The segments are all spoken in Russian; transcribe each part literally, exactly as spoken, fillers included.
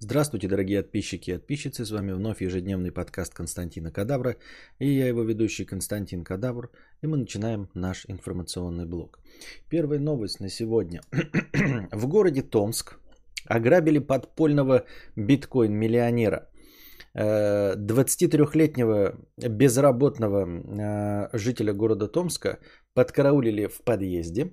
Здравствуйте, дорогие подписчики и подписчицы. С вами вновь ежедневный подкаст Константина Кадавра. И я его ведущий Константин Кадавр. И мы начинаем наш информационный блок. Первая новость на сегодня. В городе Томск ограбили подпольного биткоин-миллионера. двадцатитрёхлетнего безработного жителя города Томска подкараулили в подъезде.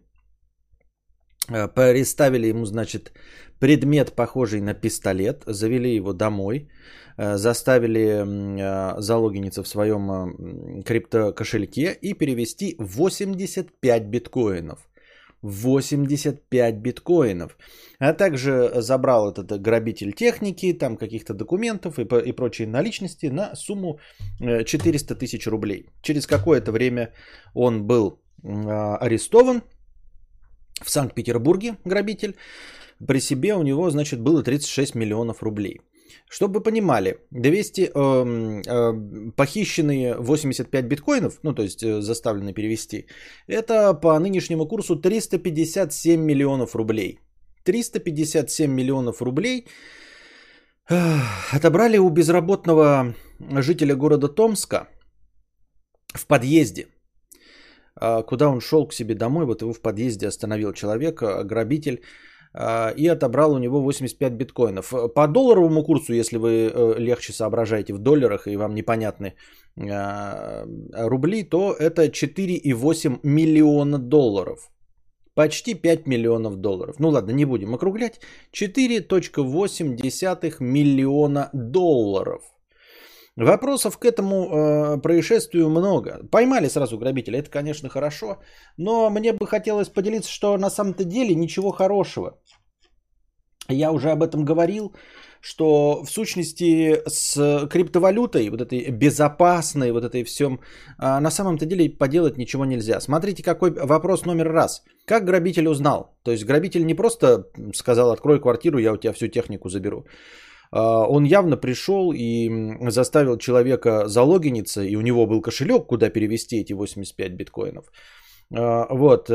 Приставили ему, значит, предмет, похожий на пистолет, завели его домой, заставили залогиниться в своем криптокошельке и перевести восемьдесят пять биткоинов. восемьдесят пять биткоинов. А также забрал этот грабитель техники, там каких-то документов и, и прочие наличности на сумму четыреста тысяч рублей. Через какое-то время он был арестован. В Санкт-Петербурге грабитель. При себе у него, значит, было тридцать шесть миллионов рублей. Чтобы вы понимали, двести э, э, похищенные восемьдесят пять биткоинов, ну то есть э, заставлены перевести, это по нынешнему курсу триста пятьдесят семь миллионов рублей. триста пятьдесят семь миллионов рублей э, отобрали у безработного жителя города Томска в подъезде. Куда он шел к себе домой, вот его в подъезде остановил человек, грабитель, и отобрал у него восемьдесят пять биткоинов. По долларовому курсу, если вы легче соображаете в долларах и вам непонятны рубли, то это четыре целых восемь десятых миллиона долларов. Почти пять миллионов долларов. Ну ладно, не будем округлять. четыре целых восемь десятых миллиона долларов. Вопросов к этому э, происшествию много. Поймали сразу грабителя, это, конечно, хорошо. Но мне бы хотелось поделиться, что на самом-то деле ничего хорошего. Я уже об этом говорил, что в сущности с криптовалютой, вот этой безопасной, вот этой всем, э, на самом-то деле поделать ничего нельзя. Смотрите, какой вопрос номер раз. Как грабитель узнал? То есть грабитель не просто сказал: открой квартиру, я у тебя всю технику заберу. Он явно пришел и заставил человека залогиниться, и у него был кошелек, куда перевести эти восемьдесят пять биткоинов. Вот.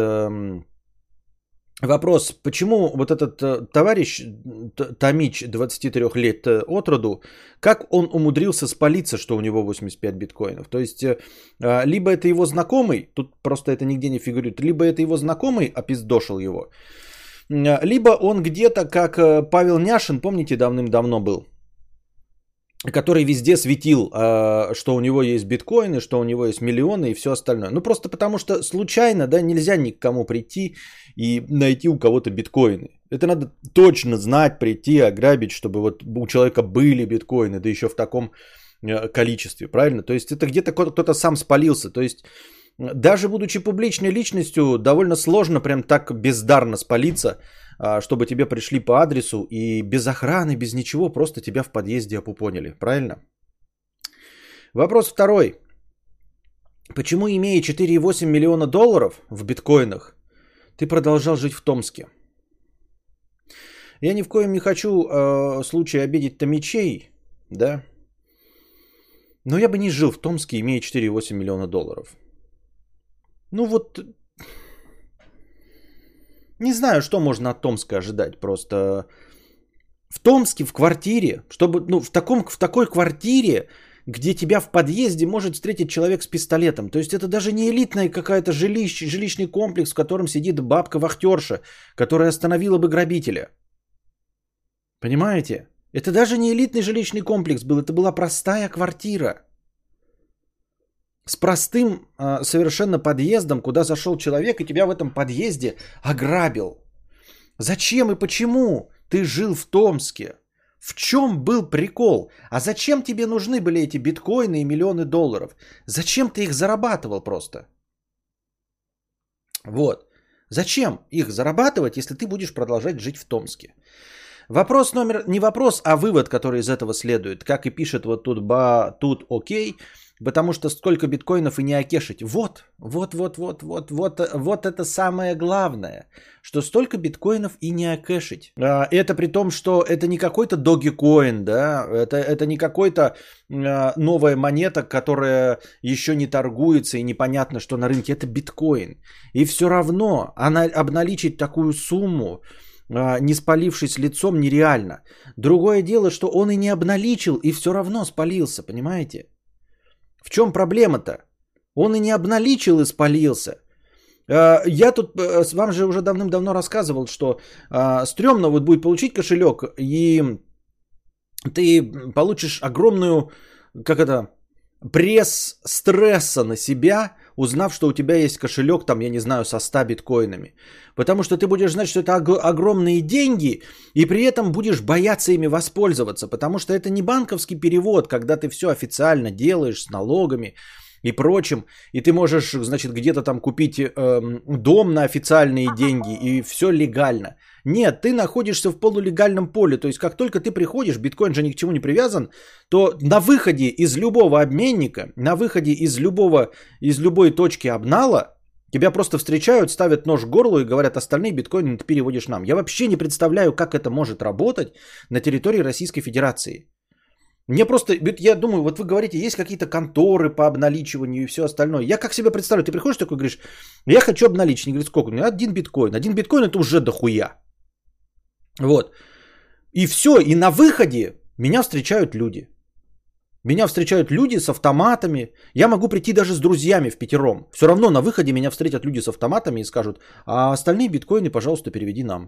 Вопрос, почему вот этот товарищ Томич, двадцати трёх лет от роду, как он умудрился спалиться, что у него восемьдесят пять биткоинов? То есть, либо это его знакомый, тут просто это нигде не фигурирует, либо это его знакомый опиздошил его, либо он где-то, как Павел Няшин, помните, давным-давно был, который везде светил, что у него есть биткоины, что у него есть миллионы и все остальное. Ну, просто потому что случайно, да, нельзя ни к кому прийти и найти у кого-то биткоины. Это надо точно знать, прийти, ограбить, чтобы вот у человека были биткоины, да еще в таком количестве, правильно? То есть это где-то кто-то сам спалился, то есть... Даже будучи публичной личностью, довольно сложно прям так бездарно спалиться, чтобы тебе пришли по адресу и без охраны, без ничего, просто тебя в подъезде опупонили. Правильно? Вопрос второй. Почему, имея четыре целых восемь десятых миллиона долларов в биткоинах, ты продолжал жить в Томске? Я ни в коем не хочу э, случае обидеть томичей, да? Но я бы не жил в Томске, имея четыре целых восемь десятых миллиона долларов. Ну вот, не знаю, что можно от Томска ожидать. Просто в Томске, в квартире, чтобы, ну, в, таком, в такой квартире, где тебя в подъезде может встретить человек с пистолетом. То есть это даже не элитная какая-то жилищ, жилищный комплекс, в котором сидит бабка-вахтерша, которая остановила бы грабителя. Понимаете? Это даже не элитный жилищный комплекс был, это была простая квартира. С простым э, совершенно подъездом, куда зашел человек и тебя в этом подъезде ограбил. Зачем и почему ты жил в Томске? В чем был прикол? А зачем тебе нужны были эти биткоины и миллионы долларов? Зачем ты их зарабатывал просто? Вот. Зачем их зарабатывать, если ты будешь продолжать жить в Томске? Вопрос номер... Не вопрос, а вывод, который из этого следует. Как и пишет вот тут, ба, тут окей. Потому что сколько биткоинов и не окешить. Вот, вот, вот, вот, вот, вот, вот это самое главное. Что столько биткоинов и не окешить. Это при том, что это не какой-то Dogecoin, да. Это, это не какой-то новая монета, которая еще не торгуется и непонятно, что на рынке. Это биткоин. И все равно она, обналичить такую сумму не спалившись лицом, нереально. Другое дело, что он и не обналичил, и все равно спалился, понимаете? В чем проблема-то? Он и не обналичил, и спалился. Я тут вам же уже давным-давно рассказывал, что стрёмно вот будет получить кошелек, и ты получишь огромную, как это, пресс стресса на себя, узнав, что у тебя есть кошелек, там, я не знаю, со ста биткоинами. Потому что ты будешь знать, что это огромные деньги, и при этом будешь бояться ими воспользоваться. Потому что это не банковский перевод, когда ты все официально делаешь с налогами и прочим. И ты можешь, значит, где-то там купить э, дом на официальные деньги, и все легально. Нет, ты находишься в полулегальном поле. То есть, как только ты приходишь, биткоин же ни к чему не привязан, то на выходе из любого обменника, на выходе из, любого, из любой точки обнала, тебя просто встречают, ставят нож в горло и говорят: остальные биткоины ты переводишь нам. Я вообще не представляю, как это может работать на территории Российской Федерации. Мне просто, я думаю, вот вы говорите, есть какие-то конторы по обналичиванию и все остальное. Я как себе представляю, ты приходишь такой, говоришь: я хочу обналичить. Не говорит, сколько? У меня один биткоин. Один биткоин это уже дохуя. Вот. И все, и на выходе меня встречают люди. Меня встречают люди с автоматами. Я могу прийти даже с друзьями в пятером. Все равно на выходе меня встретят люди с автоматами и скажут: а остальные биткоины, пожалуйста, переведи нам.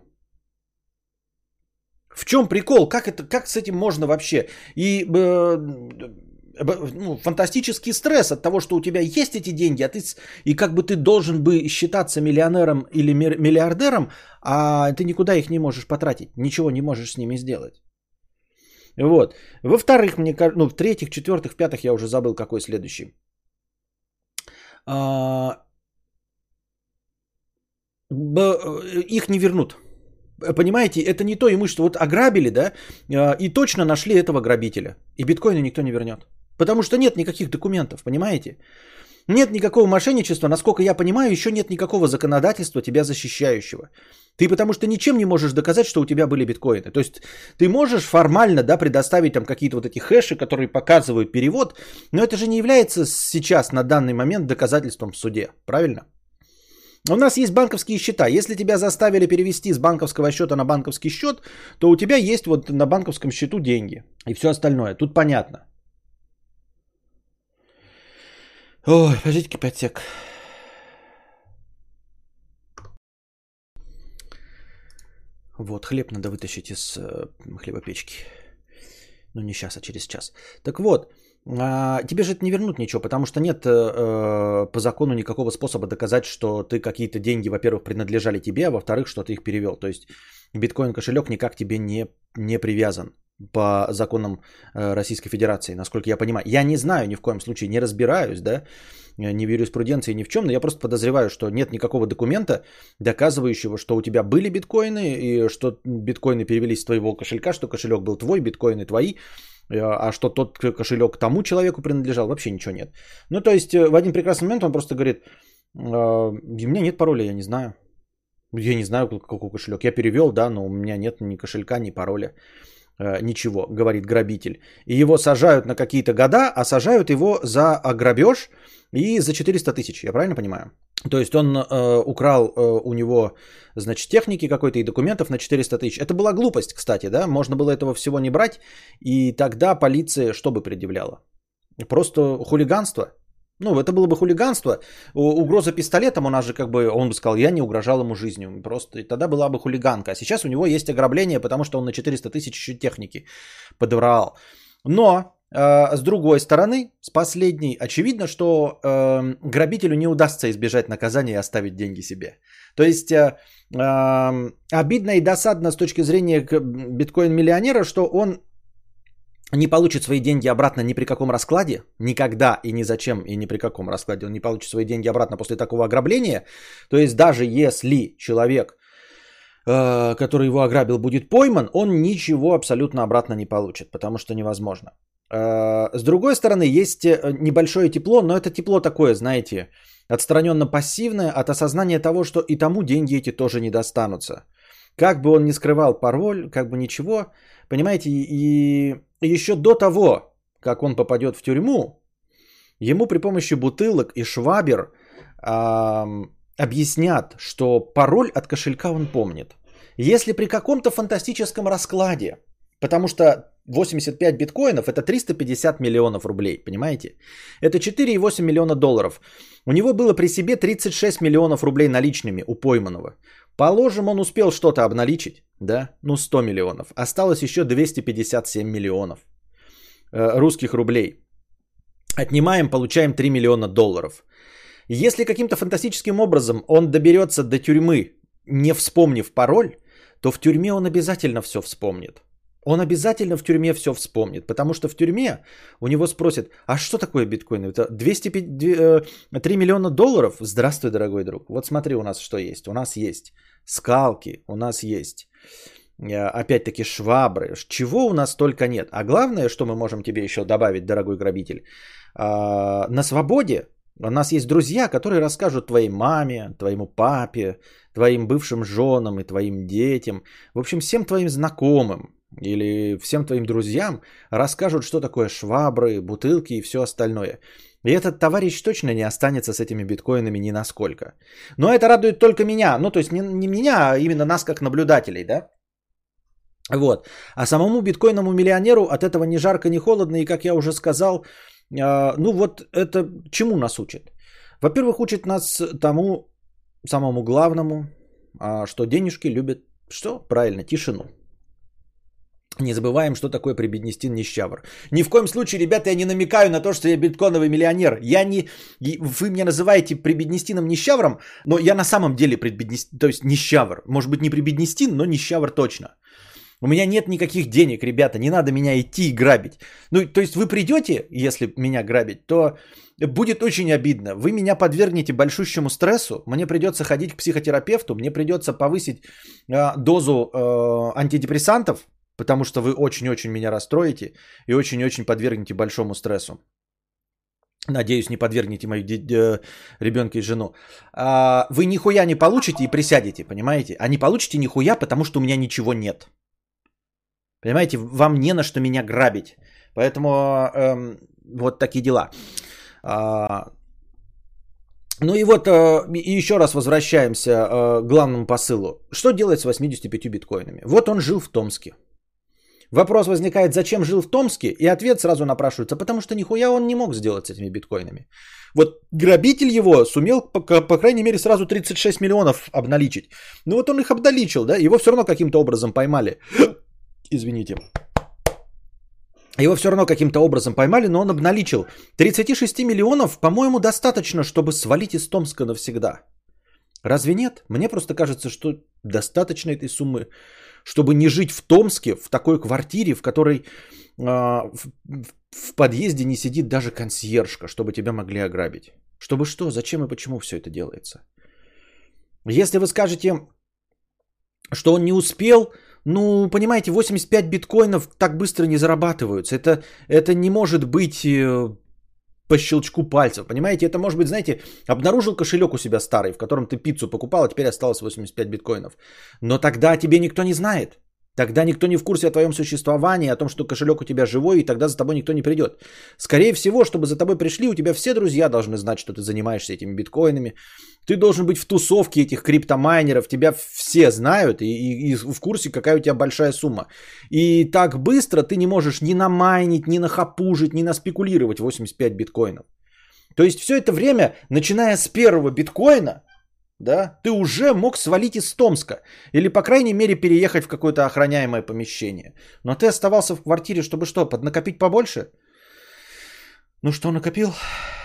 В чем прикол? Как, это, как с этим можно вообще? И э, ну, фантастический стресс от того, что у тебя есть эти деньги, а ты, и как бы ты должен бы считаться миллионером или миллиардером, а ты никуда их не можешь потратить, ничего не можешь с ними сделать. Вот. Во-вторых, мне кажется, ну, в-третьих, четвертых, в-пятых, я уже забыл, какой следующий. А, их не вернут. Понимаете, это не то имущество. Вот ограбили, да, и точно нашли этого грабителя. И биткоины никто не вернет. Потому что нет никаких документов, понимаете? Нет никакого мошенничества, насколько я понимаю, еще нет никакого законодательства тебя защищающего. Ты потому что ничем не можешь доказать, что у тебя были биткоины. То есть ты можешь формально, да, предоставить там какие-то вот эти хэши, которые показывают перевод, но это же не является сейчас на данный момент доказательством в суде, правильно? У нас есть банковские счета. Если тебя заставили перевести с банковского счета на банковский счет, то у тебя есть вот на банковском счету деньги и все остальное. Тут понятно. Ой, подождите-ка пять сек. Вот, хлеб надо вытащить из э, хлебопечки. Ну, не сейчас, а через час. Так вот, э, тебе же это не вернут ничего, потому что нет э, по закону никакого способа доказать, что ты какие-то деньги, во-первых, принадлежали тебе, а во-вторых, что ты их перевел. То есть биткоин-кошелек никак тебе не, не привязан по законам э, Российской Федерации, насколько я понимаю. Я не знаю, ни в коем случае не разбираюсь, да, ни в юриспруденции, ни в чем, но я просто подозреваю, что нет никакого документа, доказывающего, что у тебя были биткоины, и что биткоины перевелись с твоего кошелька, что кошелек был твой, биткоины твои, а что тот кошелек тому человеку принадлежал, вообще ничего нет. Ну, то есть в один прекрасный момент он просто говорит: у меня нет пароля, я не знаю. Я не знаю, какой кошелек. Я перевел, да, но у меня нет ни кошелька, ни пароля. Ничего, говорит грабитель. И его сажают на какие-то года, а сажают его за грабеж и за четыреста тысяч, я правильно понимаю? То есть он э, украл э, у него, значит, техники какой-то и документов на четыреста тысяч. Это была глупость, кстати, да? Можно было этого всего не брать, и тогда полиция что бы предъявляла? Просто хулиганство. Ну, это было бы хулиганство. Угроза пистолетом, у нас же как бы, он бы сказал: я не угрожал ему жизнью. Просто и тогда была бы хулиганка. А сейчас у него есть ограбление, потому что он на четыреста тысяч еще техники подобрал. Но, э, с другой стороны, с последней, очевидно, что э, грабителю не удастся избежать наказания и оставить деньги себе. То есть, э, э, обидно и досадно с точки зрения биткоин-миллионера, что он не получит свои деньги обратно ни при каком раскладе, никогда и ни зачем и ни при каком раскладе он не получит свои деньги обратно после такого ограбления. То есть даже если человек, э, который его ограбил, будет пойман, он ничего абсолютно обратно не получит, потому что невозможно. Э, с другой стороны, есть небольшое тепло, но это тепло такое, знаете, отстраненно пассивное от осознания того, что и тому деньги эти тоже не достанутся. Как бы он ни скрывал пароль, как бы ничего, понимаете, и еще до того, как он попадет в тюрьму, ему при помощи бутылок и швабер э, объяснят, что пароль от кошелька он помнит. Если при каком-то фантастическом раскладе, потому что восемьдесят пять биткоинов это триста пятьдесят миллионов рублей, понимаете? Это четыре целых восемь десятых миллиона долларов. У него было при себе тридцать шесть миллионов рублей наличными у пойманного. Положим, он успел что-то обналичить, да? Ну, сто миллионов. Осталось еще двести пятьдесят семь миллионов э, русских рублей. Отнимаем, получаем три миллиона долларов. Если каким-то фантастическим образом он доберется до тюрьмы, не вспомнив пароль, то в тюрьме он обязательно все вспомнит. Он обязательно в тюрьме все вспомнит, потому что в тюрьме у него спросят, а что такое биткоин? Это двести три миллиона долларов? Здравствуй, дорогой друг. Вот смотри, у нас что есть. У нас есть скалки, у нас есть опять-таки швабры. Чего у нас только нет. А главное, что мы можем тебе еще добавить, дорогой грабитель, на свободе у нас есть друзья, которые расскажут твоей маме, твоему папе, твоим бывшим женам и твоим детям, в общем, всем твоим знакомым или всем твоим друзьям расскажут, что такое швабры, бутылки и все остальное. И этот товарищ точно не останется с этими биткоинами ни насколько. Но это радует только меня, ну то есть не, не меня, а именно нас как наблюдателей, да? Вот. А самому биткоинному миллионеру от этого ни жарко, ни холодно, и как я уже сказал, ну вот это чему нас учит? Во-первых, учит нас тому самому главному, что денежки любят, что? Правильно, тишину. Не забываем, что такое прибеднестин нищавр. Ни в коем случае, ребята, я не намекаю на то, что я биткоиновый миллионер. Я не... Вы меня называете прибеднестином нищавром, но я на самом деле прибеднестин, то есть нищавр. Может быть не прибеднестин, но нищавр точно. У меня нет никаких денег, ребята, не надо меня идти и грабить. Ну, то есть вы придете, если меня грабить, то будет очень обидно. Вы меня подвергнете большущему стрессу, мне придется ходить к психотерапевту, мне придется повысить э, дозу э, антидепрессантов, потому что вы очень-очень меня расстроите и очень-очень подвергнете большому стрессу. Надеюсь, не подвергнете моих де- ребенка и жену. А, вы нихуя не получите и присядете, понимаете? А не получите нихуя, потому что у меня ничего нет. Понимаете, вам не на что меня грабить. Поэтому эм, вот такие дела. А, ну и вот э, и еще раз возвращаемся э, к главному посылу. Что делать с восемьдесят пятью биткоинами? Вот он жил в Томске. Вопрос возникает, зачем жил в Томске? И ответ сразу напрашивается, потому что нихуя он не мог сделать с этими биткоинами. Вот грабитель его сумел, по, по крайней мере, сразу тридцать шесть миллионов обналичить. Ну вот он их обналичил, да? Его все равно каким-то образом поймали. Извините. Его все равно каким-то образом поймали, но он обналичил. тридцать шесть миллионов, по-моему, достаточно, чтобы свалить из Томска навсегда. Разве нет? Мне просто кажется, что достаточно этой суммы, чтобы не жить в Томске, в такой квартире, в которой э, в, в подъезде не сидит даже консьержка, чтобы тебя могли ограбить. Чтобы что? Зачем и почему все это делается? Если вы скажете, что он не успел... Ну, понимаете, восемьдесят пять биткоинов так быстро не зарабатываются. Это, это не может быть по щелчку пальцев. Понимаете, это может быть, знаете, обнаружил кошелек у себя старый, в котором ты пиццу покупал, а теперь осталось восемьдесят пять биткоинов. Но тогда о тебе никто не знает. Тогда никто не в курсе о твоем существовании, о том, что кошелек у тебя живой, и тогда за тобой никто не придет. Скорее всего, чтобы за тобой пришли, у тебя все друзья должны знать, что ты занимаешься этими биткоинами. Ты должен быть в тусовке этих криптомайнеров, тебя все знают и, и, и в курсе, какая у тебя большая сумма. И так быстро ты не можешь ни намайнить, ни нахапужить, ни наспекулировать восемьдесят пять биткоинов. То есть все это время, начиная с первого биткоина, да, ты уже мог свалить из Томска. Или, по крайней мере, переехать в какое-то охраняемое помещение. Но ты оставался в квартире, чтобы что, поднакопить побольше? Ну что, накопил?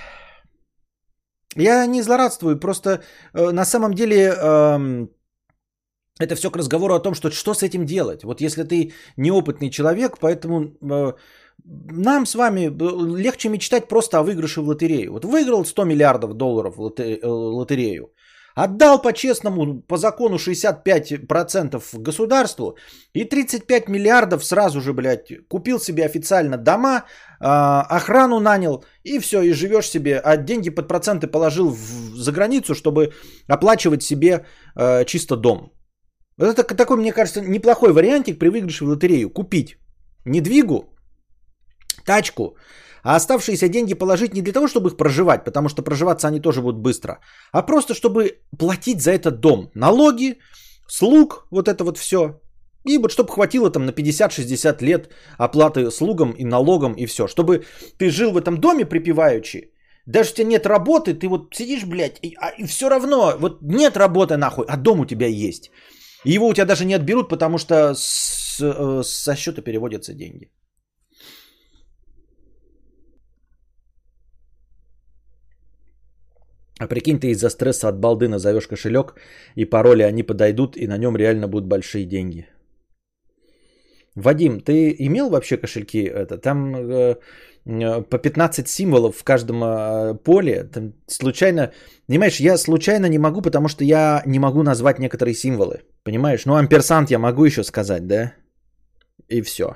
Я не злорадствую, просто э, на самом деле э, это все к разговору о том, что, что с этим делать. Вот если ты неопытный человек, поэтому э, нам с вами легче мечтать просто о выигрыше в лотерею. Вот выиграл сто миллиардов долларов в лотерею. Отдал по-честному, по закону шестьдесят пять процентов государству и тридцать пять миллиардов сразу же, блядь, купил себе официально дома, охрану нанял и все, и живешь себе, а деньги под проценты положил в, за границу, чтобы оплачивать себе э, чисто дом. Это такой, мне кажется, неплохой вариантик при выигрыше в лотерею. Купить недвигу, тачку, а оставшиеся деньги положить не для того, чтобы их проживать, потому что проживаться они тоже будут быстро, а просто чтобы платить за этот дом налоги, слуг, вот это вот все. И вот чтобы хватило там на пятьдесят-шестьдесят лет оплаты слугам и налогам и все. Чтобы ты жил в этом доме припеваючи, даже у тебя нет работы, ты вот сидишь, блядь, и, а, и все равно, вот нет работы нахуй, а дом у тебя есть. И его у тебя даже не отберут, потому что с, э, со счета переводятся деньги. А прикинь, ты из-за стресса от балды назовешь кошелек, и пароли они подойдут, и на нем реально будут большие деньги. Вадим, ты имел вообще кошельки? Это, там э, э, по пятнадцать символов в каждом э, поле. Там случайно, понимаешь, я случайно не могу, потому что я не могу назвать некоторые символы. Понимаешь? Ну, амперсант я могу еще сказать, да? И все.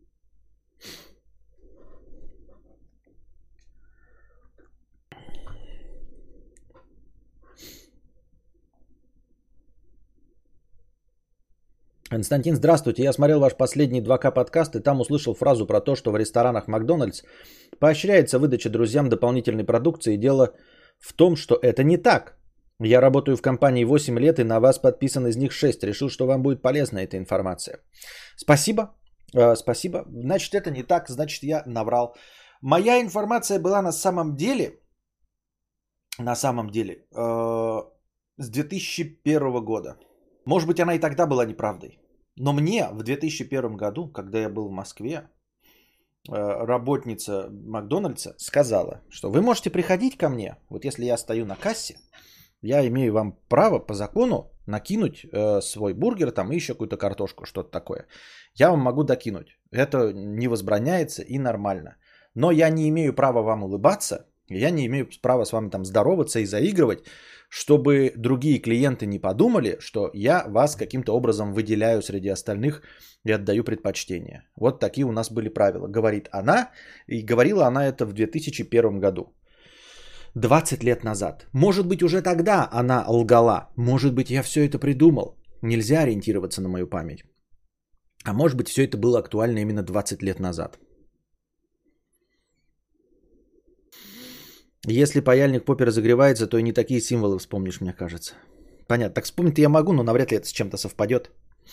Константин, здравствуйте. Я смотрел ваш последний два ка подкаст и там услышал фразу про то, что в ресторанах Макдональдс поощряется выдача друзьям дополнительной продукции. Дело в том, что это не так. Я работаю в компании восемь лет и на вас подписан из них шесть. Решил, что вам будет полезна эта информация. Спасибо. Э, спасибо. Значит, это не так. Значит, я наврал. Моя информация была на самом деле, на самом деле, э, с две тысячи первого года. Может быть, она и тогда была неправдой. Но мне в две тысячи первом году, когда я был в Москве, работница Макдональдса сказала, что вы можете приходить ко мне, вот если я стою на кассе, я имею вам право по закону накинуть э, свой бургер там и еще какую-то картошку, что-то такое. Я вам могу докинуть. Это не возбраняется и нормально. Но я не имею права вам улыбаться, я не имею права с вами там здороваться и заигрывать, чтобы другие клиенты не подумали, что я вас каким-то образом выделяю среди остальных и отдаю предпочтение. Вот такие у нас были правила, говорит она. И говорила она это в две тысячи первом году. двадцать лет назад. Может быть, уже тогда она лгала. Может быть, я все это придумал. Нельзя ориентироваться на мою память. А может быть, все это было актуально именно двадцать лет назад. Если паяльник в попе разогревается, то и не такие символы вспомнишь, мне кажется. Понятно. Так вспомнить я могу, но навряд ли это с чем-то совпадет.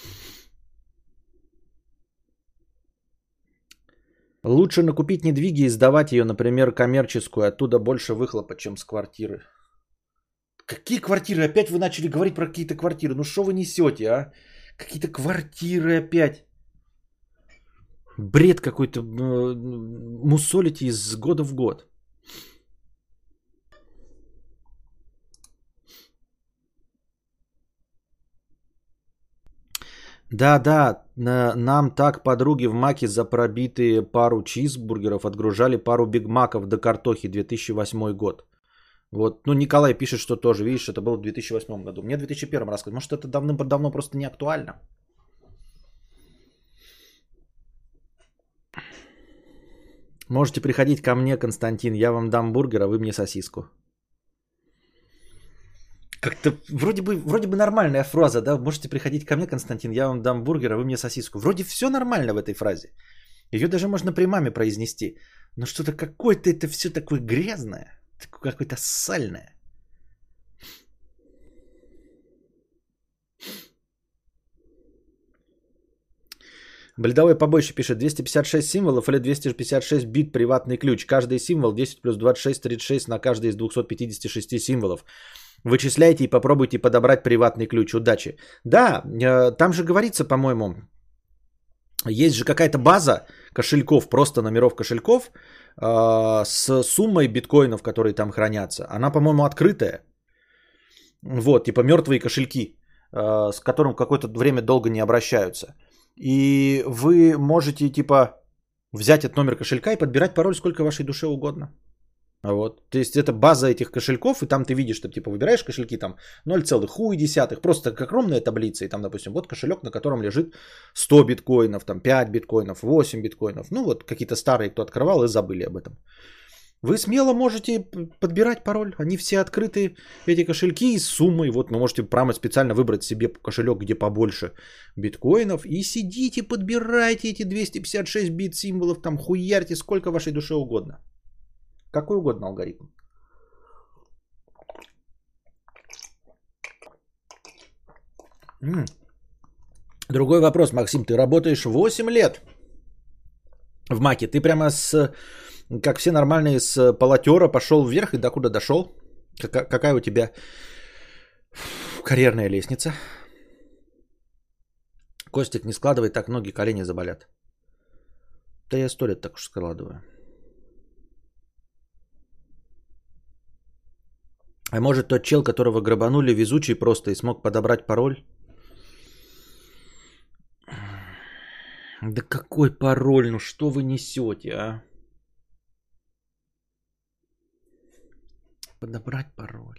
Лучше накупить недвиги и сдавать ее, например, коммерческую. Оттуда больше выхлопа, чем с квартиры. Какие квартиры? Опять вы начали говорить про какие-то квартиры. Ну что вы несете, а? Какие-то квартиры опять. Бред какой-то. Мусолите из года в год. Да, да, на, нам так подруги в Маке за пробитые пару чизбургеров отгружали пару бигмаков до картохи, две тысячи восьмой год. Вот, ну Николай пишет, что тоже, видишь, это было в две тысячи восьмом году. Мне в две тысячи первом рассказывали, может это давным-давно просто не актуально. Можете приходить ко мне, Константин, я вам дам бургер, а вы мне сосиску. Как-то вроде бы, вроде бы нормальная фраза, да? Можете приходить ко мне, Константин, я вам дам бургер, а вы мне сосиску. Вроде все нормально в этой фразе. Ее даже можно при маме произнести. Но что-то какое-то это все такое грязное, какое-то сальное. Бледовой побольше пишет двести пятьдесят шесть символов или двести пятьдесят шесть бит приватный ключ. Каждый символ десять плюс двадцать шесть, тридцать шесть на каждый из двухсот пятидесяти шести символов. Вычисляйте и попробуйте подобрать приватный ключ. Удачи. Да, там же говорится, по-моему, есть же какая-то база кошельков, просто номеров кошельков с суммой биткоинов, которые там хранятся. Она, по-моему, открытая. Вот, типа мертвые кошельки, с которым какое-то время долго не обращаются. И вы можете, типа, взять этот номер кошелька и подбирать пароль сколько вашей душе угодно. Вот. То есть это база этих кошельков, и там ты видишь, что типа выбираешь кошельки там ноль целых хуй десятых, просто как огромная таблица, и там, допустим, вот кошелек, на котором лежит сто биткоинов, там пять биткоинов, восемь биткоинов, ну вот какие-то старые, кто открывал и забыли об этом. Вы смело можете подбирать пароль, они все открыты, эти кошельки с суммой, вот вы можете прямо специально выбрать себе кошелек, где побольше биткоинов, и сидите, подбирайте эти двести пятьдесят шесть бит символов, там хуярьте сколько вашей душе угодно. Какой угодно алгоритм. М. Другой вопрос, Максим. Ты работаешь восемь лет в Маке. Ты прямо с, как все нормальные, с полотера пошел вверх и докуда дошел? Какая, какая у тебя карьерная лестница? Костик, не складывай так, ноги, колени заболят. Да я сто лет так уж складываю. А может тот чел, которого грабанули, везучий просто и смог подобрать пароль? Да какой пароль? Ну что вы несете, а? Подобрать пароль.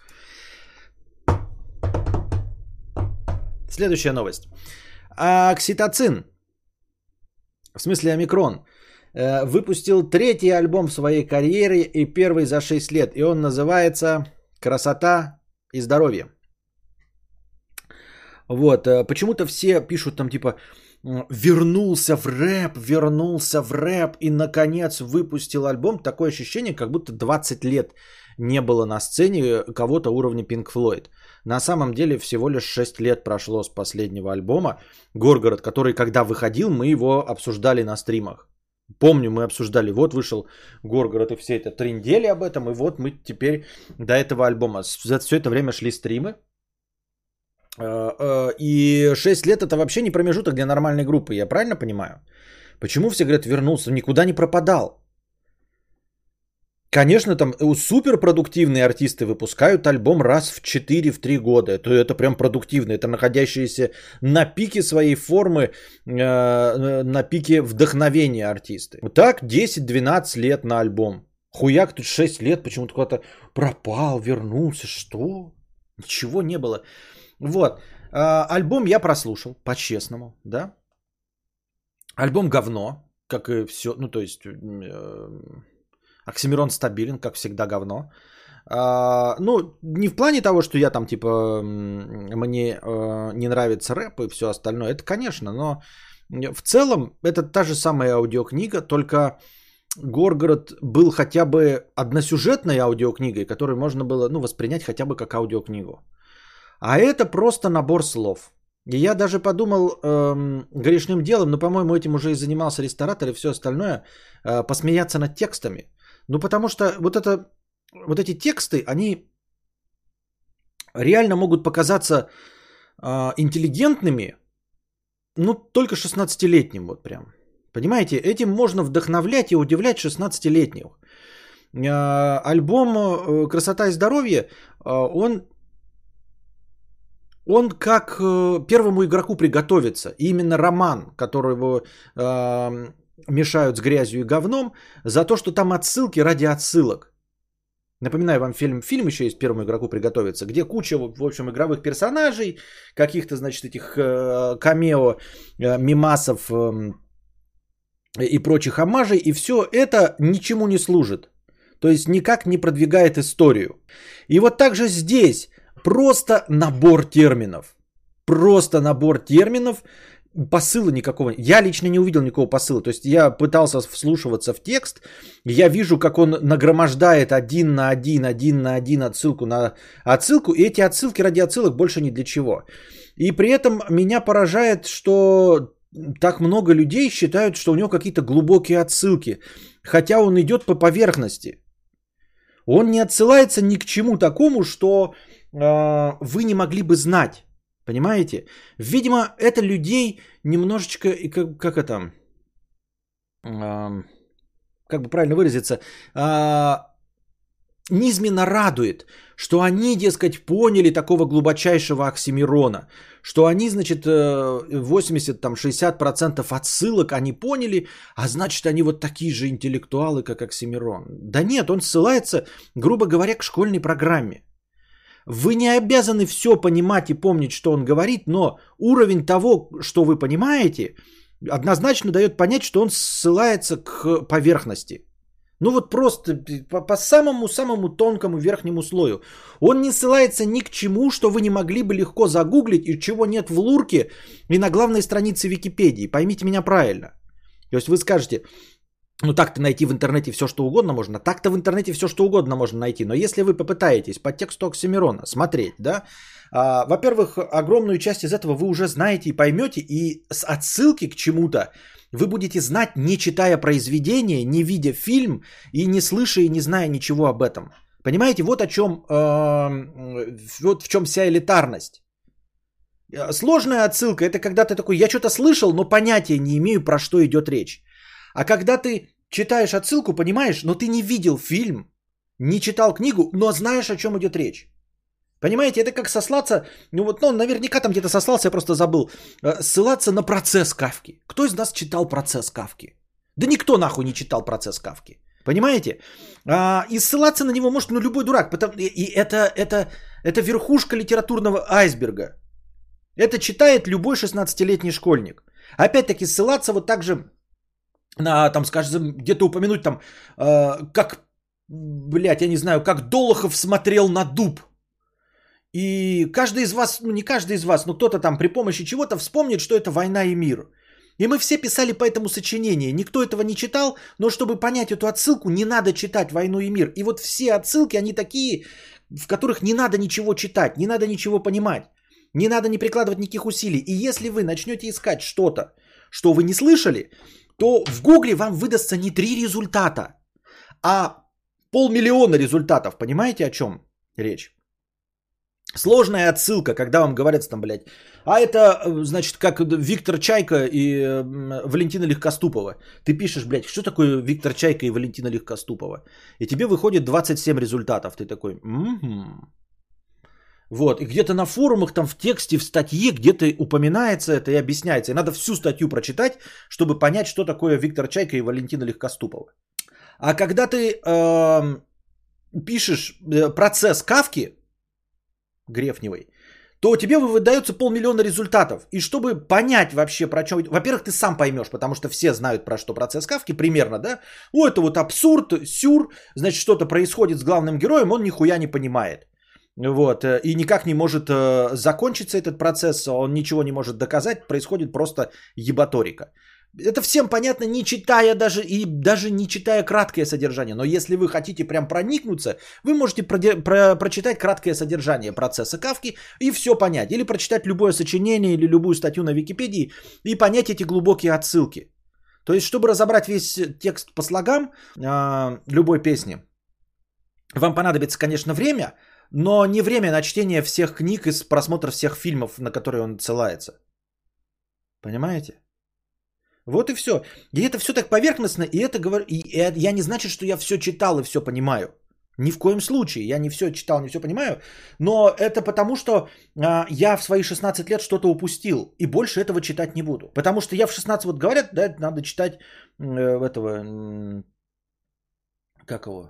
Следующая новость. Окситоцин, в смысле омикрон, выпустил третий альбом в своей карьере и первый за шесть лет. И он называется «Красота и здоровье». Вот, почему-то все пишут там типа «вернулся в рэп, вернулся в рэп и наконец выпустил альбом». Такое ощущение, как будто двадцать лет не было на сцене кого-то уровня Pink Floyd. На самом деле всего лишь шесть лет прошло с последнего альбома «Горгород», который, когда выходил, мы его обсуждали на стримах. Помню, мы обсуждали, вот вышел «Горгород», и все это трындели об этом, и вот мы теперь до этого альбома. За все это время шли стримы. И шесть лет это вообще не промежуток для нормальной группы, я правильно понимаю? Почему все говорят «вернулся», никуда не пропадал? Конечно, там суперпродуктивные артисты выпускают альбом раз в четыре-три года. Это, это прям продуктивно. Это находящиеся на пике своей формы, э, на пике вдохновения артисты. Вот так десять-двенадцать лет на альбом. Хуяк тут шесть лет почему-то куда-то пропал, вернулся. Что? Ничего не было. Вот. Э, альбом я прослушал, по-честному, да. Альбом говно, как и все. Ну, то есть... Э, Оксимирон стабилен, как всегда, говно. А, ну, не в плане того, что я там, типа, мне а, не нравится рэп и все остальное. Это, конечно, но в целом это та же самая аудиокнига, только «Горгород» был хотя бы односюжетной аудиокнигой, которую можно было, ну, воспринять хотя бы как аудиокнигу. А это просто набор слов. И я даже подумал эм, грешным делом, но, по-моему, этим уже и занимался ресторатор и все остальное, э, посмеяться над текстами. Ну, потому что вот, это, вот эти тексты, они реально могут показаться э, интеллигентными, ну, только шестнадцатилетним вот прям. Понимаете, этим можно вдохновлять и удивлять шестнадцатилетних. Э, альбом «Красота и здоровье», э, он, он как э, первому игроку приготовиться. И именно роман, которого... Э, мешают с грязью и говном, за то, что там отсылки ради отсылок. Напоминаю вам, фильм, фильм еще есть «Первому игроку приготовиться», где куча, в общем, игровых персонажей, каких-то, значит, этих э, камео, э, мимасов э, и прочих омажей, и все это ничему не служит. То есть никак не продвигает историю. И вот так же здесь просто набор терминов. Просто набор терминов, посыла никакого. Я лично не увидел никакого посыла. То есть я пытался вслушиваться в текст. Я вижу, как он нагромождает один на один, один на один отсылку на отсылку. И эти отсылки ради отсылок больше ни для чего. И при этом меня поражает, что так много людей считают, что у него какие-то глубокие отсылки. Хотя он идет по поверхности. Он не отсылается ни к чему такому, что э, вы не могли бы знать. Понимаете? Видимо, это людей немножечко, как, как это, э, как бы правильно выразиться, э, низменно радует, что они, дескать, поняли такого глубочайшего Оксимирона, что они, значит, восемьдесят-шестьдесят процентов отсылок они поняли, а значит, они вот такие же интеллектуалы, как Оксимирон. Да нет, он ссылается, грубо говоря, к школьной программе. Вы не обязаны все понимать и помнить, что он говорит, но уровень того, что вы понимаете, однозначно дает понять, что он ссылается к поверхности. Ну вот просто по, по самому-самому тонкому верхнему слою. Он не ссылается ни к чему, что вы не могли бы легко загуглить и чего нет в лурке и на главной странице Википедии. Поймите меня правильно. То есть вы скажете, Ну, так-то найти в интернете все, что угодно можно. Так-то в интернете все, что угодно можно найти. Но если вы попытаетесь по тексту Оксимирона смотреть, да, а, во-первых, огромную часть из этого вы уже знаете и поймете, и с отсылки к чему-то вы будете знать, не читая произведение, не видя фильм, и не слыша, и не зная ничего об этом. Понимаете, вот о чем, э, вот в чем вся элитарность. Сложная отсылка – это когда ты такой, я что-то слышал, но понятия не имею, про что идет речь. А когда ты читаешь отсылку, понимаешь, но ты не видел фильм, не читал книгу, но знаешь, о чем идет речь. Понимаете, это как сослаться, ну вот, ну, наверняка там где-то сослался, я просто забыл, ссылаться на процесс Кафки. Кто из нас читал процесс Кафки? Да никто нахуй не читал процесс Кафки. Понимаете? А, и ссылаться на него может ну, любой дурак. Потому, и это, это, это верхушка литературного айсберга. Это читает любой шестнадцатилетний школьник. Опять-таки ссылаться вот так же на, там, скажем, где-то упомянуть там, э, как, блядь, я не знаю, как Долохов смотрел на дуб. И каждый из вас, ну не каждый из вас, но кто-то там при помощи чего-то вспомнит, что это «Война и мир». И мы все писали по этому сочинение. Никто этого не читал, но чтобы понять эту отсылку, не надо читать «Войну и мир». И вот все отсылки, они такие, в которых не надо ничего читать, не надо ничего понимать. Не надо не прикладывать никаких усилий. И если вы начнете искать что-то, что вы не слышали, то в Гугле вам выдастся не три результата, а полмиллиона результатов. Понимаете, о чем речь? Сложная отсылка, когда вам говорят там, блядь, а это, значит, как Виктор Чайка и э, Валентина Легкоступова. Ты пишешь, блядь, что такое Виктор Чайка и Валентина Легкоступова? И тебе выходит двадцать семь результатов. Ты такой, угу. Вот, и где-то на форумах, там в тексте, в статье, где-то упоминается это и объясняется. И надо всю статью прочитать, чтобы понять, что такое Виктор Чайка и Валентина Легкоступова. А когда ты э, пишешь процесс Кафки, Грефневой, то тебе выдается полмиллиона результатов. И чтобы понять вообще про что... Во-первых, ты сам поймешь, потому что все знают про что процесс Кафки примерно, да? О, это вот абсурд, сюр, значит, что-то происходит с главным героем, он нихуя не понимает. Вот, и никак не может закончиться этот процесс, он ничего не может доказать, происходит просто ебаторика. Это всем понятно, не читая даже, и даже не читая краткое содержание. Но если вы хотите прям проникнуться, вы можете про, про, прочитать краткое содержание процесса Кафки и все понять. Или прочитать любое сочинение или любую статью на Википедии и понять эти глубокие отсылки. То есть, чтобы разобрать весь текст по слогам э, любой песни, вам понадобится, конечно, время, но не время на чтение всех книг и просмотр всех фильмов, на которые он ссылается. Понимаете? Вот и все. И это все так поверхностно, и это говорю, и я не значит, что я все читал и все понимаю. Ни в коем случае. Я не все читал, не все понимаю. Но это потому, что а, я в свои шестнадцать лет что-то упустил. И больше этого читать не буду. Потому что я в шестнадцать, вот говорят, да, надо читать э, этого, э, как его?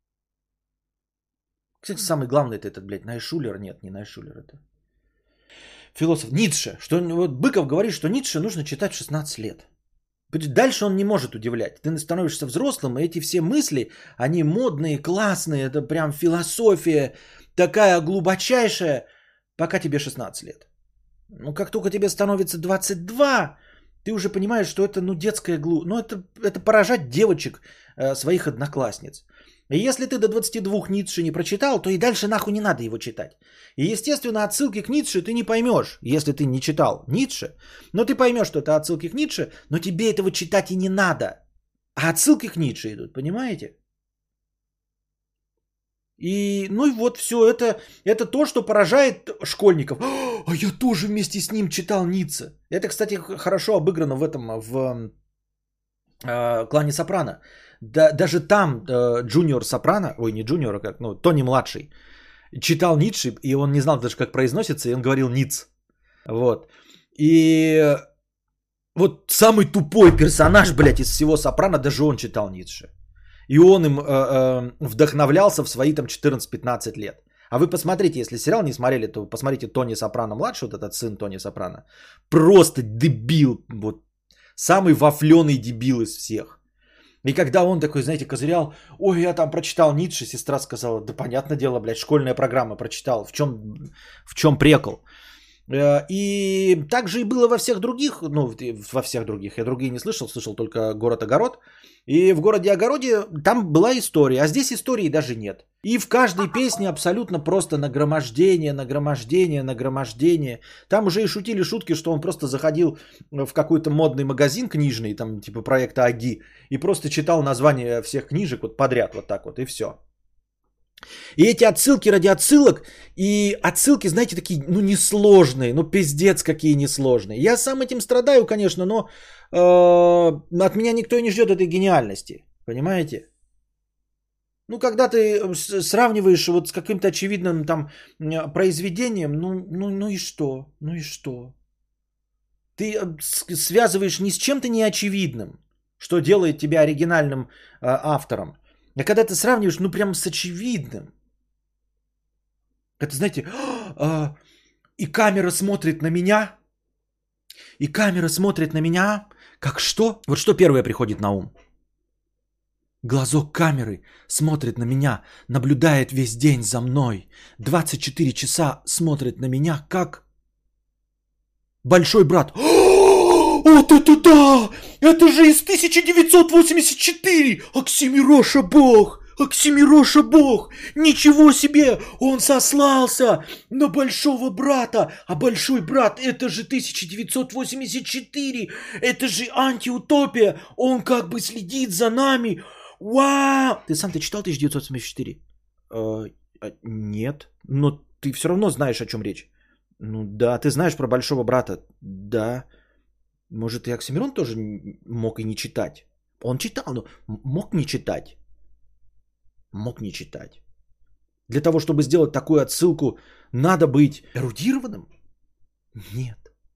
Кстати, самый главный это этот, блядь, Найшулер. Нет, не Найшулер это. Философ Ницше. Что, вот Быков говорит, что Ницше нужно читать в шестнадцать лет. Дальше он не может удивлять. Ты становишься взрослым, и эти все мысли, они модные, классные, это прям философия такая глубочайшая, пока тебе шестнадцать лет. Ну, как только тебе становится двадцать два, ты уже понимаешь, что это, ну, детская глупость. Ну, это, это поражать девочек, э, своих одноклассниц. И если ты до двадцати двух Ницше не прочитал, то и дальше нахуй не надо его читать. И, естественно, отсылки к Ницше ты не поймешь, если ты не читал Ницше. Но ты поймешь, что это отсылки к Ницше, но тебе этого читать и не надо. А отсылки к Ницше идут, понимаете? И, ну и вот все, это, это то, что поражает школьников. А я тоже вместе с ним читал Ницше. Это, кстати, хорошо обыграно в этом, в э, «Клане Сопрано». Да, даже там э, Джуниор Сопрано, ой, не Джуниор, а как, ну, Тони младший, читал Ницше, и он не знал даже, как произносится, и он говорил Ниц. Вот. И вот самый тупой персонаж, блядь, из всего Сопрано, даже он читал Ницше. И он им э, э, вдохновлялся в свои там четырнадцать-пятнадцать лет. А вы посмотрите, если сериал не смотрели, то посмотрите Тони Сопрано младший, вот этот сын Тони Сопрано. Просто дебил, вот самый вафленый дебил из всех. И когда он такой, знаете, козырял, ой, я там прочитал Ницше, сестра сказала, да понятное дело, блядь, школьная программа прочитал, в чем, в чем прикол? И также и было во всех других, ну, во всех других, я другие не слышал, слышал только «Город-огород». И в «Городе-огороде» там была история, а здесь истории даже нет. И в каждой песне абсолютно просто нагромождение, нагромождение, нагромождение. Там уже и шутили шутки, что он просто заходил в какой-то модный магазин книжный, там типа проекта АГИ, и просто читал названия всех книжек вот подряд, вот так вот, и все. И эти отсылки ради отсылок, и отсылки, знаете, такие, ну, несложные, ну, пиздец, какие несложные. Я сам этим страдаю, конечно, но э, от меня никто и не ждет этой гениальности, понимаете? Ну, когда ты сравниваешь вот с каким-то очевидным там произведением, ну, ну, ну и что? Ну и что? Ты связываешь не с чем-то неочевидным, что делает тебя оригинальным э, автором, а когда ты сравниваешь, ну, прям с очевидным. Это, знаете, э, и камера смотрит на меня, и камера смотрит на меня, как что? Вот что первое приходит на ум? Глазок камеры смотрит на меня, наблюдает весь день за мной. двадцать четыре часа смотрит на меня, как большой брат. Вот это да! Это же из тысяча девятьсот восемьдесят четыре! Оксимироша Бог! Оксимироша Бог! Ничего себе! Он сослался на большого брата! А большой брат это же тысяча девятьсот восемьдесят четыре! Это же антиутопия! Он как бы следит за нами! Вау! Ты сам ты читал тысяча девятьсот семьдесят четыре? Э, нет. Но ты все равно знаешь, о чем речь. Ну да, ты знаешь про большого брата. Да. Может, и Оксимирон тоже мог и не читать. Он читал, но мог не читать. Мог не читать. Для того, чтобы сделать такую отсылку, надо быть эрудированным? Нет.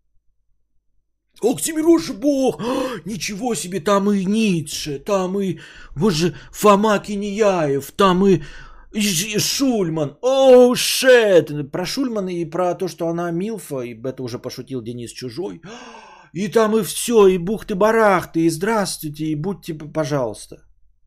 Оксимироша Бог! Ничего себе, там и Ницше, там и, вот же, Фома Кинеяев, там и Шульман. Оу, oh, шет! Про Шульмана и про то, что она милфа, и это уже пошутил Денис Чужой. И там и все, и бухты-барахты, и здравствуйте, и будьте, пожалуйста.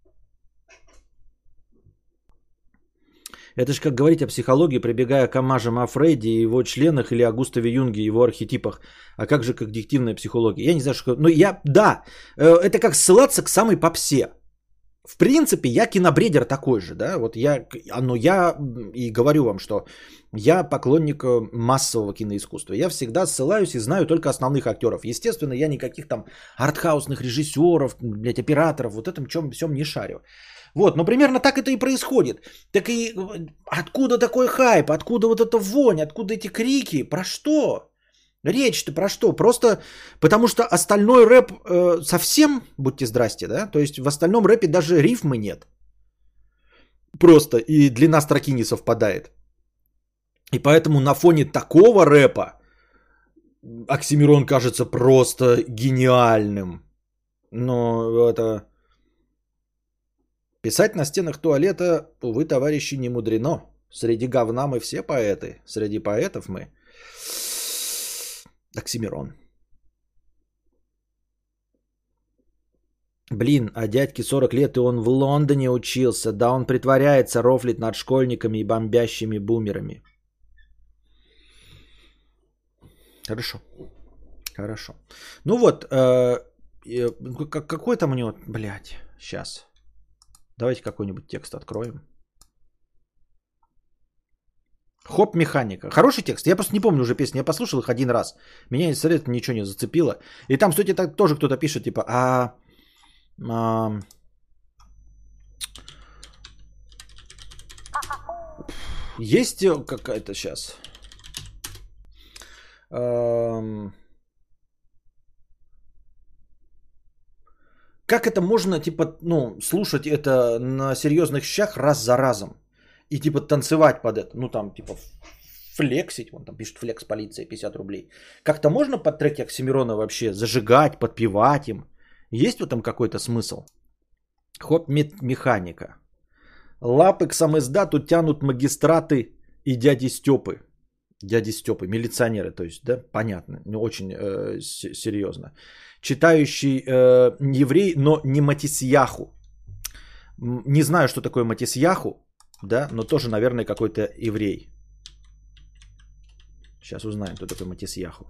Это же как говорить о психологии, прибегая к омажам о Фрейде и его членах или о Густаве Юнге и его архетипах. А как же когнитивная психология? Я не знаю, что... Ну, я... Да, это как ссылаться к самой попсе. В принципе, я кинобредер такой же, да, вот я, но я и говорю вам, что я поклонник массового киноискусства. Я всегда ссылаюсь и знаю только основных актеров. Естественно, я никаких там артхаусных режиссеров, блядь, операторов, вот этом чем всем не шарю. Вот, но примерно так это и происходит. Так и откуда такой хайп, откуда вот эта вонь, откуда эти крики, про что? Речь-то про что? Просто потому что остальной рэп э, совсем, будьте здрасте, да? То есть в остальном рэпе даже рифмы нет. Просто и длина строки не совпадает. И поэтому на фоне такого рэпа Оксимирон кажется просто гениальным. Но это... Писать на стенах туалета, увы, товарищи, не мудрено. Среди говна мы все поэты. Среди поэтов мы... Оксимирон. Блин, а дядьке сорок лет, и он в Лондоне учился. Да, он притворяется, рофлит над школьниками и бомбящими бумерами. Хорошо. Хорошо. Ну вот, э, э, какой там у него... Блядь, сейчас. Давайте какой-нибудь текст откроем. Хоп-механика. Хороший текст. Я просто не помню уже песню. Я послушал их один раз. Меня абсолютно ничего не зацепило. И там, кстати, так тоже кто-то пишет, типа, а... а... Есть какая-то сейчас... А... Как это можно, типа, ну, слушать это на серьезных щах раз за разом? И типа танцевать под это. Ну там типа флексить. Вон там пишет флекс полиция пятьдесят рублей. Как-то можно под треки Оксимирона вообще зажигать, подпевать им? Есть в этом какой-то смысл? Хоп механика. Лапы к самиздату тянут магистраты и дяди Степы. Дяди Степы, милиционеры, то есть, да, понятно, очень э, с- серьезно. Читающий э, еврей, но не Матисьяху. Не знаю, что такое Матисьяху. Да, но тоже, наверное, какой-то еврей. Сейчас узнаем, кто такой Матисьяху.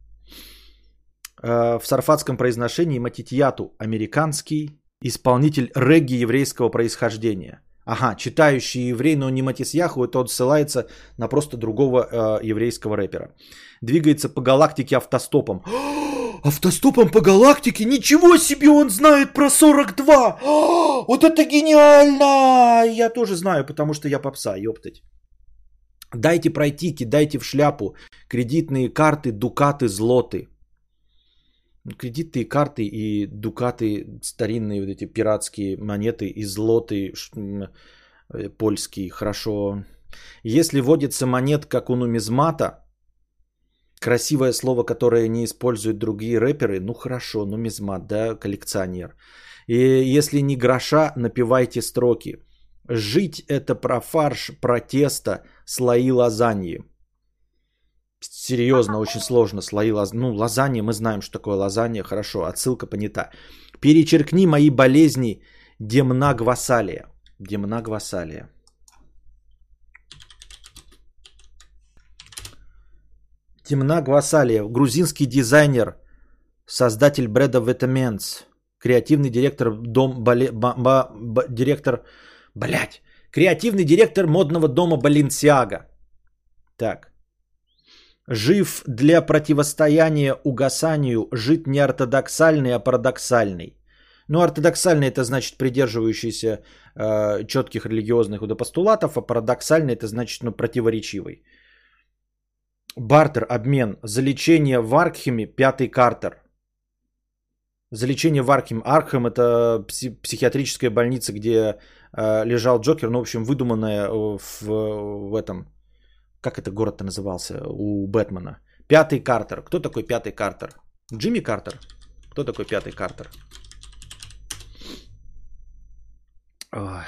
В сарфатском произношении Матитьяту – американский исполнитель регги еврейского происхождения. Ага, читающий еврей, но не Матисьяху, это он ссылается на просто другого э, еврейского рэпера. Двигается по галактике автостопом. Автостопом по галактике? Ничего себе, он знает про сорок два! Вот это гениально! Я тоже знаю, потому что я попса, ёптать. Дайте пройти, кидайте в шляпу. Кредитные карты, дукаты, злоты. Кредитные карты и дукаты, старинные вот эти пиратские монеты и злоты польские, хорошо. Если вводится монет, как у нумизмата, красивое слово, которое не используют другие рэперы, ну хорошо, нумизмат, да, коллекционер. И если не гроша, напевайте строки. Жить это про фарш, про тесто, слои лазаньи. Серьезно, очень сложно. Слои лазаньи. Ну, лазанья, мы знаем, что такое лазанья. Хорошо, отсылка понята. Перечеркни мои болезни, демна гвасалия. Демна гвасалия. Темна Гвасалия. Грузинский дизайнер, создатель бреда Ветаменс. Креативный директор дом... Бале, ба, ба, ба, директор... Блять. Креативный директор модного дома Баленсиага. Так. Жив для противостояния угасанию, жить не ортодоксальный, а парадоксальный. Ну, ортодоксальный это значит придерживающийся э, четких религиозных постулатов, а парадоксальный это значит ну, противоречивый. Бартер, обмен. За лечение в Аркхеме, пятый Картер. За лечение в Аркхеме. Аркхем это пси- психиатрическая больница, где э, лежал Джокер. Ну, в общем, выдуманная в, в этом... Как это город-то назывался у Бэтмена? Пятый Картер. Кто такой пятый Картер? Джимми Картер? Кто такой пятый Картер? Ой.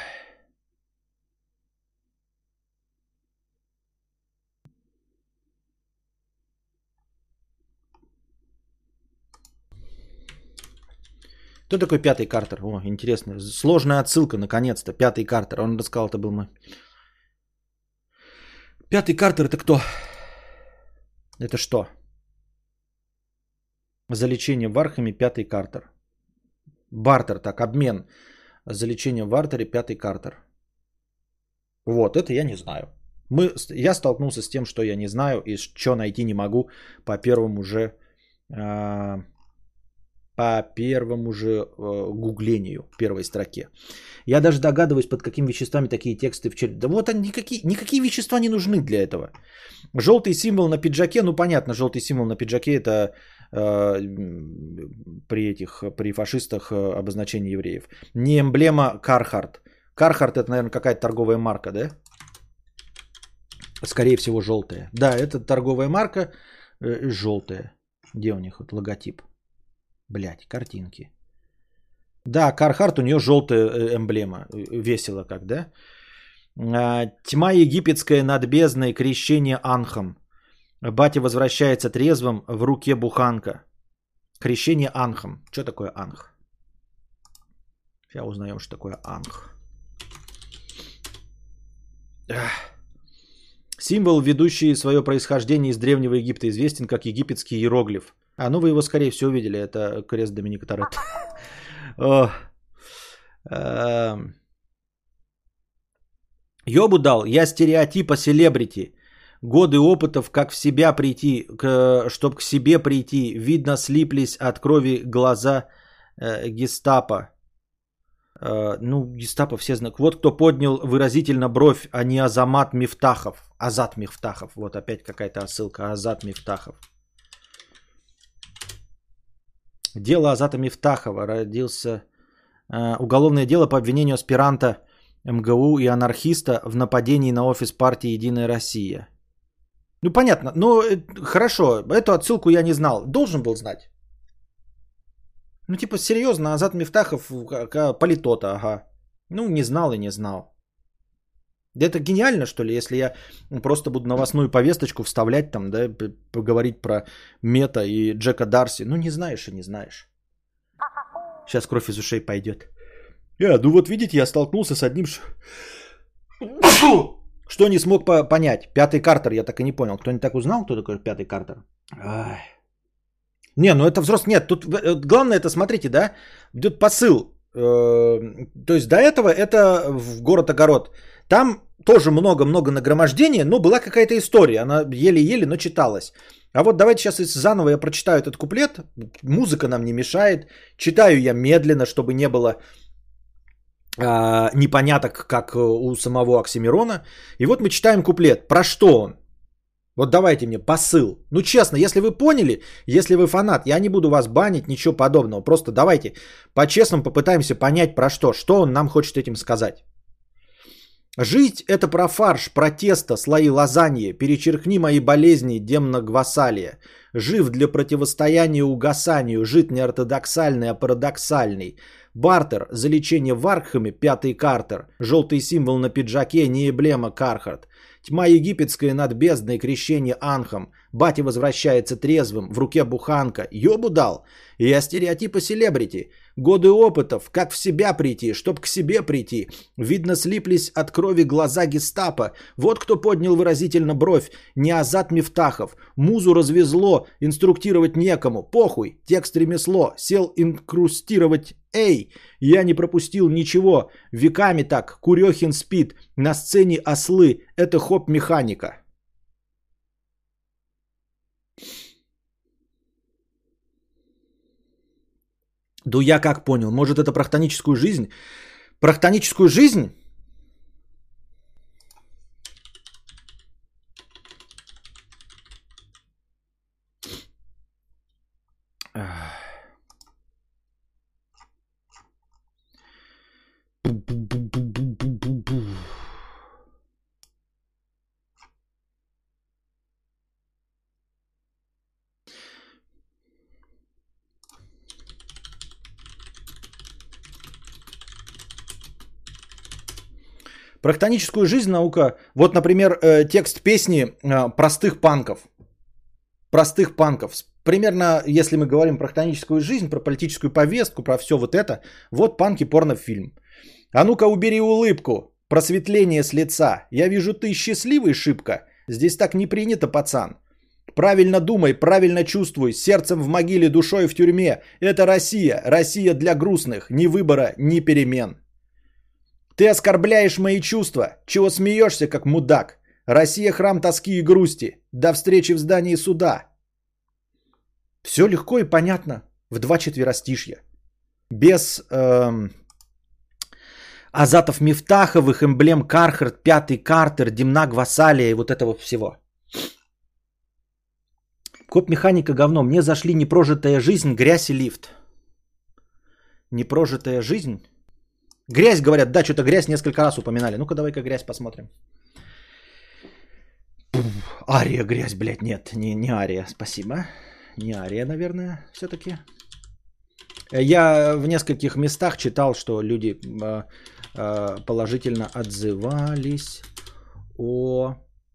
Кто такой пятый Картер? О, интересно. Сложная отсылка, наконец-то. Пятый Картер. Он рассказал, это был мой. Пятый Картер это кто? Это что? За лечение в Архаме пятый Картер. Бартер, так, обмен. За лечение в Артере пятый Картер. Вот, это я не знаю. Мы, я столкнулся с тем, что я не знаю и что найти не могу по первому же... Э, по первому же э, гуглению, первой строке. Я даже догадываюсь, под какими веществами такие тексты в чате. Да вот они, никакие, никакие вещества не нужны для этого. Желтый символ на пиджаке, ну понятно, желтый символ на пиджаке это э, при этих, при фашистах э, обозначение евреев. Не эмблема Кархарт. Кархарт это, наверное, какая-то торговая марка, да? Скорее всего, желтая. Да, это торговая марка э, желтая. Где у них вот логотип? Блять, картинки. Да, Кархарт, у нее желтая эмблема. Весело как, да? Тьма египетская над бездной, крещение Анхом. Батя возвращается трезвым, в руке буханка. Крещение Анхом. Что такое Анх? Сейчас узнаем, что такое Анх. Символ, ведущий свое происхождение из Древнего Египта, известен как египетский иероглиф. А, ну вы его, скорее всего, видели. Это крест Доминика Торетто. Ёбу дал, я стереотипа селебрити. Годы опытов, как в себя прийти, чтобы к себе прийти. Видно, слиплись от крови глаза э, гестапо. Э, ну, гестапо все знают. Вот кто поднял выразительно бровь, а не Азамат Мифтахов. Азат Мифтахов. Вот опять какая-то отсылка. Азат Мифтахов. Дело Азата Мифтахова. Родился... Э, уголовное дело по обвинению аспиранта МГУ и анархиста в нападении на офис партии «Единая Россия». Ну, понятно. Ну, хорошо. Эту отсылку я не знал. Должен был знать. Ну, типа, серьезно, Азат Мифтахов, политота, ага. Ну, не знал и не знал. Это гениально, что ли, если я просто буду новостную повесточку вставлять там, да, поговорить про Мета и Джека Дарси. Ну, не знаешь и не знаешь. Сейчас кровь из ушей пойдет. Я, ну вот видите, я столкнулся с одним... Что не смог по- понять? Пятый Картер, я так и не понял. Кто-нибудь так узнал, кто такой Пятый Картер? Ай. Не, ну это взрослый. Нет, тут главное это, смотрите, да, идет посыл. То есть до этого это в город-огород. Там тоже много-много нагромождения, но была какая-то история. Она еле-еле, но читалась. А вот давайте сейчас заново я прочитаю этот куплет. Музыка нам не мешает. Читаю я медленно, чтобы не было а, непоняток, как у самого Оксимирона. И вот мы читаем куплет. Про что он? Вот давайте мне посыл. Ну честно, если вы поняли, если вы фанат, я не буду вас банить, ничего подобного. Просто давайте по-честному попытаемся понять про что. Что он нам хочет этим сказать. Жить это про фарш, про тесто, слои лазаньи. Перечеркни мои болезни, демногвассалия. Жив для противостояния угасанию. Жит не ортодоксальный, а парадоксальный. Бартер за лечение в Аркхаме, Пятый Картер. Желтый символ на пиджаке, не эмблема Кархарт. Тьма египетская над бездной, крещение Анхам. Батя возвращается трезвым, в руке буханка. Ёбу дал. Я стереотипы селебрити. Годы опытов, как в себя прийти, чтоб к себе прийти. Видно, слиплись от крови глаза гестапо. Вот кто поднял выразительно бровь. Не Азат Мифтахов. Музу развезло, инструктировать некому. Похуй, текст ремесло. Сел инкрустировать. Эй, я не пропустил ничего. Веками так, Курехин спит. На сцене ослы. Это хоп-механика. Да я как понял, может это про хтоническую жизнь? Про хтоническую жизнь? Про хтоническую жизнь наука. Вот, например, текст песни простых панков. Простых панков. Примерно, если мы говорим про хтоническую жизнь, про политическую повестку, про все вот это, вот панки порнофильм. А ну-ка убери улыбку, просветление с лица. Я вижу, ты счастливый, шибко. Здесь так не принято, пацан. Правильно думай, правильно чувствуй, сердцем в могиле, душой в тюрьме. Это Россия, Россия для грустных, ни выбора, ни перемен. Ты оскорбляешь мои чувства, чего смеешься, как мудак. Россия храм тоски и грусти. До встречи в здании суда. Все легко и понятно в два четверостишья. Без эм, Азатов Мифтаховых, эмблем Кархарт, Пятый Картер, Демнагвассалия и вот этого всего. Коп-механика говно. Мне зашли непрожитая жизнь, грязь и лифт. Непрожитая жизнь. Грязь, говорят, да, что-то грязь несколько раз упоминали. Ну-ка, давай-ка грязь посмотрим. Ария, грязь, блядь, нет, не, не Ария, спасибо. Не Ария, наверное, все-таки. Я в нескольких местах читал, что люди э, э, положительно отзывались о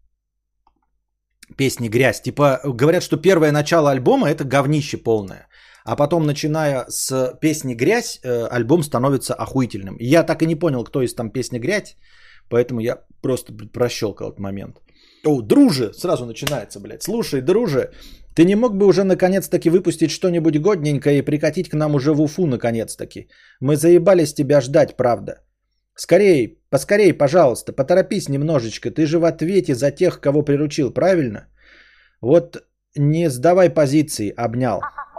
песне «Грязь». Типа, говорят, что первое начало альбома это говнище полное. А потом, начиная с песни «Грязь», альбом становится охуительным. Я так и не понял, кто из там песня «Грязь», поэтому я просто прощелкал этот момент. О, друже, сразу начинается, блядь. Слушай, друже, ты не мог бы уже наконец-таки выпустить что-нибудь годненькое и прикатить к нам уже в Уфу наконец-таки? Мы заебались тебя ждать, правда. Скорей, поскорей, пожалуйста, поторопись немножечко. Ты же в ответе за тех, кого приручил, правильно? Вот не сдавай позиции, обнял.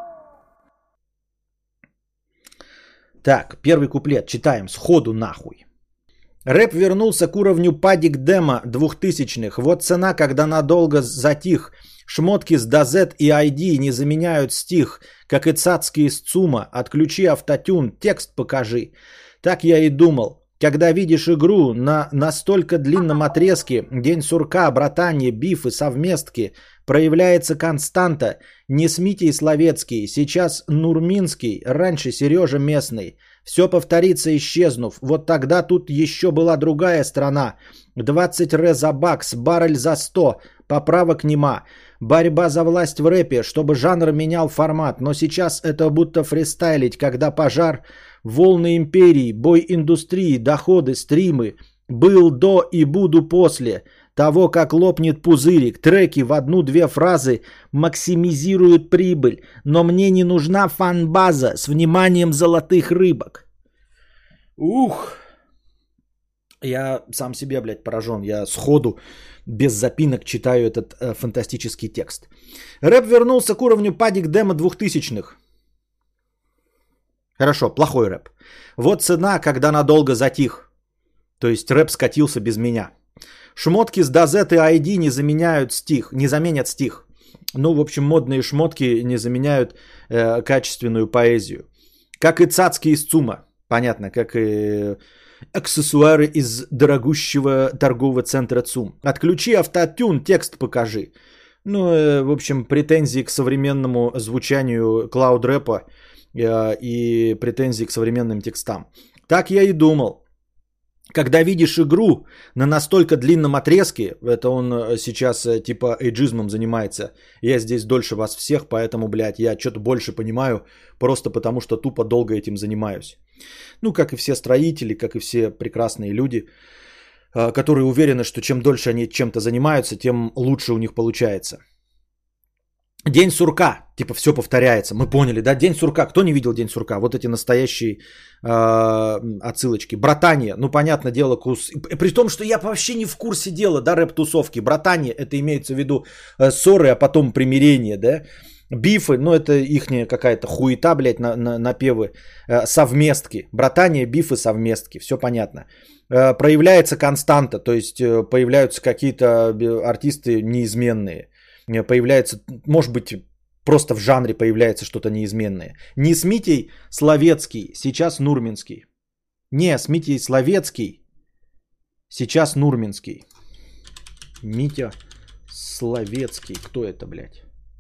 Так, первый куплет, читаем, сходу нахуй. Рэп вернулся к уровню падик демо двухтысячных. Вот цена, когда надолго затих. Шмотки с Дазет и ай ди не заменяют стих, как и цацкие с ЦУМа. Отключи автотюн, текст покажи. Так я и думал. Когда видишь игру на настолько длинном отрезке, день сурка, братанье, бифы, совместки, проявляется константа, не Смитий Словецкий, сейчас Нурминский, раньше Сережа местный. Все повторится, исчезнув. Вот тогда тут еще была другая страна. двадцать ре за бакс, баррель за сто, поправок нема. Борьба за власть в рэпе, чтобы жанр менял формат. Но сейчас это будто фристайлить, когда пожар, волны империи, бой индустрии, доходы, стримы. Был до и буду после того, как лопнет пузырик. Треки в одну-две фразы максимизируют прибыль. Но мне не нужна фан-база с вниманием золотых рыбок. Ух. Я сам себе, блядь, поражен. Я сходу, без запинок читаю этот э, фантастический текст. Рэп вернулся к уровню падик демо двухтысячных. Хорошо, плохой рэп. Вот цена, когда надолго затих. То есть рэп скатился без меня. Шмотки с Дазет и ай ди не заменяют стих, не заменят стих. Ну, в общем, модные шмотки не заменяют э, качественную поэзию. Как и цацки из ЦУМа. Понятно, как и аксессуары из дорогущего торгового центра ЦУМ. Отключи автотюн, текст покажи. Ну, э, в общем, претензии к современному звучанию клауд-рэпа э, и претензии к современным текстам. Так я и думал. Когда видишь игру на настолько длинном отрезке, это он сейчас типа эйджизмом занимается, я здесь дольше вас всех, поэтому, блядь, я что-то больше понимаю, просто потому что тупо долго этим занимаюсь. Ну, как и все строители, как и все прекрасные люди, которые уверены, что чем дольше они чем-то занимаются, тем лучше у них получается. День сурка, типа все повторяется, мы поняли, да? День сурка, кто не видел День сурка? Вот эти настоящие э, отсылочки. Братание, ну понятное дело, кус... при том, что я вообще не в курсе дела, да, рэп-тусовки. Братание, это имеется в виду э, ссоры, а потом примирение, да? Бифы, ну это ихняя какая-то хуета, блядь, на, на, напевы. Э, совместки, братание, бифы, совместки, все понятно. Э, проявляется константа, то есть э, появляются какие-то артисты неизменные. Появляется, может быть, просто в жанре появляется что-то неизменное. Не с Митей Словецкий, сейчас Нурминский. Не, с Митей Словецкий, сейчас Нурминский. Митя Словецкий, кто это, блядь?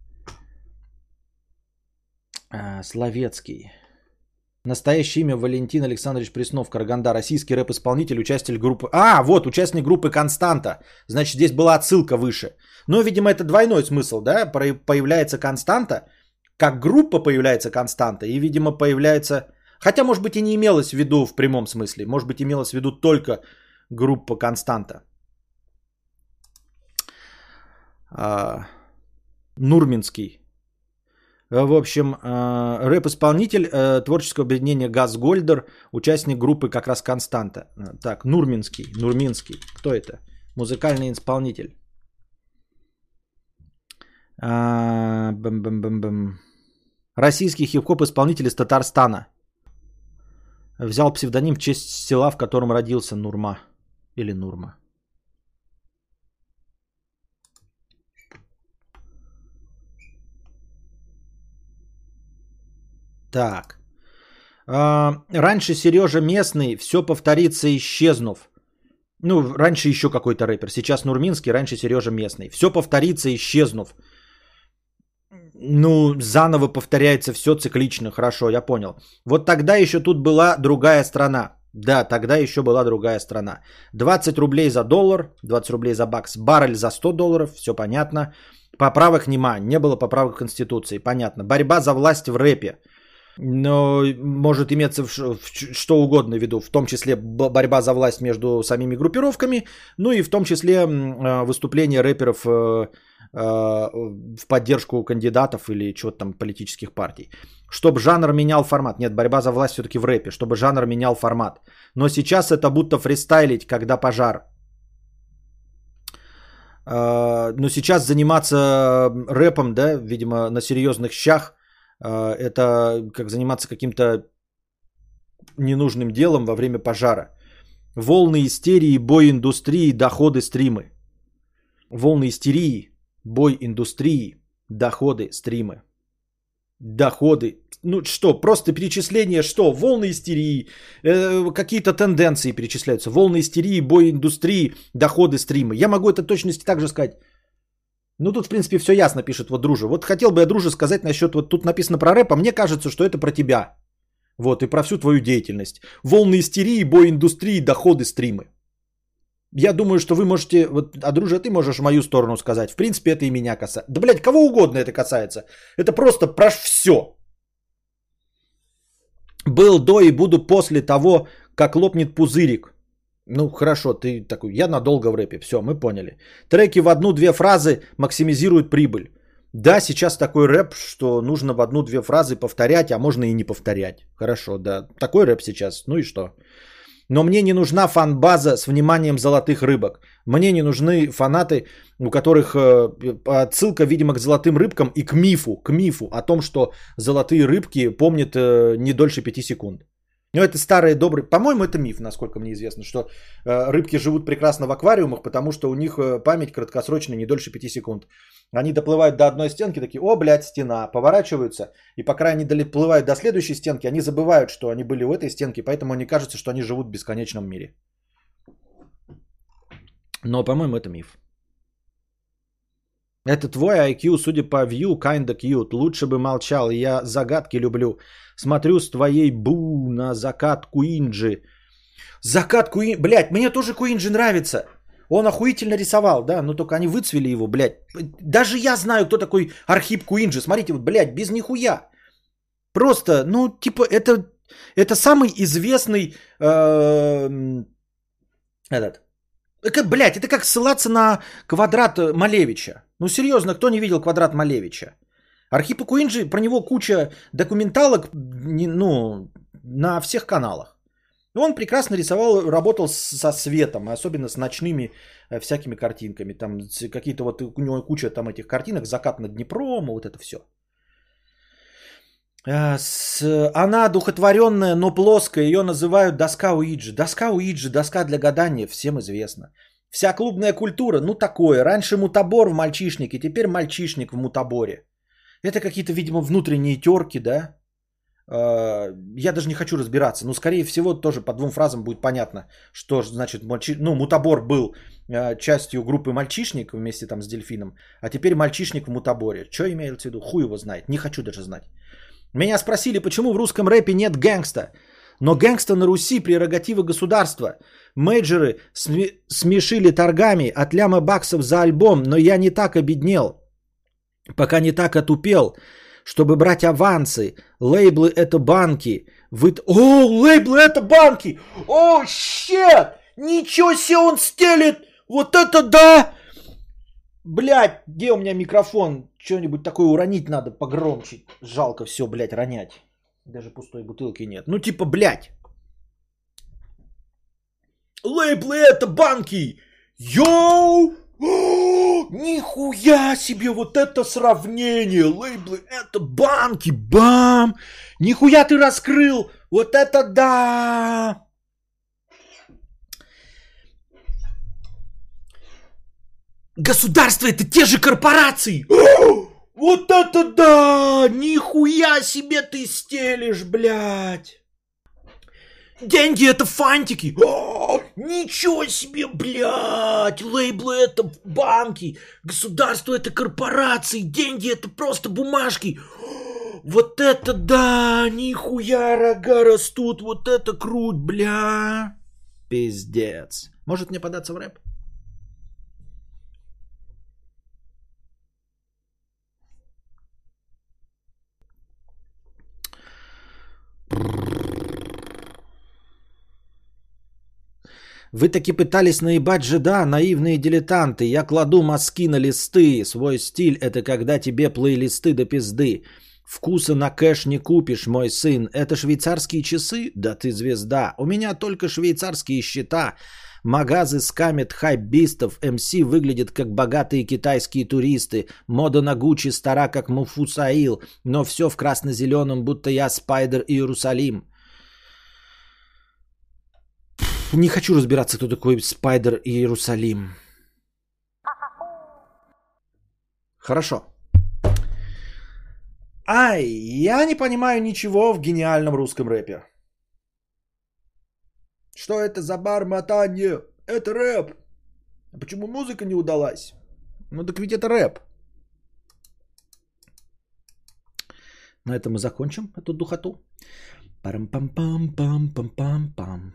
А, Словецкий. Настоящее имя Валентин Александрович Преснов, Караганда, российский рэп-исполнитель, участник группы... А, вот, участник группы «Константа». Значит, здесь была отсылка выше. Но, видимо, это двойной смысл, да? Появляется «Константа», как группа появляется «Константа», и, видимо, появляется... Хотя, может быть, и не имелось в виду в прямом смысле. Может быть, имелось в виду только группа «Константа». А... Нурминский. В общем, рэп-исполнитель творческого объединения Газгольдер, участник группы как раз «Константа». Так, Нурминский, Нурминский. Кто это? Музыкальный исполнитель. А, бэм-бэм-бэм-бэм. Российский хип-хоп исполнитель из Татарстана. Взял псевдоним в честь села, в котором родился Нурма. Или Нурма. Так. А, раньше Сережа Местный, все повторится, исчезнув. Ну, раньше еще какой-то рэпер. Сейчас Нурминский, раньше Сережа Местный. Все повторится, исчезнув. Ну, заново повторяется все циклично. Хорошо, я понял. Вот тогда еще тут была другая страна. Да, тогда еще была другая страна. двадцать рублей за доллар, двадцать рублей за бакс. Баррель за сто долларов, все понятно. Поправок нема, не было поправок в Конституции. Понятно. Борьба за власть в рэпе. Но может иметься в что угодно в виду, в том числе борьба за власть между самими группировками, ну и в том числе выступления рэперов в поддержку кандидатов или чего-то там политических партий. Чтобы жанр менял формат. Нет, борьба за власть все-таки в рэпе, чтобы жанр менял формат. Но сейчас это будто фристайлить, когда пожар. Но сейчас заниматься рэпом, да, видимо, на серьезных щах, это как заниматься каким-то ненужным делом во время пожара. Волны истерии, бой индустрии, доходы, стримы. Волны истерии, бой индустрии, доходы, стримы. Доходы. Ну что, просто перечисление, что? Волны истерии, э, какие-то тенденции перечисляются. Волны истерии, бой индустрии, доходы, стримы. Я могу это точности также сказать. Ну, тут, в принципе, все ясно, пишет вот Дружа. Вот хотел бы я, Дружа, сказать насчет, вот тут написано про рэп, а мне кажется, что это про тебя. Вот, и про всю твою деятельность. Волны истерии, бой индустрии, доходы, стримы. Я думаю, что вы можете, вот, а Дружа, ты можешь в мою сторону сказать. В принципе, это и меня касается. Да, блядь, кого угодно это касается. Это просто про все. Был до и буду после того, как лопнет пузырик. Ну, хорошо, ты такой, я надолго в рэпе, все, мы поняли. Треки в одну-две фразы максимизируют прибыль. Да, сейчас такой рэп, что нужно в одну-две фразы повторять, а можно и не повторять. Хорошо, да, такой рэп сейчас, ну и что? Но мне не нужна фан-база с вниманием золотых рыбок. Мне не нужны фанаты, у которых э, отсылка, видимо, к золотым рыбкам и к мифу, к мифу о том, что золотые рыбки помнят э, не дольше пяти секунд. Но это старые добрые, по-моему, это миф, насколько мне известно, что э, рыбки живут прекрасно в аквариумах, потому что у них э, память краткосрочная не дольше пяти секунд. Они доплывают до одной стенки, такие, о, блядь, стена, поворачиваются, и пока они доплывают до следующей стенки, они забывают, что они были у этой стенки, поэтому они кажется, что они живут в бесконечном мире. Но, по-моему, это миф. Это твой ай кью, судя по view, kinda cute. Лучше бы молчал, я загадки люблю. Смотрю с твоей бу на закат Куинджи. Закат Куинджи, блядь, мне тоже Куинджи нравится. Он охуительно рисовал, да, но только они выцвели его, блядь. Даже я знаю, кто такой Архип Куинджи. Смотрите, вот, блядь, без нихуя. Просто, ну, типа, это, это самый известный э, этот. Как, блядь, это как ссылаться на квадрат Малевича. Ну, серьезно, кто не видел квадрат Малевича? Архипа Куинджи, про него куча документалок, ну, на всех каналах. Он прекрасно рисовал, работал со светом, особенно с ночными всякими картинками. Там какие-то вот, у него куча там этих картинок, закат над Днепром, вот это все. Она духотворенная, но плоская, ее называют доска Уиджи. Доска Уиджи, доска для гадания, всем известно. Вся клубная культура, ну такое. Раньше мутабор в мальчишнике, теперь мальчишник в мутаборе. Это какие-то, видимо, внутренние терки, да? Я даже не хочу разбираться, но скорее всего тоже по двум фразам будет понятно, что значит, мальчи... ну, мутабор был частью группы мальчишник вместе там с дельфином, а теперь мальчишник в мутаборе. Что имеется в виду? Хуй его знает, не хочу даже знать. Меня спросили, почему в русском рэпе нет гэнгста. Но гэнгста на Руси прерогатива государства. Мейджоры см- смешили торгами от ляма баксов за альбом, но я не так обеднел, пока не так отупел, чтобы брать авансы. Лейблы это банки. Вы... О, лейблы это банки! О, щет! Ничего себе он стелит! Вот это да! Блядь, где у меня микрофон? Что-нибудь такое уронить надо погромче. Жалко все, блядь, ронять. Даже пустой бутылки нет. Ну типа, блядь. Лейблы это банки. Йоу! О, нихуя себе, вот это сравнение. Лейблы это банки. Бам! Нихуя ты раскрыл. Вот это да! Государство это те же корпорации. О, вот это да! Нихуя себе ты стелишь, блядь. Деньги это фантики. О, ничего себе, блядь. Лейблы это банки. Государство это корпорации. Деньги это просто бумажки. Вот это да! Нихуя рога растут. Вот это круть, бля. Пиздец. Может мне податься в рэп? Вы таки пытались наебать жида, наивные дилетанты. Я кладу мазки на листы. Свой стиль это когда тебе плейлисты до пизды. Вкуса на кэш не купишь, мой сын. Это швейцарские часы? Да ты звезда. У меня только швейцарские счета. Магазы скамят хайп-бистов. эм си выглядят как богатые китайские туристы. Мода на Гуччи стара как Муфусаил. Но все в красно-зеленом, будто я Спайдер Иерусалим. Не хочу разбираться, кто такой Спайдер Иерусалим. Хорошо. Ай, я не понимаю ничего в гениальном русском рэпе. Что это за бормотание? Это рэп. А почему музыка не удалась? Ну так ведь это рэп. На этом мы закончим эту духоту. Парам-пам-пам-пам-пам-пам-пам.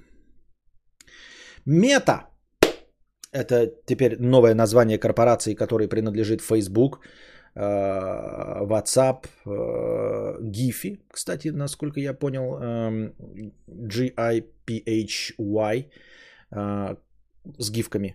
Мета. Это теперь новое название корпорации, которой принадлежит Facebook, WhatsApp, Giphy, кстати, насколько я понял, джи ай пи эйч уай. э, с гифками,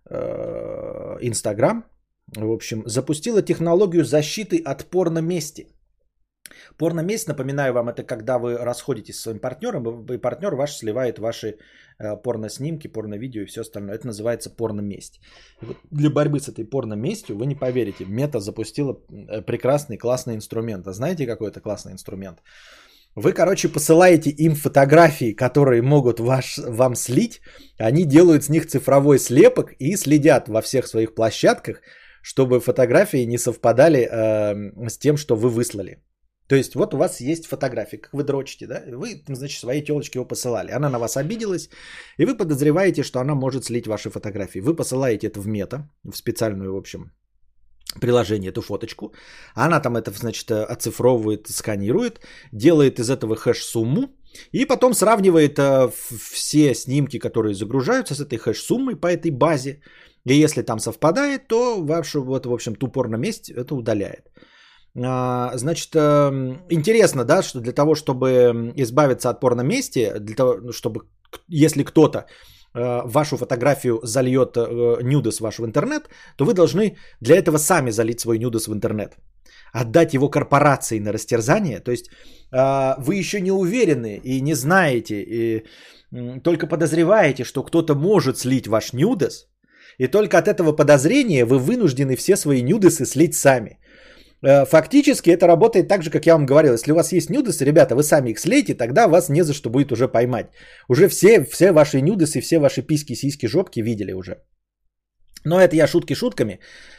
э, Инстаграм, в общем, запустила технологию защиты от порномести. Порноместь, напоминаю вам, это когда вы расходитесь со своим партнером, и партнер ваш сливает ваши э, порноснимки, порновидео и все остальное. Это называется порноместь. Вот для борьбы с этой порноместью, вы не поверите, Мета запустила прекрасный, классный инструмент. А знаете, какой это классный инструмент? Вы, короче, посылаете им фотографии, которые могут ваш, вам слить. Они делают с них цифровой слепок и следят во всех своих площадках, чтобы фотографии не совпадали э, с тем, что вы выслали. То есть вот у вас есть фотография, как вы дрочите, да? Вы, значит, своей телочке его посылали. Она на вас обиделась, и вы подозреваете, что она может слить ваши фотографии. Вы посылаете это в мета, в специальную, в общем, приложение, эту фоточку. Она там это, значит, оцифровывает, сканирует, делает из этого хэш-сумму, и потом сравнивает все снимки, которые загружаются с этой хэш-суммой по этой базе. И если там совпадает, то вашу, вот, в общем, ту порноместь это удаляет. Значит, интересно, да, что для того, чтобы избавиться от порномести, для того, чтобы, если кто-то вашу фотографию зальет нюдес ваш в интернет, то вы должны для этого сами залить свой нюдес в интернет. Отдать его корпорации на растерзание. То есть вы еще не уверены и не знаете, и только подозреваете, что кто-то может слить ваш нюдес. И только от этого подозрения вы вынуждены все свои нюдесы слить сами. Фактически это работает так же, как я вам говорил. Если у вас есть нюдесы, ребята, вы сами их слейте, тогда вас не за что будет уже поймать. Уже все, все ваши нюдесы, все ваши письки, сиськи, жопки видели уже. Но это я шутки шутками.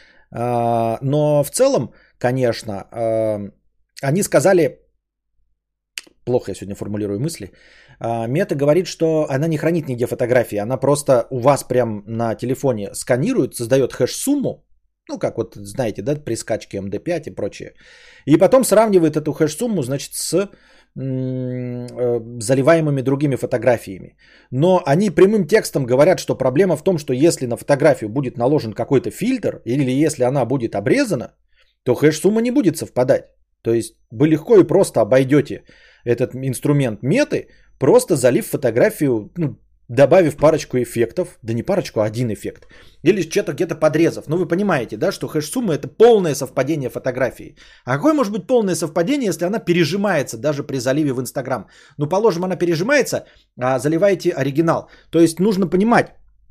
Но в целом, конечно, они сказали... Плохо я сегодня формулирую мысли. Мета говорит, что она не хранит нигде фотографии. Она просто у вас прям на телефоне сканирует, создает хэш-сумму. Ну, как вот, знаете, да, при скачке эм дэ пять и прочее. И потом сравнивает эту хэш-сумму, значит, с м- заливаемыми другими фотографиями. Но они прямым текстом говорят, что проблема в том, что если на фотографию будет наложен какой-то фильтр, или если она будет обрезана, то хэш-сумма не будет совпадать. То есть вы легко и просто обойдете этот инструмент меты, просто залив фотографию, ну, добавив парочку эффектов, да не парочку, а один эффект, или что-то где-то подрезав. Ну вы понимаете, да, что хэш-сумма это полное совпадение фотографии. А какое может быть полное совпадение, если она пережимается даже при заливе в Инстаграм? Ну положим, она пережимается, а заливаете оригинал. То есть нужно понимать,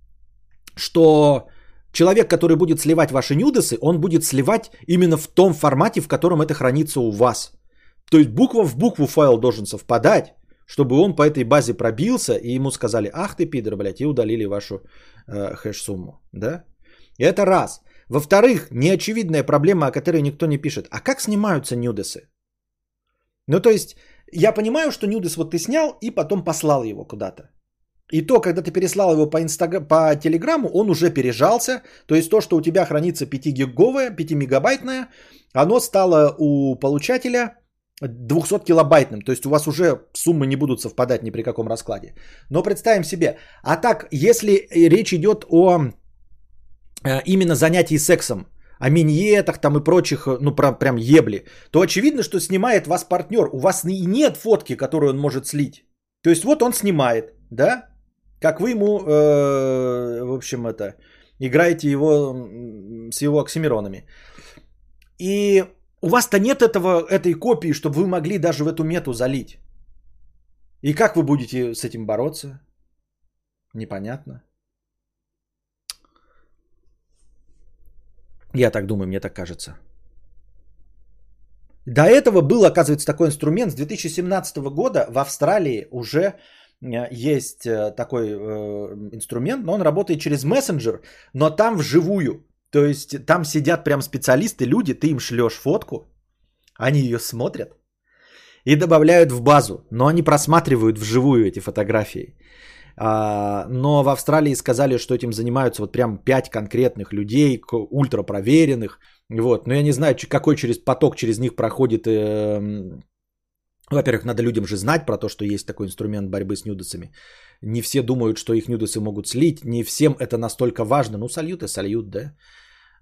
что человек, который будет сливать ваши нюдесы, он будет сливать именно в том формате, в котором это хранится у вас. То есть буква в букву файл должен совпадать, чтобы он по этой базе пробился, и ему сказали, ах ты пидор, блядь, и удалили вашу э, хэш-сумму. Да? Это раз. Во-вторых, неочевидная проблема, о которой никто не пишет. А как снимаются нюдесы? Ну, то есть, я понимаю, что нюдес вот ты снял и потом послал его куда-то. И то, когда ты переслал его по, инстаг... по телеграмму, он уже пережался. То есть, то, что у тебя хранится пятигиговое, пятимегабайтное, оно стало у получателя двухсоткилобайтным, то есть у вас уже суммы не будут совпадать ни при каком раскладе. Но представим себе, а так, если речь идет о э, именно занятии сексом, о миньетах там и прочих, ну прям, прям ебли, то очевидно, что снимает вас партнер. У вас и нет фотки, которую он может слить. То есть вот он снимает, да, как вы ему, э, в общем, это, играете его с его оксимиронами. И у вас-то нет этого, этой копии, чтобы вы могли даже в эту мету залить. И как вы будете с этим бороться? Непонятно. Я так думаю, мне так кажется. До этого был, оказывается, такой инструмент. С две тысячи семнадцатого года в Австралии уже есть такой инструмент, но он работает через мессенджер, но там вживую. То есть там сидят прям специалисты, люди, ты им шлешь фотку, они ее смотрят и добавляют в базу, но они просматривают вживую эти фотографии. Но в Австралии сказали, что этим занимаются вот прям пять конкретных людей, ультрапроверенных. Вот. Но я не знаю, какой через поток через них проходит. Во-первых, надо людям же знать про то, что есть такой инструмент борьбы с нюдесами. Не все думают, что их нюдесы могут слить, не всем это настолько важно. Ну, сольют и сольют, да.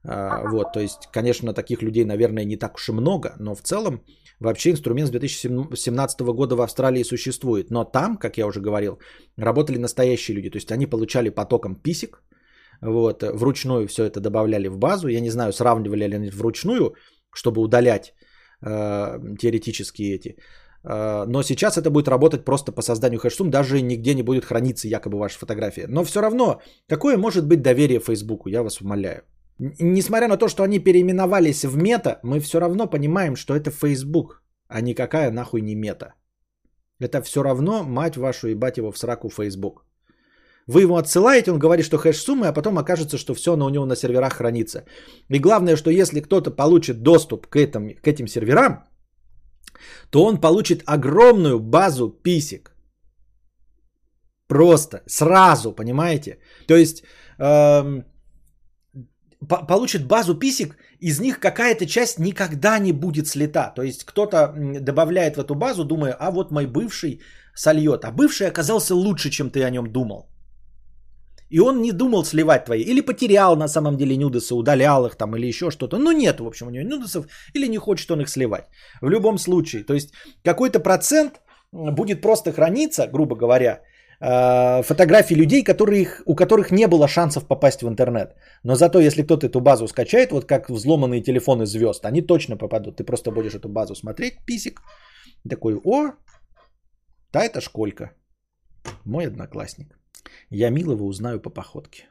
Вот, то есть, конечно, таких людей, наверное, не так уж и много, но в целом вообще инструмент с две тысячи семнадцатого года в Австралии существует. Но там, как я уже говорил, работали настоящие люди. То есть они получали потоком писек, вот, вручную все это добавляли в базу. Я не знаю, сравнивали ли они вручную, чтобы удалять э, теоретически эти. Э, но сейчас это будет работать просто по созданию хэш-сумм. Даже нигде не будет храниться якобы ваша фотография. Но все равно, какое может быть доверие Фейсбуку, я вас умоляю. Несмотря на то, что они переименовались в мета, мы все равно понимаем, что это Facebook, а никакая нахуй не мета. Это все равно, мать вашу, ебать его в сраку Facebook. Вы его отсылаете, он говорит, что хэш-суммы, а потом окажется, что все оно у него на серверах хранится. И главное, что если кто-то получит доступ к, этим, к этим серверам, то он получит огромную базу писек. Просто, сразу, понимаете? То есть... Эм... получит базу писек, из них какая-то часть никогда не будет слита. То есть кто-то добавляет в эту базу, думая, а вот мой бывший сольет. А бывший оказался лучше, чем ты о нем думал. И он не думал сливать твои. Или потерял на самом деле нюдесы, удалял их там или еще что-то. Ну нет, в общем, у него нюдесов. Или не хочет он их сливать. В любом случае. То есть какой-то процент будет просто храниться, грубо говоря, фотографии людей, которых, у которых не было шансов попасть в интернет. Но зато, если кто-то эту базу скачает, вот как взломанные телефоны звезд, они точно попадут. Ты просто будешь эту базу смотреть, писик, такой, о, да это Школька, мой одноклассник. Я милого узнаю по походке.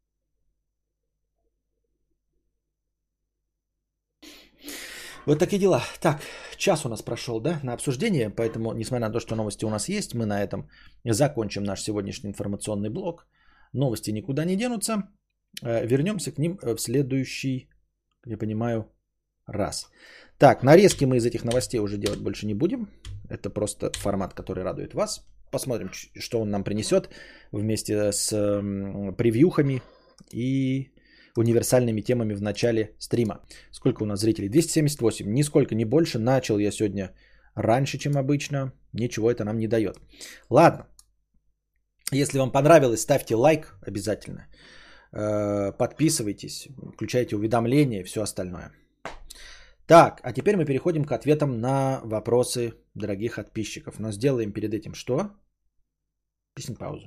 Вот такие дела. Так, час у нас прошел, да, на обсуждение, поэтому, несмотря на то, что новости у нас есть, мы на этом закончим наш сегодняшний информационный блок. Новости никуда не денутся. Вернемся к ним в следующий, я понимаю, раз. Так, нарезки мы из этих новостей уже делать больше не будем. Это просто формат, который радует вас. Посмотрим, что он нам принесет вместе с превьюхами и... универсальными темами в начале стрима. Сколько у нас зрителей? двести семьдесят восемь. Нисколько не больше. Начал я сегодня раньше, чем обычно. Ничего это нам не дает. Ладно. Если вам понравилось, ставьте лайк обязательно. Подписывайтесь. Включайте уведомления и все остальное. Так, а теперь мы переходим к ответам на вопросы дорогих подписчиков. Но сделаем перед этим что? Песню паузу.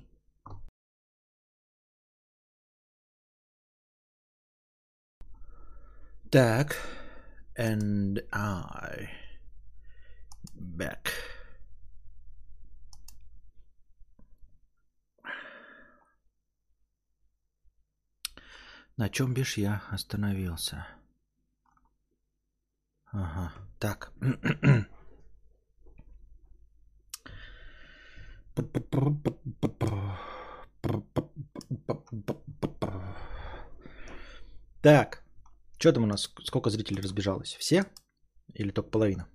Так, and I back. На чем бишь я остановился? Ага, так. Так. Что там у нас? Сколько зрителей разбежалось? Все? Или только половина?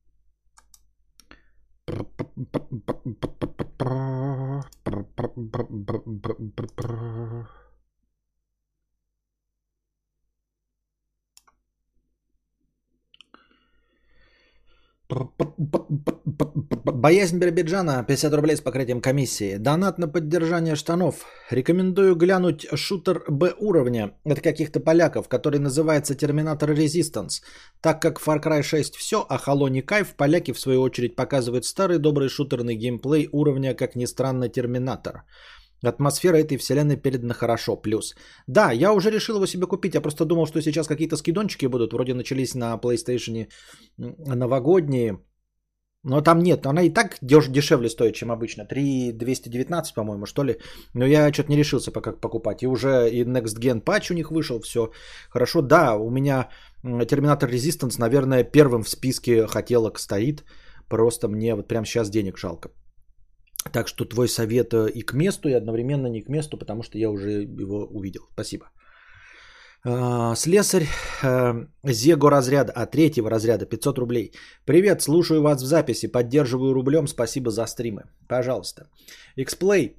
Боязнь Биробиджана, пятьдесят рублей с покрытием комиссии. Донат на поддержание штанов. Рекомендую глянуть шутер Б уровня от каких-то поляков, который называется Терминатор Resistance. Так как Far Cry шесть все, а Halo не кайф, поляки в свою очередь показывают старый добрый шутерный геймплей уровня, как ни странно, Терминатор. Атмосфера этой вселенной передана хорошо. Плюс. Да, я уже решил его себе купить. Я просто думал, что сейчас какие-то скидончики будут. Вроде начались на PlayStation новогодние. Но там нет. Она и так деш- дешевле стоит, чем обычно. три тысячи двести девятнадцать, по-моему, что ли. Но я что-то не решился пока покупать. И уже и Next Gen патч у них вышел. Все хорошо. Да, у меня Terminator Resistance, наверное, первым в списке хотелок стоит. Просто мне вот прямо сейчас денег жалко. Так что твой совет и к месту, и одновременно не к месту, потому что я уже его увидел. Спасибо. Слесарь Зего разряда, а третьего разряда, пятьсот рублей. Привет, слушаю вас в записи, поддерживаю рублем, спасибо за стримы. Пожалуйста. Xplay,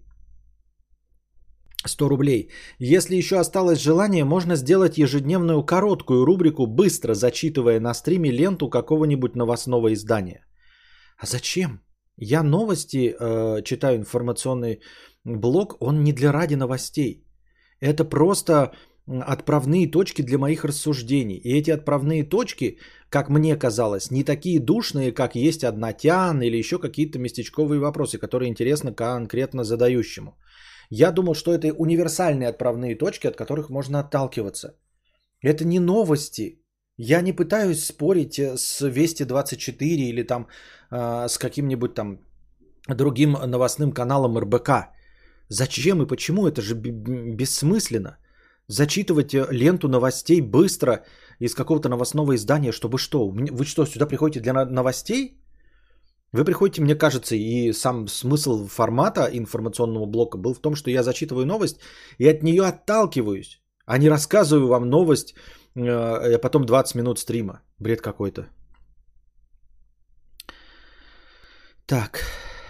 сто рублей. Если еще осталось желание, можно сделать ежедневную короткую рубрику, быстро зачитывая на стриме ленту какого-нибудь новостного издания. А зачем? Я новости э, читаю, информационный блог, он не для ради новостей. Это просто отправные точки для моих рассуждений. И эти отправные точки, как мне казалось, не такие душные, как есть однотян или еще какие-то местечковые вопросы, которые интересны конкретно задающему. Я думал, что это универсальные отправные точки, от которых можно отталкиваться. Это не новости. Я не пытаюсь спорить с Вести двадцать четыре или там э, с каким-нибудь там другим новостным каналом эр бэ ка. Зачем и почему? Это же бессмысленно. Зачитывать ленту новостей быстро из какого-то новостного издания, чтобы что? Вы что, сюда приходите для новостей? Вы приходите, мне кажется, и сам смысл формата информационного блока был в том, что я зачитываю новость и от нее отталкиваюсь, а не рассказываю вам новость, а потом двадцать минут стрима. Бред какой-то. Так.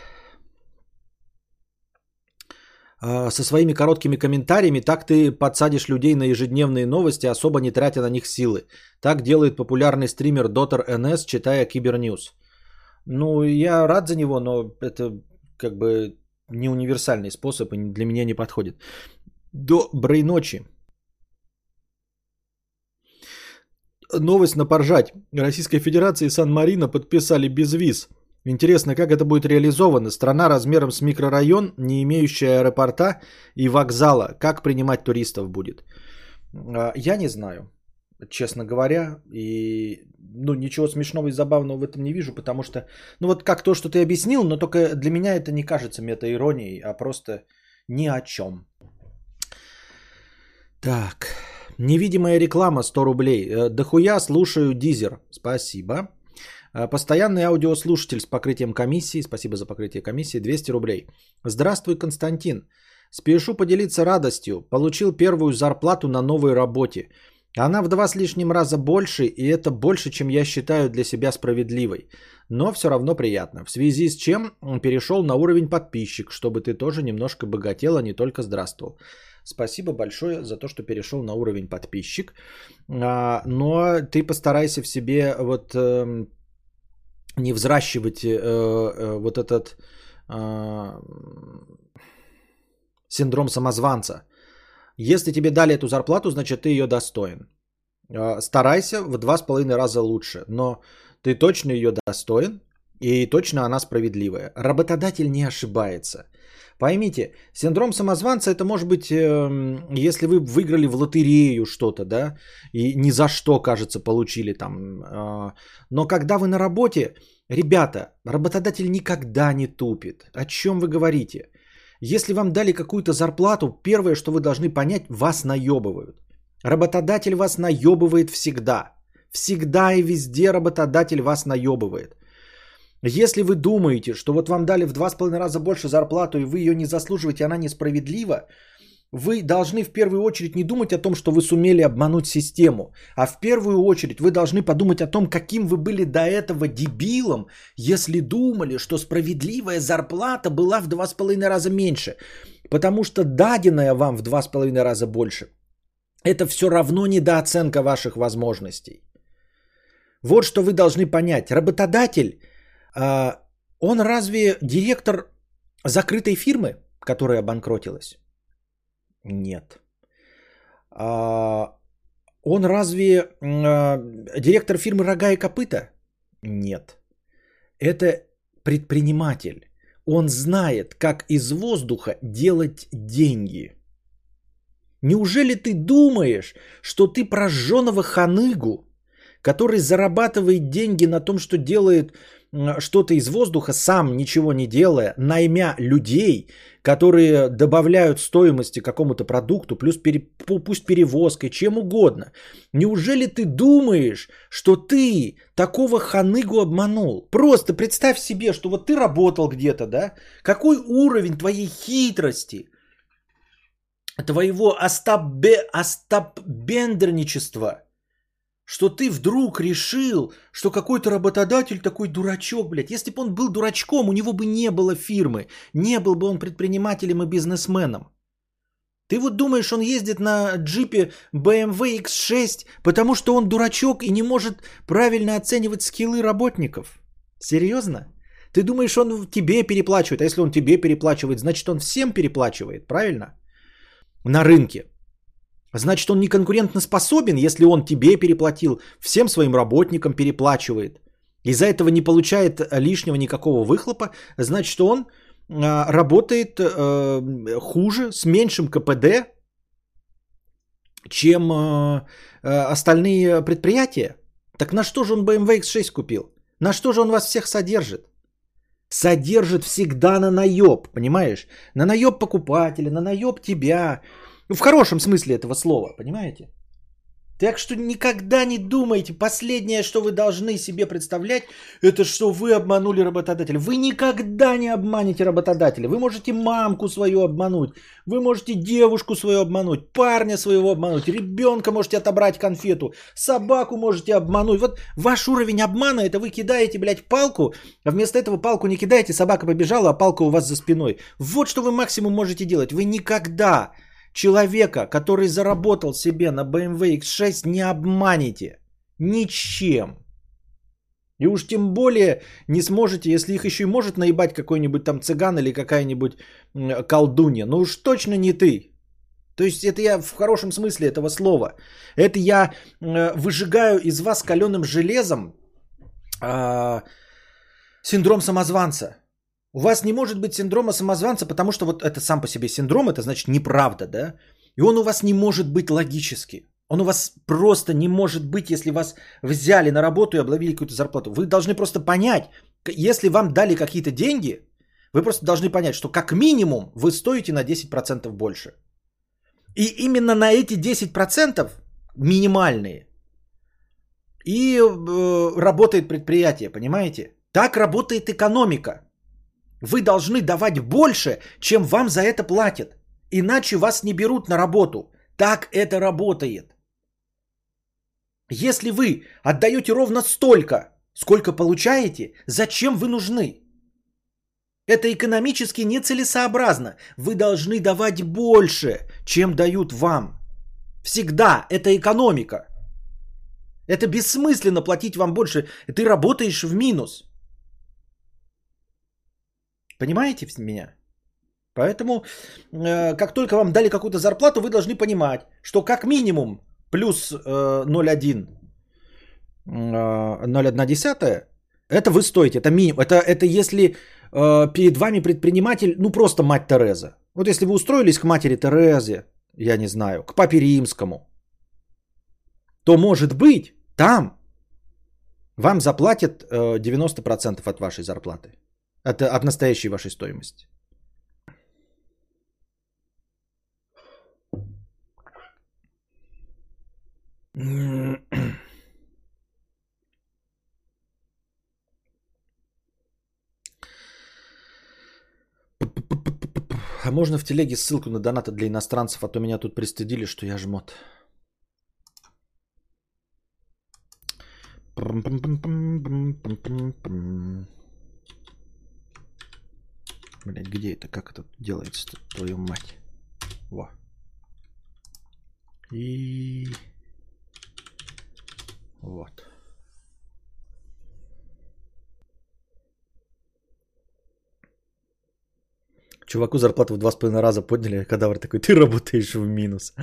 Со своими короткими комментариями так ты подсадишь людей на ежедневные новости, особо не тратя на них силы. Так делает популярный стример Дотер эн эс, читая Киберньюз. Ну, я рад за него, но это как бы не универсальный способ и для меня не подходит. Доброй ночи. Новость на поржать. Российская Федерация и Сан-Марино подписали безвиз. Интересно, как это будет реализовано? Страна размером с микрорайон, не имеющая аэропорта и вокзала. Как принимать туристов будет? Я не знаю, честно говоря. И ну, ничего смешного и забавного в этом не вижу, потому что, ну вот как то, что ты объяснил, но только для меня это не кажется мета-иронией, а просто ни о чем. Так, невидимая реклама сто рублей. Дохуя слушаю Дизер. Спасибо. Постоянный аудиослушатель с покрытием комиссии. Спасибо за покрытие комиссии. двести рублей. Здравствуй, Константин. Спешу поделиться радостью. Получил первую зарплату на новой работе. Она в два с лишним раза больше, и это больше, чем я считаю для себя справедливой. Но все равно приятно. В связи с чем перешел на уровень подписчик, чтобы ты тоже немножко богател, а не только здравствовал. Спасибо большое за то, что перешел на уровень подписчик. Но ты постарайся в себе вот не взращивать вот этот синдром самозванца. Если тебе дали эту зарплату, значит ты ее достоин. Старайся в два с половиной раза лучше, но ты точно ее достоин и точно она справедливая. Работодатель не ошибается. Поймите, синдром самозванца это может быть, если вы выиграли в лотерею что-то, да, и ни за что, кажется, получили там. Но когда вы на работе, ребята, работодатель никогда не тупит. О чем вы говорите? Если вам дали какую-то зарплату, первое, что вы должны понять, вас наебывают. Работодатель вас наебывает всегда. Всегда и везде работодатель вас наебывает. Если вы думаете, что вот вам дали в два с половиной раза больше зарплату, и вы ее не заслуживаете, она несправедлива, вы должны в первую очередь не думать о том, что вы сумели обмануть систему, а в первую очередь вы должны подумать о том, каким вы были до этого дебилом, если думали, что справедливая зарплата была в два с половиной раза меньше. Потому что даденная вам в два с половиной раза больше, это все равно недооценка ваших возможностей. Вот что вы должны понять. Работодатель, он разве директор закрытой фирмы, которая обанкротилась? Нет. Он разве директор фирмы «Рога и копыта»? Нет. Это предприниматель. Он знает, как из воздуха делать деньги. Неужели ты думаешь, что ты прожженного ханыгу, который зарабатывает деньги на том, что делает что-то из воздуха, сам ничего не делая, наймя людей, которые добавляют стоимости какому-то продукту, плюс пере, пусть перевозкой, чем угодно. Неужели ты думаешь, что ты такого ханыгу обманул? Просто представь себе, что вот ты работал где-то, да? Какой уровень твоей хитрости, твоего остабе, остаббендерничества, что ты вдруг решил, что какой-то работодатель такой дурачок, блядь. Если бы он был дурачком, у него бы не было фирмы. Не был бы он предпринимателем и бизнесменом. Ты вот думаешь, он ездит на джипе бэ эм вэ икс шесть, потому что он дурачок и не может правильно оценивать скиллы работников? Серьезно? Ты думаешь, он тебе переплачивает? А если он тебе переплачивает, значит он всем переплачивает, правильно? На рынке. Значит, он не конкурентоспособен, если он тебе переплатил, всем своим работникам переплачивает. Из-за этого не получает лишнего никакого выхлопа. Значит, он а, работает а, хуже, с меньшим КПД, чем а, а, остальные предприятия. Так на что же он бэ эм вэ икс шесть купил? На что же он вас всех содержит? Содержит всегда на наеб, понимаешь? На наеб покупателя, на наеб тебя. В хорошем смысле этого слова, понимаете? Так что никогда не думайте, последнее, что вы должны себе представлять, это что вы обманули работодателя. Вы никогда не обманете работодателя. Вы можете мамку свою обмануть, вы можете девушку свою обмануть, парня своего обмануть, ребенка можете отобрать конфету, собаку можете обмануть. Вот ваш уровень обмана, это вы кидаете, блядь, палку, а вместо этого палку не кидаете, собака побежала, а палка у вас за спиной. Вот что вы максимум можете делать. Вы никогда... человека, который заработал себе на бэ эм вэ икс шесть, не обманете ничем. И уж тем более не сможете, если их еще и может наебать какой-нибудь там цыган или какая-нибудь колдунья. Ну уж точно не ты. То есть это я в хорошем смысле этого слова. Это я выжигаю из вас каленым железом э, синдром самозванца. У вас не может быть синдрома самозванца, потому что вот это сам по себе синдром, это значит неправда, да? И он у вас не может быть логически. Он у вас просто не может быть, если вас взяли на работу и обловили какую-то зарплату. Вы должны просто понять, если вам дали какие-то деньги, вы просто должны понять, что как минимум вы стоите на десять процентов больше. И именно на эти десять процентов минимальные и э, работает предприятие, понимаете? Так работает экономика. Вы должны давать больше, чем вам за это платят. Иначе вас не берут на работу. Так это работает. Если вы отдаете ровно столько, сколько получаете, зачем вы нужны? Это экономически нецелесообразно. Вы должны давать больше, чем дают вам. Всегда. Это экономика. Это бессмысленно платить вам больше. Ты работаешь в минус. Понимаете меня? Поэтому, э, как только вам дали какую-то зарплату, вы должны понимать, что как минимум плюс э, ноль целых один десятых это вы стоите. Это минимум. Это, это если э, перед вами предприниматель, ну просто мать Тереза. Вот если вы устроились к матери Терезе, я не знаю, к папе Римскому, то может быть там вам заплатят э, девяносто процентов от вашей зарплаты. От, от настоящей вашей стоимости. А можно в телеге ссылку на донаты для иностранцев, а то меня тут пристыдили, что я жмот. Блять, где это? Как это делается-то? Твою мать. Во. И... Вот. Чуваку зарплату в два с половиной раза подняли, кадавр такой, ты работаешь в минус.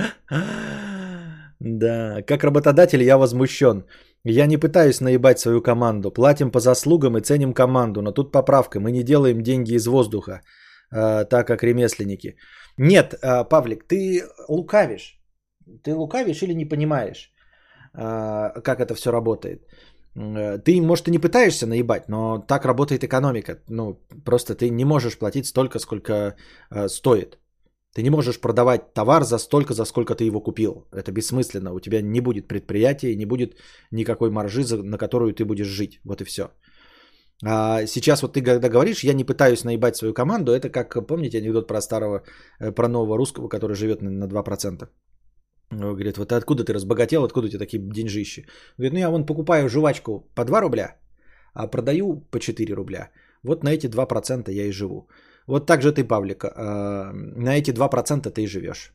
Да, как работодатель я возмущен. Я не пытаюсь наебать свою команду. Платим по заслугам и ценим команду. Но тут поправка. Мы не делаем деньги из воздуха, э, так как ремесленники. Нет, э, Павлик, ты лукавишь. Ты лукавишь или не понимаешь, э, как это все работает. Ты, может, и не пытаешься наебать, но так работает экономика. Ну, просто ты не можешь платить столько, сколько э, стоит. Ты не можешь продавать товар за столько, за сколько ты его купил. Это бессмысленно. У тебя не будет предприятия, не будет никакой маржи, на которую ты будешь жить. Вот и все. А сейчас вот ты когда говоришь, я не пытаюсь наебать свою команду, это как, помните анекдот про старого, про нового русского, который живет на два процента. Говорит, вот откуда ты разбогател, откуда у тебя такие деньжищи? Говорит, ну я вон покупаю жвачку по два рубля, а продаю по четыре рубля. Вот на эти два процента я и живу. Вот так же ты, Павлик, на эти два процента ты и живешь.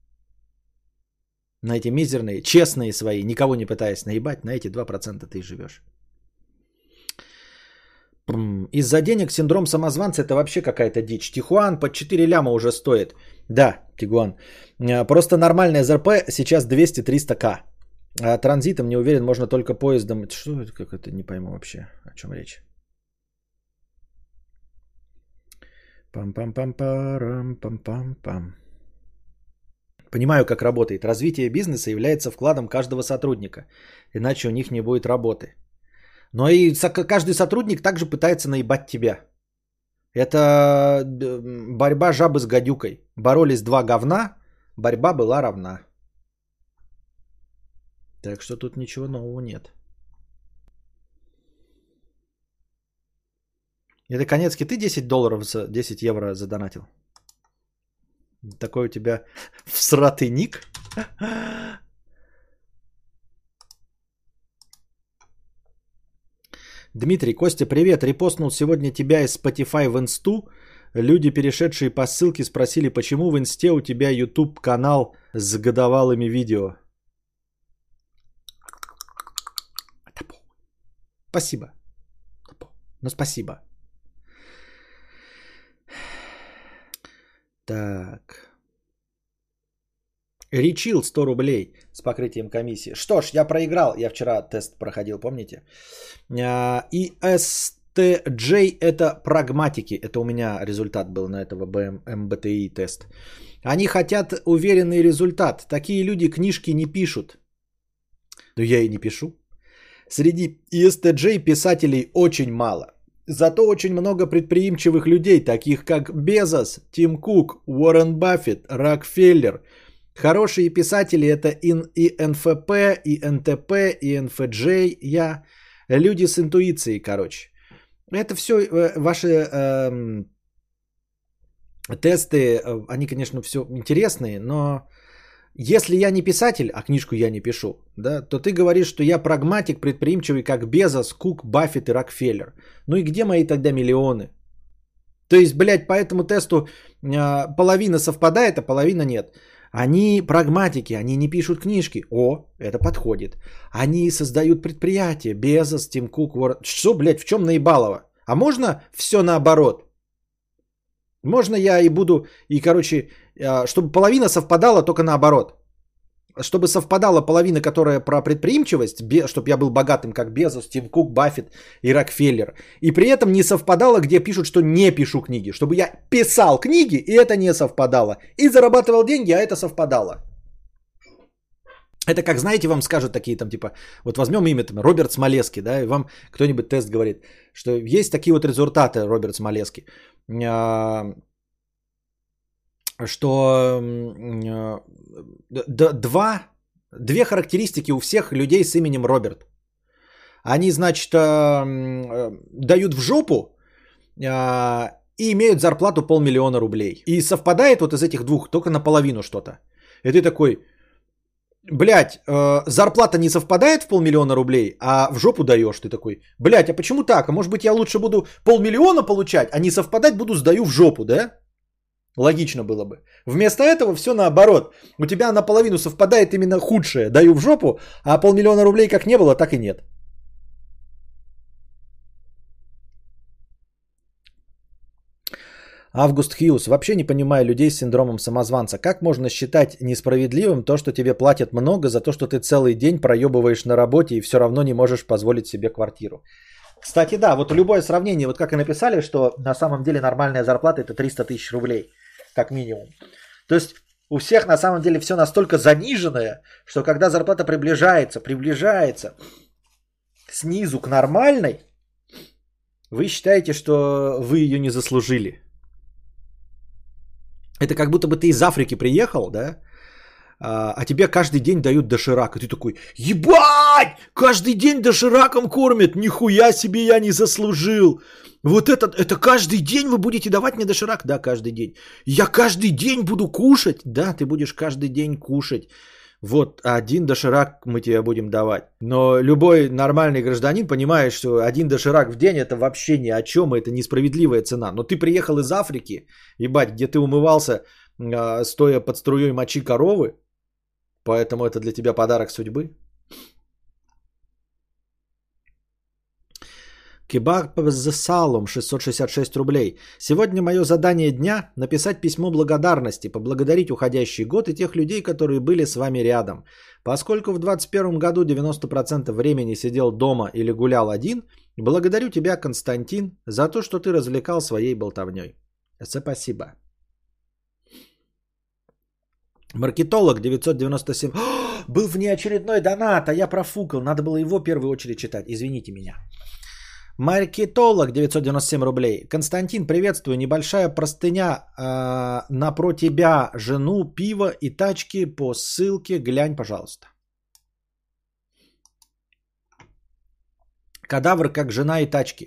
На эти мизерные, честные свои, никого не пытаясь наебать, на эти два процента ты и живешь. Из-за денег синдром самозванца это вообще какая-то дичь. Тихуан под четыре ляма уже стоит. Да, Тигуан. Просто нормальная ЗРП сейчас двести-триста тысяч. А транзитом, не уверен, можно только поездом. Что это, как это, не пойму вообще, о чем речь. Пам-пам-пам-парам-пам-пам-пам. Понимаю, как работает. Развитие бизнеса является вкладом каждого сотрудника. Иначе у них не будет работы. Но и каждый сотрудник также пытается наебать тебя. Это борьба жабы с гадюкой. Боролись два говна, борьба была равна. Так что тут ничего нового нет. Это Конецкий, ты десять долларов, за десять евро задонатил? Такой у тебя всратый ник. Дмитрий, Костя, привет. Репостнул сегодня тебя из Spotify в инсту. Люди, перешедшие по ссылке, спросили, почему в инсте у тебя YouTube канал с годовалыми видео. Спасибо. Ну, спасибо. Так. Ричил сто рублей с покрытием комиссии. Что ж, я проиграл. Я вчера тест проходил, помните? И эс ти джей это прагматики. Это у меня результат был на этого эм бэ тэ и тест. Они хотят уверенный результат. Такие люди книжки не пишут. Но я и не пишу. Среди и эс ти джей писателей очень мало. Зато очень много предприимчивых людей, таких как Безос, Тим Кук, Уоррен Баффет, Рокфеллер. Хорошие писатели это и эн эф пэ, и эн тэ пэ, и эн эф джей. Я. Люди с интуицией, короче. Это все ваши э, тесты, они, конечно, все интересные, но если я не писатель, а книжку я не пишу, да, то ты говоришь, что я прагматик, предприимчивый, как Безос, Кук, Баффет и Рокфеллер. Ну и где мои тогда миллионы? То есть, блядь, по этому тесту э, половина совпадает, а половина нет. Они прагматики, они не пишут книжки. О, это подходит. Они создают предприятия. Безос, Тим Кук, Уоррен. Что, блядь, в чем наебалово? А можно все наоборот? Можно я и буду, и, короче, чтобы половина совпадала только наоборот. Чтобы совпадала половина, которая про предприимчивость, чтобы я был богатым, как Безос, Тим Кук, Баффет и Рокфеллер. И при этом не совпадало, где пишут, что не пишу книги. Чтобы я писал книги, и это не совпадало. И зарабатывал деньги, а это совпадало. Это как, знаете, вам скажут такие там, типа, вот возьмем имя там, Роберт Смолевский, да, и вам кто-нибудь тест говорит, что есть такие вот результаты, Роберт Смолевский, что два, две характеристики у всех людей с именем Роберт. Они, значит, дают в жопу и имеют зарплату полмиллиона рублей. И совпадает вот из этих двух только наполовину что-то. И ты такой... Блядь, э, зарплата не совпадает в полмиллиона рублей, а в жопу даешь. Ты такой, блядь, а почему так? А может быть я лучше буду полмиллиона получать, а не совпадать буду, сдаю в жопу, да? Логично было бы. Вместо этого все наоборот. У тебя наполовину совпадает именно худшее, даю в жопу, а полмиллиона рублей как не было, так и нет. Август Хьюз. Вообще не понимаю людей с синдромом самозванца. Как можно считать несправедливым то, что тебе платят много за то, что ты целый день проебываешь на работе и все равно не можешь позволить себе квартиру? Кстати, да, вот любое сравнение, вот как и написали, что на самом деле нормальная зарплата это триста тысяч рублей, как минимум. То есть у всех на самом деле все настолько заниженное, что когда зарплата приближается, приближается снизу к нормальной, вы считаете, что вы ее не заслужили. Это как будто бы ты из Африки приехал, да, а, а тебе каждый день дают доширак. И ты такой, ебать, каждый день дошираком кормят, нихуя себе я не заслужил. Вот это, это каждый день вы будете давать мне доширак? Да, каждый день. Я каждый день буду кушать? Да, ты будешь каждый день кушать. Вот один доширак мы тебе будем давать. Но любой нормальный гражданин понимает, что один доширак в день это вообще ни о чем, это несправедливая цена. Но ты приехал из Африки, ебать, где ты умывался, э, стоя под струей мочи коровы, поэтому это для тебя подарок судьбы. Кебаб за салом шестьсот шестьдесят шесть рублей. Сегодня мое задание дня – написать письмо благодарности, поблагодарить уходящий год и тех людей, которые были с вами рядом. Поскольку в двадцать первом году девяносто процентов времени сидел дома или гулял один, благодарю тебя, Константин, за то, что ты развлекал своей болтовней. Спасибо. Маркетолог девятьсот девяносто семь. О, был внеочередной донат, а я профукал. Надо было его в первую очередь читать. Извините меня. Маркетолог девятьсот девяносто семь рублей. Константин, приветствую. Небольшая простыня э, на про тебя, жену, пиво и тачки по ссылке. Глянь, пожалуйста. Кадавр как жена и тачки.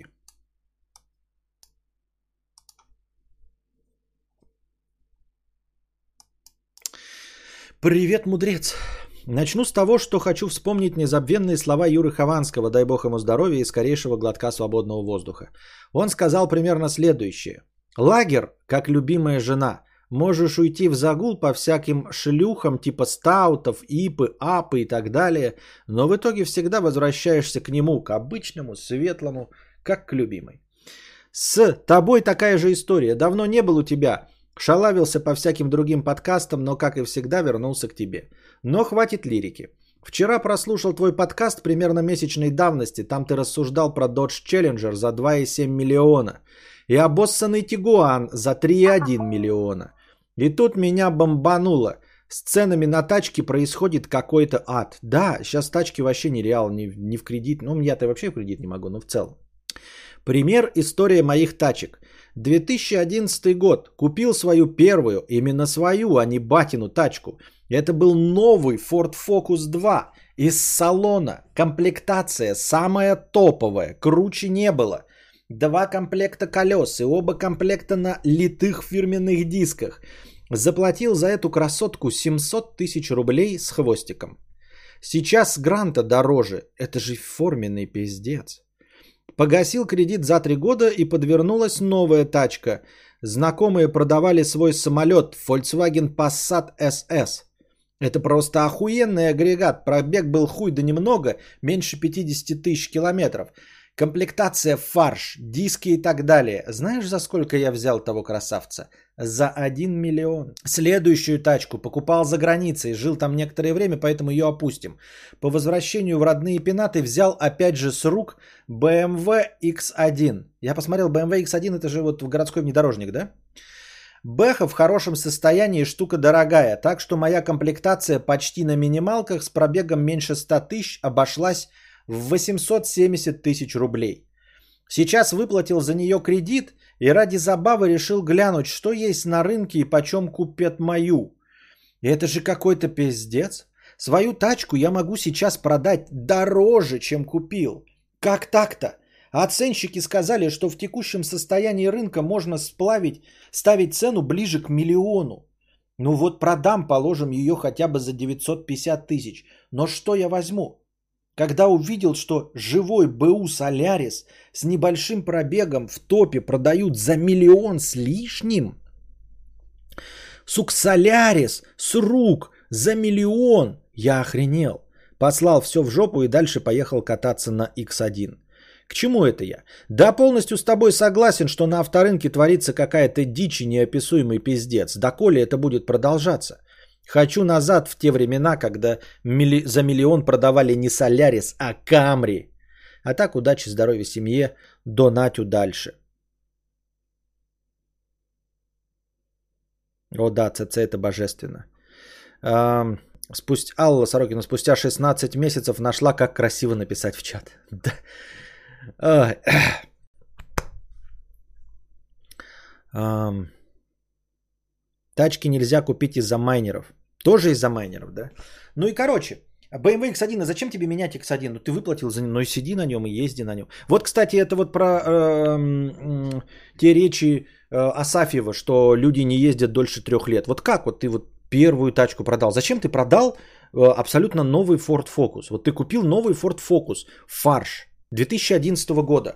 Привет, мудрец. Начну с того, что хочу вспомнить незабвенные слова Юры Хованского, дай бог ему здоровья и скорейшего глотка свободного воздуха. Он сказал примерно следующее. Лагерь, как любимая жена. Можешь уйти в загул по всяким шлюхам типа стаутов, ипы, апы и так далее, но в итоге всегда возвращаешься к нему, к обычному, светлому, как к любимой. С тобой такая же история. Давно не был у тебя. Шалавился по всяким другим подкастам, но, как и всегда, вернулся к тебе. Но хватит лирики. Вчера прослушал твой подкаст примерно месячной давности. Там ты рассуждал про Dodge Challenger за два целых семь миллиона. И обоссанный Тигуан за три целых один миллиона. И тут меня бомбануло. С ценами на тачки происходит какой-то ад. Да, сейчас тачки вообще нереал, не, не в кредит. Ну, я-то вообще в кредит не могу, но в целом. Пример история моих тачек. две тысячи одиннадцатый год. Купил свою первую, именно свою, а не батину тачку. Это был новый Ford Focus два из салона. Комплектация самая топовая, круче не было. Два комплекта колес и оба комплекта на литых фирменных дисках. Заплатил за эту красотку семьсот тысяч рублей с хвостиком. Сейчас Гранта дороже. Это же форменный пиздец. Погасил кредит за три года и подвернулась новая тачка. Знакомые продавали свой самолет Volkswagen Passat эс эс. Это просто охуенный агрегат. Пробег был хуй да немного, меньше пятьдесят тысяч километров. Комплектация фарш, диски и так далее. Знаешь, за сколько я взял того красавца? За один миллион. Следующую тачку покупал за границей. Жил там некоторое время, поэтому ее опустим. По возвращению в родные пенаты взял опять же с рук бэ эм вэ икс один. Я посмотрел, бэ эм вэ икс один это же вот городской внедорожник, да? Бэха в хорошем состоянии, штука дорогая. Так что моя комплектация почти на минималках с пробегом меньше ста тысяч обошлась в восемьсот семьдесят тысяч рублей. Сейчас выплатил за нее кредит и ради забавы решил глянуть, что есть на рынке и почем купят мою. И это же какой-то пиздец. Свою тачку я могу сейчас продать дороже, чем купил. Как так-то? Оценщики сказали, что в текущем состоянии рынка можно сплавить, ставить цену ближе к миллиону. Ну вот продам, положим, ее хотя бы за девятьсот пятьдесят тысяч. Но что я возьму? Когда увидел, что живой БУ Солярис с небольшим пробегом в топе продают за миллион с лишним. Сук, Солярис с рук за миллион. Я охренел. Послал все в жопу и дальше поехал кататься на икс один. К чему это я? Да, полностью с тобой согласен, что на авторынке творится какая-то дичь и неописуемый пиздец. Доколе это будет продолжаться? Хочу назад в те времена, когда милли... за миллион продавали не Солярис, а Камри. А так, удачи, здоровья семье, донатю дальше. О да, ЦЦ это божественно. А, спустя... Алла Сорокина спустя шестнадцать месяцев нашла, как красиво написать в чат. Да. А, тачки нельзя купить из-за майнеров. Тоже из-за майнеров, да? Ну и короче, бэ эм вэ икс один, а зачем тебе менять икс один? Ну ты выплатил за него, ну и сиди на нем и езди на нем. Вот, кстати, это вот про э, э, те речи э, Асафьева, что люди не ездят дольше трех лет. Вот как вот ты вот первую тачку продал? Зачем ты продал э, абсолютно новый Ford Focus? Вот ты купил новый Ford Focus, фарш, две тысячи одиннадцатого года.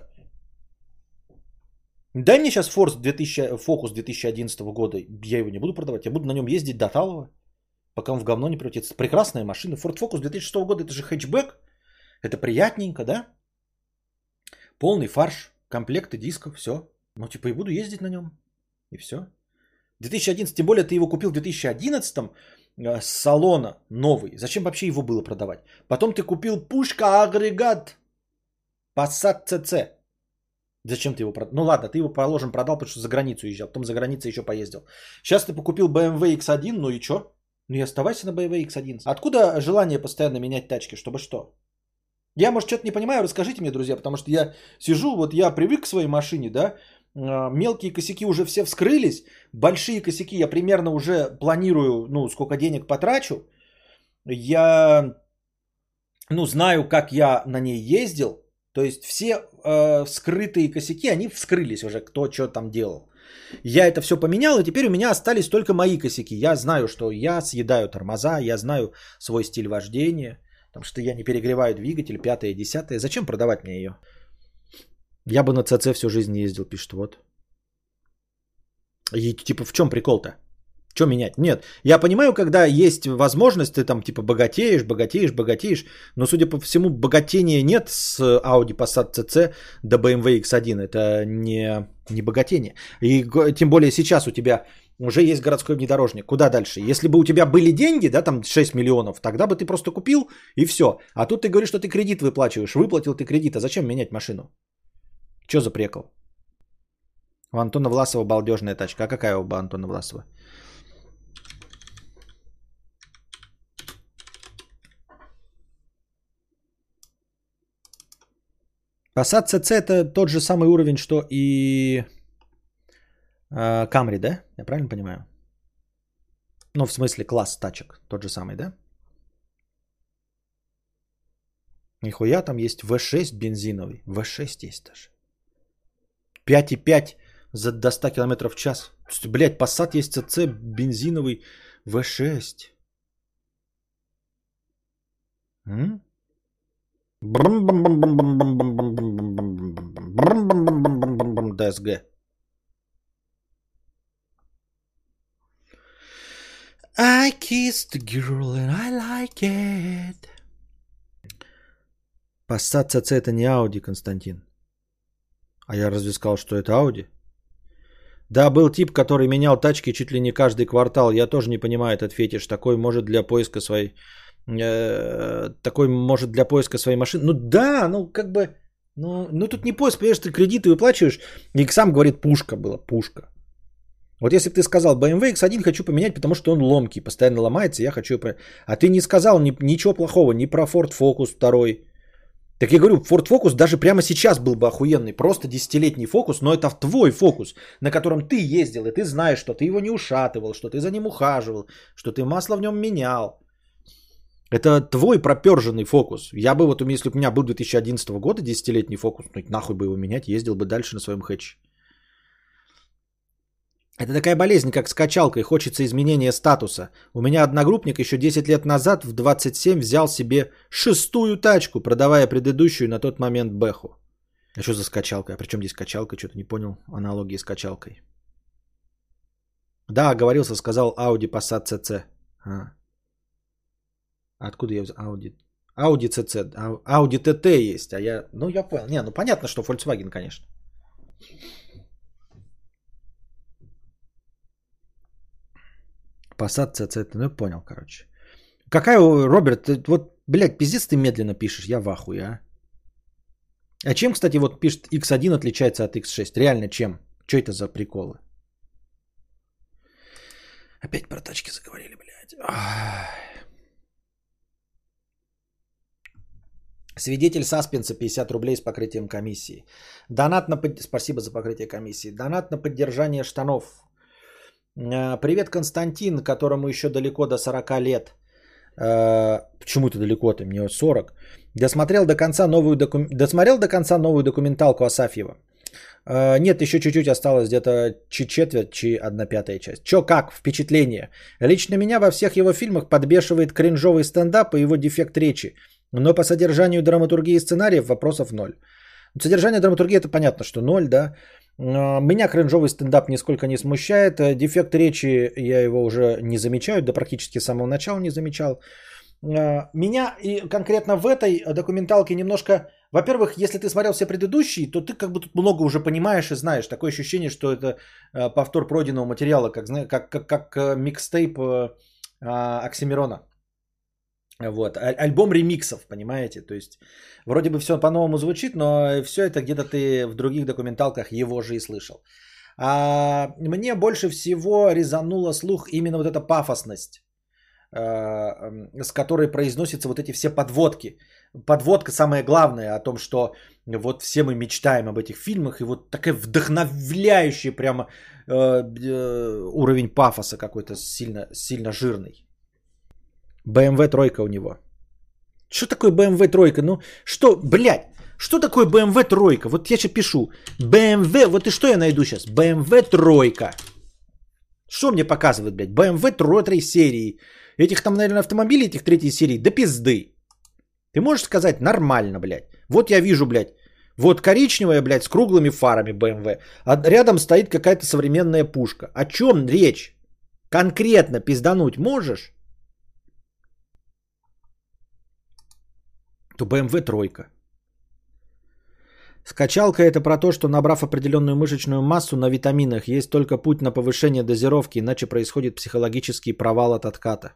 Дай мне сейчас Ford две тысячи, Focus две тысячи одиннадцатого года, я его не буду продавать, я буду на нем ездить до Талова, пока он в говно не превратится. Прекрасная машина. Ford Focus две тысячи шестого года, это же хэтчбэк, это приятненько, да? Полный фарш, комплекты дисков, все. Ну, типа, и буду ездить на нем. И все. две тысячи одиннадцатый, тем более ты его купил в две тысячи одиннадцатом с салона новый. Зачем вообще его было продавать? Потом ты купил пушка-агрегат Passat си си. Зачем ты его продал? Ну ладно, ты его, положим, продал, потому что за границу уезжал. Потом за границей еще поездил. Сейчас ты покупил бэ эм вэ икс один, ну и что? Ну и оставайся на бэ эм вэ икс один. Откуда желание постоянно менять тачки? Чтобы что? Я, может, что-то не понимаю, расскажите мне, друзья, потому что я сижу, вот я привык к своей машине, да, мелкие косяки уже все вскрылись, большие косяки я примерно уже планирую, ну, сколько денег потрачу, я, ну, знаю, как я на ней ездил, то есть все э, скрытые косяки, они вскрылись уже, кто что там делал. Я это все поменял, и теперь у меня остались только мои косяки. Я знаю, что я съедаю тормоза, я знаю свой стиль вождения, потому что я не перегреваю двигатель, пятое, десятое. Зачем продавать мне ее? Я бы на си си всю жизнь не ездил, пишет, вот. И типа в чем прикол-то? Что менять? Нет, я понимаю, когда есть возможность, ты там типа богатеешь, богатеешь, богатеешь, но судя по всему богатения нет с Audi Passat си си до бэ эм вэ икс один, это не, не богатение. И тем более сейчас у тебя уже есть городской внедорожник, куда дальше? Если бы у тебя были деньги, да, там шесть миллионов, тогда бы ты просто купил и все. А тут ты говоришь, что ты кредит выплачиваешь, выплатил ты кредит, а зачем менять машину? Что за прикол? У Антона Власова балдежная тачка, а какая у Антона Власова? Passat си си это тот же самый уровень, что и э, Camry, да? Я правильно понимаю? Ну, в смысле класс тачек. Тот же самый, да? Нихуя, там есть вэ шесть бензиновый. вэ шесть есть даже. пять и пять за до ста километров в час. Блять, Passat есть си си бензиновый вэ шесть. М? ДСГ. I kissed the girl and I like it. Passat си си это не Audi, Константин. А я разве сказал, что это Audi? Да, был тип, который менял тачки чуть ли не каждый квартал. Я тоже не понимаю этот фетиш. Такой может для поиска своей... Э, такой может для поиска своей машины. Ну да, ну как бы... Ну, ну тут не поиск, понимаешь, ты кредиты выплачиваешь. И сам говорит, пушка была, пушка. Вот если бы ты сказал, бэ эм вэ икс один хочу поменять, потому что он ломкий, постоянно ломается, я хочу... А ты не сказал ни, ничего плохого ни про Ford Focus два. Так я говорю, Ford Focus даже прямо сейчас был бы охуенный. Просто десятилетний фокус, но это твой фокус, на котором ты ездил, и ты знаешь, что ты его не ушатывал, что ты за ним ухаживал, что ты масло в нем менял. Это твой проперженный фокус. Я бы вот, если бы у меня был две тысячи одиннадцатого года десятилетний фокус, ну нахуй бы его менять, ездил бы дальше на своем хэтче. Это такая болезнь, как с качалкой, хочется изменения статуса. У меня одногруппник еще десять лет назад в двадцать семь взял себе шестую тачку, продавая предыдущую на тот момент бэху. А что за скачалка? А при чем здесь качалка? Что-то не понял аналогии с качалкой. Да, оговорился, сказал Audi Passat си си. А. Откуда я взял Audi? Audi си си. Audi ти ти есть, а я... Ну, я понял. Не, ну понятно, что Volkswagen, конечно. Passat си си, ну понял, короче. Какая, Роберт, ты, вот, блядь, пиздец ты медленно пишешь, я в ахуе, а? А чем, кстати, вот пишет икс один отличается от икс шесть? Реально чем? Что это за приколы? Опять про тачки заговорили, блядь. Ах. Свидетель саспенса пятьдесят рублей с покрытием комиссии. Донат на... Спасибо за покрытие комиссии. Донат на поддержание штанов. Привет, Константин, которому еще далеко до сорока лет. Почему это далеко-то? Мне сорок. Досмотрел до конца новую, доку... Досмотрел до конца новую документалку Асафьева. Нет, еще чуть-чуть осталось, где-то четверть, чи одна пятая часть. Че, как, впечатление? Лично меня во всех его фильмах подбешивает кринжовый стендап и его дефект речи. Но по содержанию драматургии и сценариев вопросов ноль. Содержание драматургии это понятно, что ноль, да. Меня кринжовый стендап нисколько не смущает. Дефект речи я его уже не замечаю, да практически с самого начала не замечал. Меня и конкретно в этой документалке немножко Во-первых, если ты смотрел все предыдущие, то ты как бы тут много уже понимаешь и знаешь. Такое ощущение, что это э, повтор пройденного материала, как, зна- как, как, как э, микстейп э, э, Оксимирона. Вот. А- альбом ремиксов, понимаете? То есть вроде бы все по-новому звучит, но все это где-то ты в других документалках его же и слышал. А мне больше всего резануло слух именно вот эта пафосность, э, с которой произносятся вот эти все подводки. Подводка самое главное о том, что вот все мы мечтаем об этих фильмах, и вот такой вдохновляющий прямо э, э, уровень пафоса какой-то сильно, сильно жирный. бэ эм вэ тройка у него. Что такое бэ эм вэ тройка? Ну, что, блядь, что такое бэ эм вэ тройка? Вот я сейчас пишу. бэ эм вэ, вот и что я найду сейчас? бэ эм вэ тройка. Что мне показывает, блядь? бэ эм вэ третьей серии. Этих там, наверное, автомобилей, этих третьей серии, да пизды. Ты можешь сказать нормально, блядь. Вот я вижу, блядь. Вот коричневая, блядь, с круглыми фарами бэ эм вэ. А рядом стоит какая-то современная пушка. О чем речь? Конкретно пиздануть можешь? То бэ эм вэ тройка. Скачалка это про то, что набрав определенную мышечную массу на витаминах, есть только путь на повышение дозировки, иначе происходит психологический провал от отката.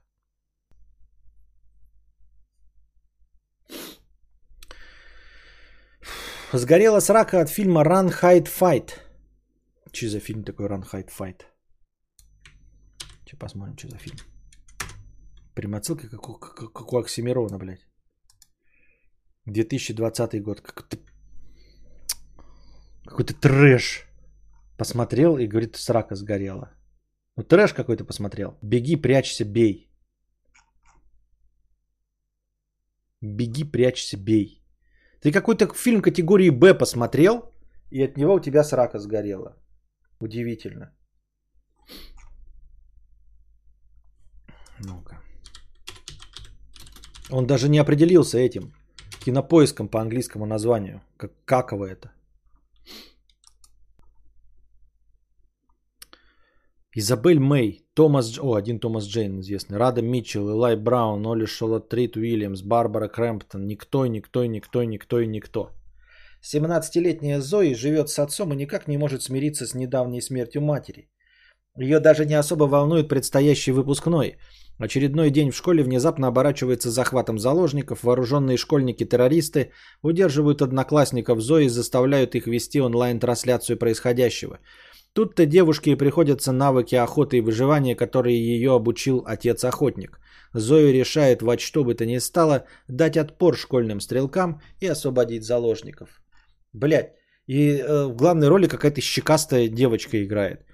Сгорела срака от фильма Run, Hide, Fight. Что за фильм такой Run, Hide, Fight? Сейчас посмотрим, что за фильм. Прям отсылка, как у, как, как у Оксимирона, блядь. две тысячи двадцатый год. Какой-то, какой-то трэш. Посмотрел и говорит, срака сгорела. Ну трэш какой-то посмотрел. Беги, прячься, бей. Беги, прячься, бей. Ты какой-то фильм категории Б посмотрел, и от него у тебя срака сгорела. Удивительно. Ну-ка. Он даже не определился этим кинопоиском по английскому названию. Как, каково это? Изабель Мэй, Томас, о, один Томас Джейн известный, Рада Митчелл, Элай Браун, Оли Шолот Трит Уильямс, Барбара Крэмптон, никто, никто, никто, никто и никто. семнадцатилетняя Зои живет с отцом и никак не может смириться с недавней смертью матери. Ее даже не особо волнует предстоящий выпускной. Очередной день в школе внезапно оборачивается захватом заложников. Вооруженные школьники-террористы удерживают одноклассников Зои и заставляют их вести онлайн-трансляцию происходящего. Тут-то девушке и приходятся навыки охоты и выживания, которые ее обучил отец-охотник. Зоя решает во что бы то ни стало дать отпор школьным стрелкам и освободить заложников. Блять, и э, в главной роли какая-то щекастая девочка играет.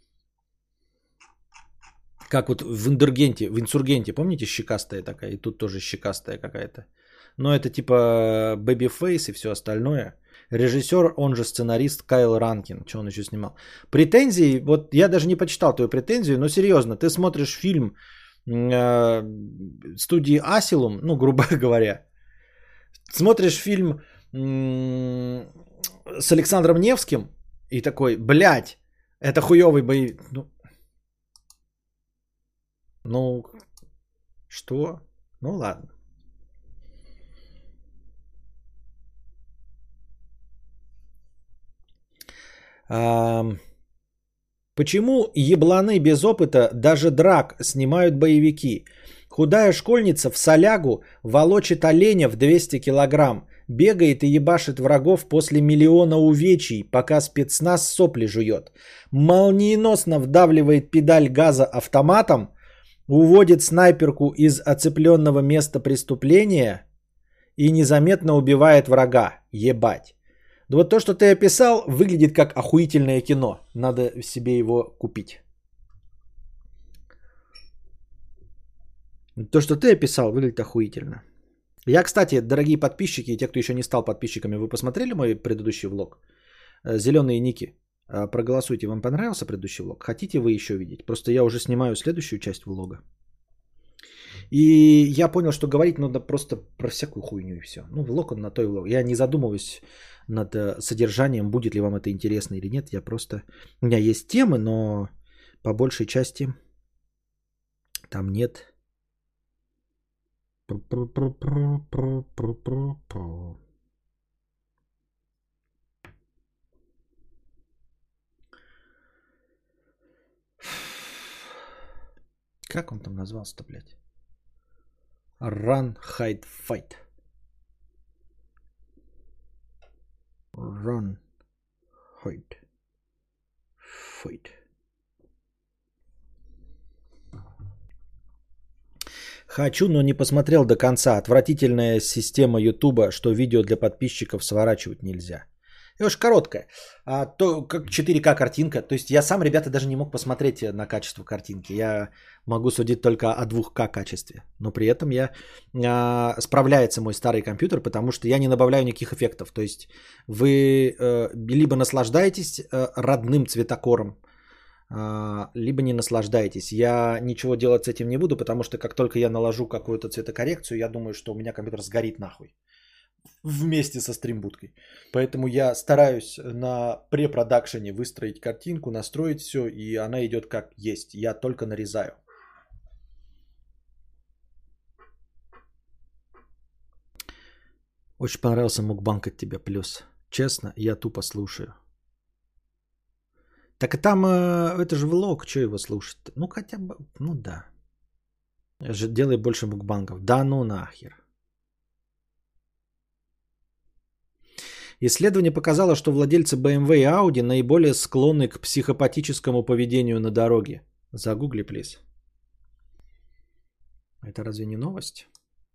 Как вот в Индургенте, в Инсургенте, помните, щекастая такая, и тут тоже щекастая какая-то. Но это типа Babyface и все остальное. Режиссер, он же сценарист Кайл Ранкин. Что он еще снимал? Претензии, вот я даже не почитал твою претензию, но серьезно, ты смотришь фильм э, студии Asylum, ну, грубо говоря, смотришь фильм э, с Александром Невским и такой, блядь, это хуёвый боевик. Ну, ну, что? Ну, ладно. А, почему ебланы без опыта, даже драк, снимают боевики? Худая школьница в солягу волочит оленя в двести килограмм, бегает и ебашит врагов после миллиона увечий, пока спецназ сопли жует. Молниеносно вдавливает педаль газа автоматом, уводит снайперку из оцепленного места преступления и незаметно убивает врага. Ебать. Да вот то, что ты описал, выглядит как охуительное кино. Надо себе его купить. То, что ты описал, выглядит охуительно. Я, кстати, дорогие подписчики и те, кто еще не стал подписчиками, вы посмотрели мой предыдущий влог? Зеленые ники. Проголосуйте, вам понравился предыдущий влог? Хотите вы еще видеть? Просто я уже снимаю следующую часть влога. И я понял, что говорить надо просто про всякую хуйню и все. Ну, влог он на той влог. Я не задумываюсь над содержанием, будет ли вам это интересно или нет. Я просто... У меня есть темы, но по большей части там нет. Как он там назвался-то, блядь? Run, hide, fight. Run, hide, fight. Хочу, но не посмотрел до конца. Отвратительная система Ютуба, что видео для подписчиков сворачивать нельзя. Это уж короткое. А то как четыре ка картинка. То есть я сам, ребята, даже не мог посмотреть на качество картинки. Я могу судить только о два ка качестве. Но при этом я а, справляется мой старый компьютер, потому что я не добавляю никаких эффектов. То есть вы а, либо наслаждаетесь а, родным цветокором, а, либо не наслаждаетесь. Я ничего делать с этим не буду, потому что как только я наложу какую-то цветокоррекцию, я думаю, что у меня компьютер сгорит нахуй. Вместе со стримбуткой. Поэтому я стараюсь на препродакшене выстроить картинку, настроить все, и она идет как есть. Я только нарезаю. Очень понравился мукбанк от тебя, плюс. Честно, я тупо слушаю. Так и там, это же влог, что его слушать? Ну хотя бы, ну да. Я же делаю больше мукбангов. Да ну нахер. Исследование показало, что владельцы бэ эм вэ и Audi наиболее склонны к психопатическому поведению на дороге. Загугли, плиз. Это разве не новость?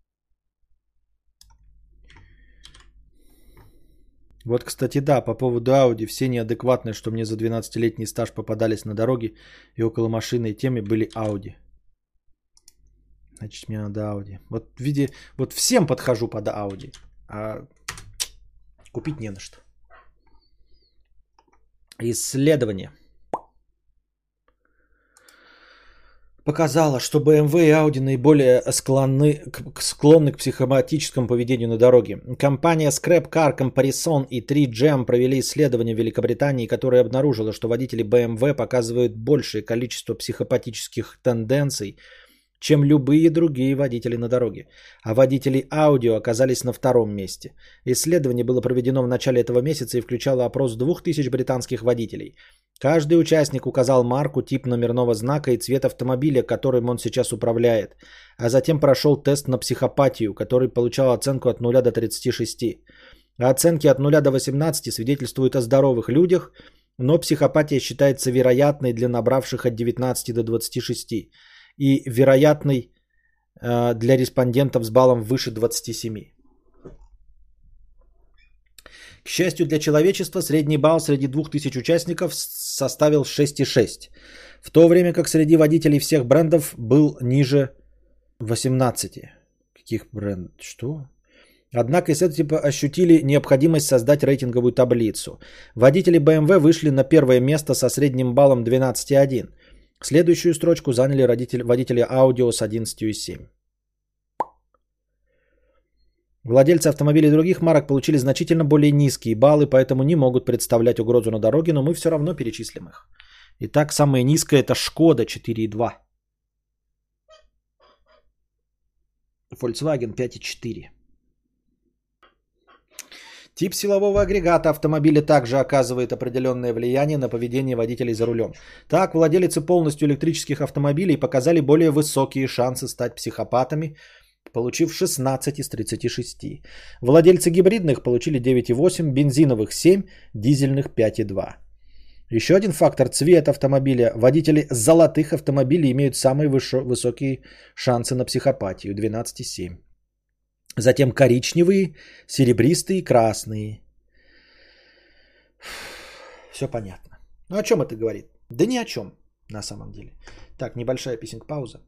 Вот, кстати, да, по поводу Audi. Все неадекватные, что мне за двенадцатилетний стаж попадались на дороге и около машинной темы были Audi. Значит, мне надо Audi. Вот, види, вот всем подхожу под Audi. А купить не на что. Исследование показало, что бэ эм вэ и Audi наиболее склонны, склонны к психопатическому поведению на дороге. Компания Scrap Car Comparison и три джем провели исследование в Великобритании, которое обнаружило, что водители бэ эм вэ показывают большее количество психопатических тенденций, чем любые другие водители на дороге. А водители Audi оказались на втором месте. Исследование было проведено в начале этого месяца и включало опрос двух тысяч британских водителей. Каждый участник указал марку, тип номерного знака и цвет автомобиля, которым он сейчас управляет, а затем прошел тест на психопатию, который получал оценку от нуля до тридцати шести. А оценки от нуля до восемнадцати свидетельствуют о здоровых людях, но психопатия считается вероятной для набравших от девятнадцати до двадцати шести и вероятной э, для респондентов с баллом выше двадцати семи. К счастью для человечества, средний балл среди двух тысяч участников составил шесть целых шесть десятых, в то время как среди водителей всех брендов был ниже восемнадцати. Каких брендов? Что? Однако исследователи ощутили необходимость создать рейтинговую таблицу. Водители бэ эм вэ вышли на первое место со средним баллом двенадцать целых одна десятая. Следующую строчку заняли родители, водители Audi с одиннадцать целых семь десятых. Владельцы автомобилей других марок получили значительно более низкие баллы, поэтому не могут представлять угрозу на дороге, но мы все равно перечислим их. Итак, самая низкая это Шкода четыре целых два. Volkswagen пять целых четыре. Тип силового агрегата автомобиля также оказывает определенное влияние на поведение водителей за рулем. Так, владельцы полностью электрических автомобилей показали более высокие шансы стать психопатами, получив шестнадцать из тридцати шести. Владельцы гибридных получили девять целых восемь десятых, бензиновых семь, дизельных пять целых два. Еще один фактор – цвет автомобиля. Водители золотых автомобилей имеют самые высо- высокие шансы на психопатию – двенадцать целых семь десятых. Затем коричневые, серебристые, красные. Все понятно. Ну о чем это говорит? Да ни о чем на самом деле. Так, небольшая писинг-пауза.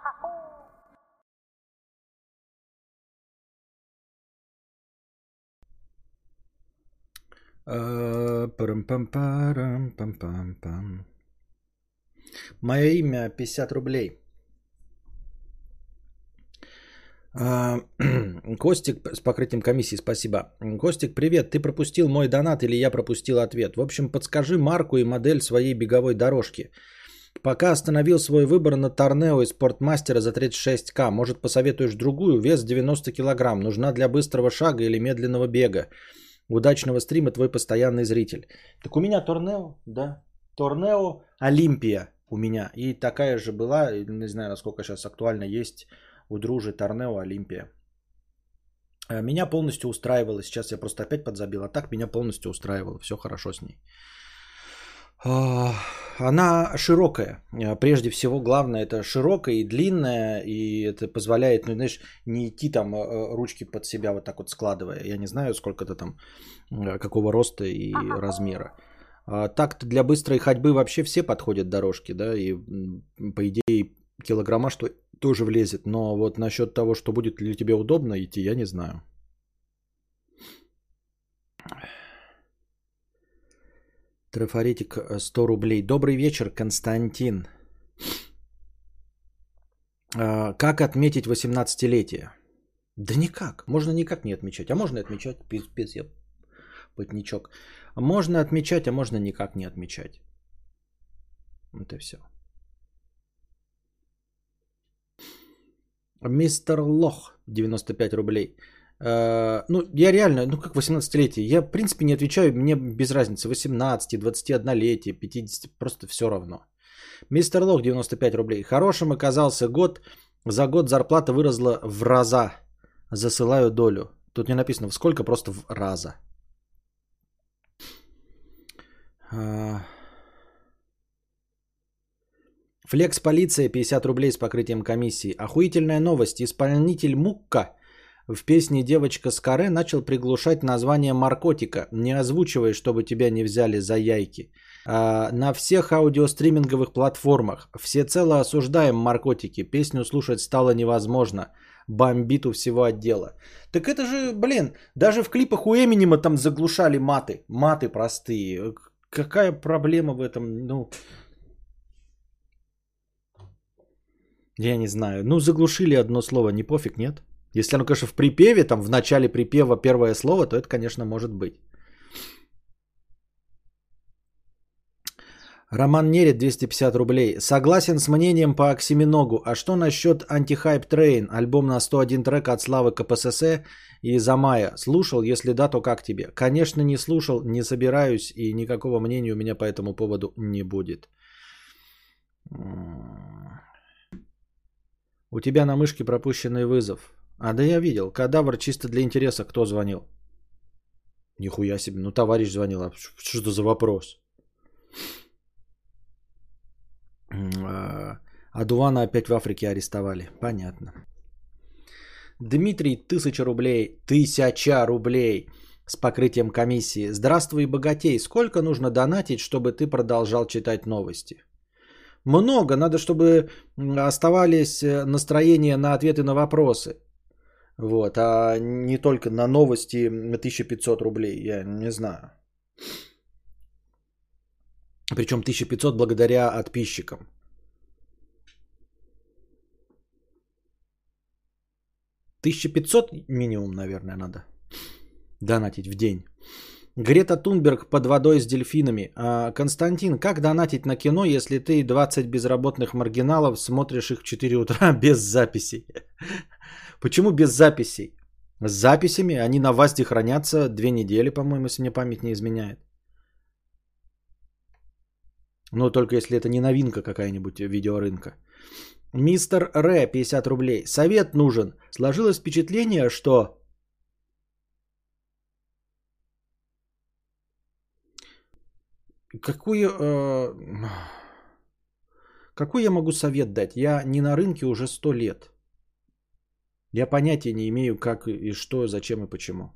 Парам-пам-парам-пам-пам-пам. Мое имя пятьдесят рублей. А, Костик с покрытием комиссии, спасибо. Костик, привет, ты пропустил мой донат или я пропустил ответ? В общем, подскажи марку и модель своей беговой дорожки. Пока остановил свой выбор на Торнео и Спортмастера за тридцать шесть ка. Может, посоветуешь другую? Вес девяносто килограмм. Нужна для быстрого шага или медленного бега. Удачного стрима, твой постоянный зритель. Так у меня Торнео, да. Торнео Олимпия у меня. И такая же была, не знаю, насколько сейчас актуально, есть у дружи Торнео Олимпия. Меня полностью устраивало. Сейчас я просто опять подзабил. А так меня полностью устраивало. Все хорошо с ней. Она широкая. Прежде всего, главное, это широкая и длинная. И это позволяет, ну, знаешь, не идти там ручки под себя вот так вот складывая. Я не знаю, сколько это там, какого роста и размера. А так-то для быстрой ходьбы вообще все подходят дорожки, да, и по идее килограмма что тоже влезет. Но вот насчет того, что будет ли тебе удобно идти, я не знаю. Трафаретик сто рублей. Добрый вечер, Константин. Как отметить восемнадцатилетие? Да никак. Можно никак не отмечать. А можно отмечать. Пиздец, я потничок. Можно отмечать, а можно никак не отмечать. Вот и все. Мистер Лох, девяносто пять рублей. Uh, ну, я реально, ну как восемнадцатилетие, я в принципе не отвечаю, мне без разницы, восемнадцать, двадцатиоднолетие, пятьдесят, просто все равно. Мистер Лох, девяносто пять рублей. Хорошим оказался год, за год зарплата выросла в раза, засылаю долю. Тут не написано в сколько, просто в раза. Uh... Флекс полиция, пятьдесят рублей с покрытием комиссии. Охуительная новость, исполнитель Мукка в песне «Девочка с каре» начал приглушать название наркотика, не озвучивая, чтобы тебя не взяли за яйки. А, на всех аудиостриминговых платформах. Всецело осуждаем наркотики. Песню слушать стало невозможно. Бомбит у всего отдела. Так это же, блин, даже в клипах у Эминема там заглушали маты. Маты простые. Какая проблема в этом? Ну, я не знаю. Ну, заглушили одно слово, не пофиг, нет? Если оно, конечно, в припеве, там в начале припева первое слово, то это, конечно, может быть. Роман Нерет, двести пятьдесят рублей. Согласен с мнением по Оксиминогу. А что насчет Антихайп Трейн? Альбом на сто один трек от Славы КПСС и Замая. Слушал? Если да, то как тебе? Конечно, не слушал, не собираюсь и никакого мнения у меня по этому поводу не будет. У тебя на мышке пропущенный вызов. А да я видел. Кадавр чисто для интереса. Кто звонил? Нихуя себе. Ну товарищ звонил. А что это за вопрос? А Дувана опять в Африке арестовали. Понятно. Дмитрий, тысяча рублей. Тысяча рублей с покрытием комиссии. Здравствуй, богатей. Сколько нужно донатить, чтобы ты продолжал читать новости? Много. Надо, чтобы оставались настроения на ответы на вопросы. Вот. А не только на новости тысяча пятьсот рублей. Я не знаю. Причем тысяча пятьсот благодаря подписчикам. тысяча пятьсот минимум, наверное, надо донатить в день. Грета Тунберг под водой с дельфинами. А, Константин, как донатить на кино, если ты двадцать безработных маргиналов смотришь их в четыре утра без записей? Почему без записей? С записями они на ВАЗде хранятся две недели, по-моему, если мне память не изменяет. Ну, только если это не новинка какая-нибудь видеорынка. Мистер Р, пятьдесят рублей. Совет нужен. Сложилось впечатление, что... Какой, э... Какой я могу совет дать? Я не на рынке уже сто лет. Я понятия не имею, как и что, зачем и почему.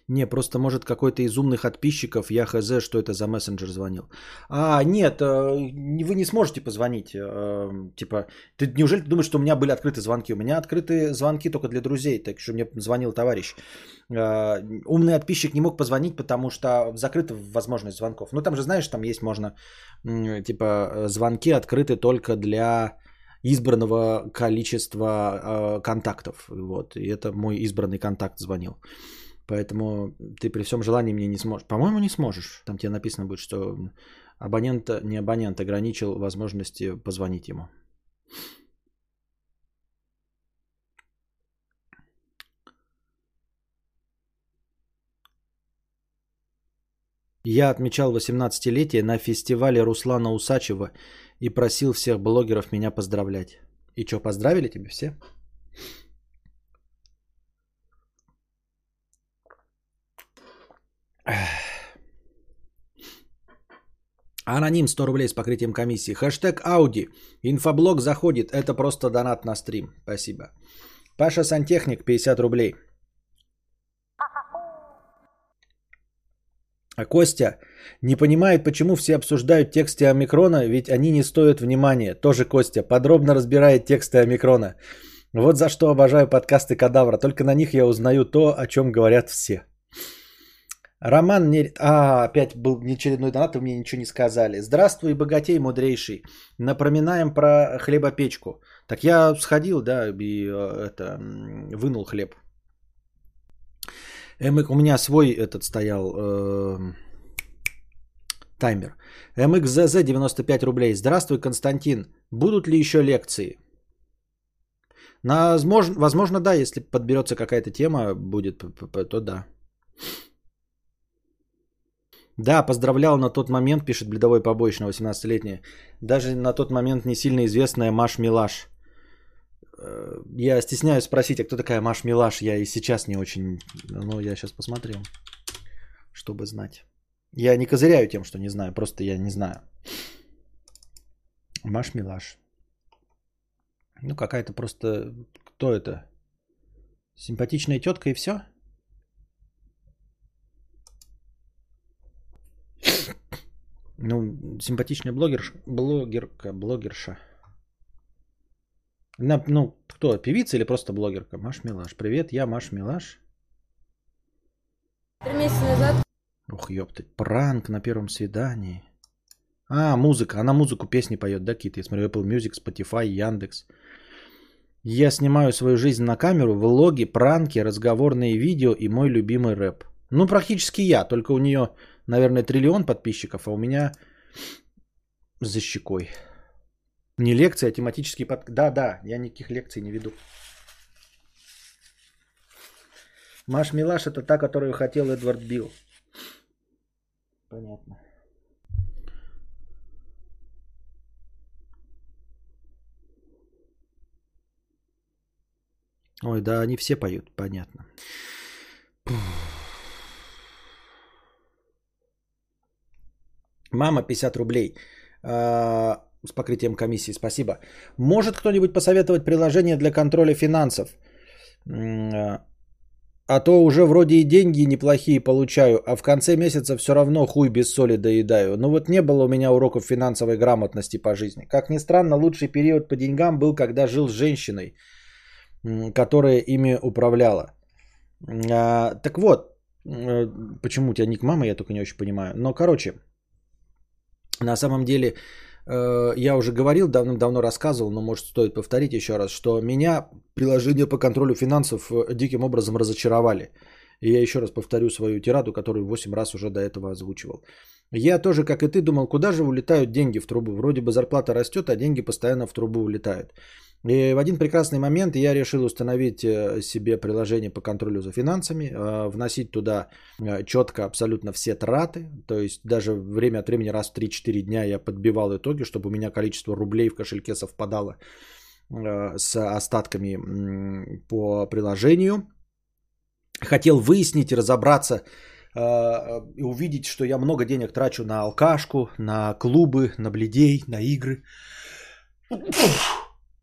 Не, просто может какой-то из умных подписчиков, я хз, что это за мессенджер звонил. А, нет, э, вы не сможете позвонить. Э, типа, ты неужели ты думаешь, что у меня были открыты звонки? У меня открыты звонки только для друзей, так что мне звонил товарищ. Э, умный подписчик не мог позвонить, потому что закрыта возможность звонков. Ну, там же, знаешь, там есть можно, э, типа, звонки открыты только для избранного количества э, контактов. Вот, и это мой избранный контакт звонил. Поэтому ты при всем желании мне не сможешь. По-моему, не сможешь. Там тебе написано будет, что абонент, не абонент, ограничил возможности позвонить ему. Я отмечал восемнадцатилетие на фестивале Руслана Усачева и просил всех блогеров меня поздравлять. И что, поздравили тебя все? Аноним сто рублей с покрытием комиссии. Хэштег Ауди. Инфоблог заходит. Это просто донат на стрим. Спасибо. Паша Сантехник пятьдесят рублей. А Костя не понимает, почему все обсуждают тексты омикрона, ведь они не стоят внимания. Тоже Костя подробно разбирает тексты омикрона. Вот за что обожаю подкасты Кадавра. Только на них я узнаю то, о чем говорят все. Роман не... А, опять был неочередной донат, вы мне ничего не сказали. Здравствуй, богатей мудрейший. Напоминаем про хлебопечку. Так я сходил, да, и это, вынул хлеб. эм икс, у меня свой этот стоял э, таймер. эм икс зэ зэ девяносто пять рублей. Здравствуй, Константин. Будут ли еще лекции? Возможно, возможно, да, если подберется какая-то тема, будет, то да. Да, поздравлял на тот момент, пишет Бледовой побоище, восемнадцатилетняя. Даже на тот момент не сильно известная Маш Милаш. Я стесняюсь спросить, а кто такая Маш Милаш? Я и сейчас не очень... Ну, я сейчас посмотрю, чтобы знать. Я не козыряю тем, что не знаю, просто я не знаю. Маш Милаш. Ну, какая-то просто... Кто это? Симпатичная тетка и все? Ну, симпатичная блогерша, блогерка, блогерша. На, ну, кто, певица или просто блогерка? Маш Милаш. Привет, я Маш Милаш. Три месяца назад. Ух, ёпты, пранк на первом свидании. А, музыка, она музыку, песни поет, да, какие-то? Я смотрю, Apple Music, Spotify, Яндекс. Я снимаю свою жизнь на камеру, влоги, пранки, разговорные видео и мой любимый рэп. Ну, практически я, только у нее, наверное, триллион подписчиков, а у меня за щекой. Не лекция, а тематический под... Да, да, я никаких лекций не веду. Маш Милаш это та, которую хотел Эдвард Билл. Понятно. Ой, да, они все поют, понятно. Мама, пятьдесят рублей. А, с покрытием комиссии, спасибо. Может кто-нибудь посоветовать приложение для контроля финансов? А то уже вроде и деньги неплохие получаю, а в конце месяца все равно хуй без соли доедаю. Ну вот не было у меня уроков финансовой грамотности по жизни. Как ни странно, лучший период по деньгам был, когда жил с женщиной, которая ими управляла. А, так вот, почему у тебя ник мама, я только не очень понимаю. Но короче, на самом деле, я уже говорил, давно-давно рассказывал, но может стоит повторить еще раз, что меня приложения по контролю финансов диким образом разочаровали. И я еще раз повторю свою тираду, которую восемь раз уже до этого озвучивал. Я тоже, как и ты, думал, куда же улетают деньги в трубу. Вроде бы зарплата растет, а деньги постоянно в трубу улетают. И в один прекрасный момент я решил установить себе приложение по контролю за финансами, вносить туда четко абсолютно все траты, то есть даже время от времени раз в три-четыре дня я подбивал итоги, чтобы у меня количество рублей в кошельке совпадало с остатками по приложению. Хотел выяснить и разобраться и увидеть, что я много денег трачу на алкашку, на клубы, на блядей, на игры.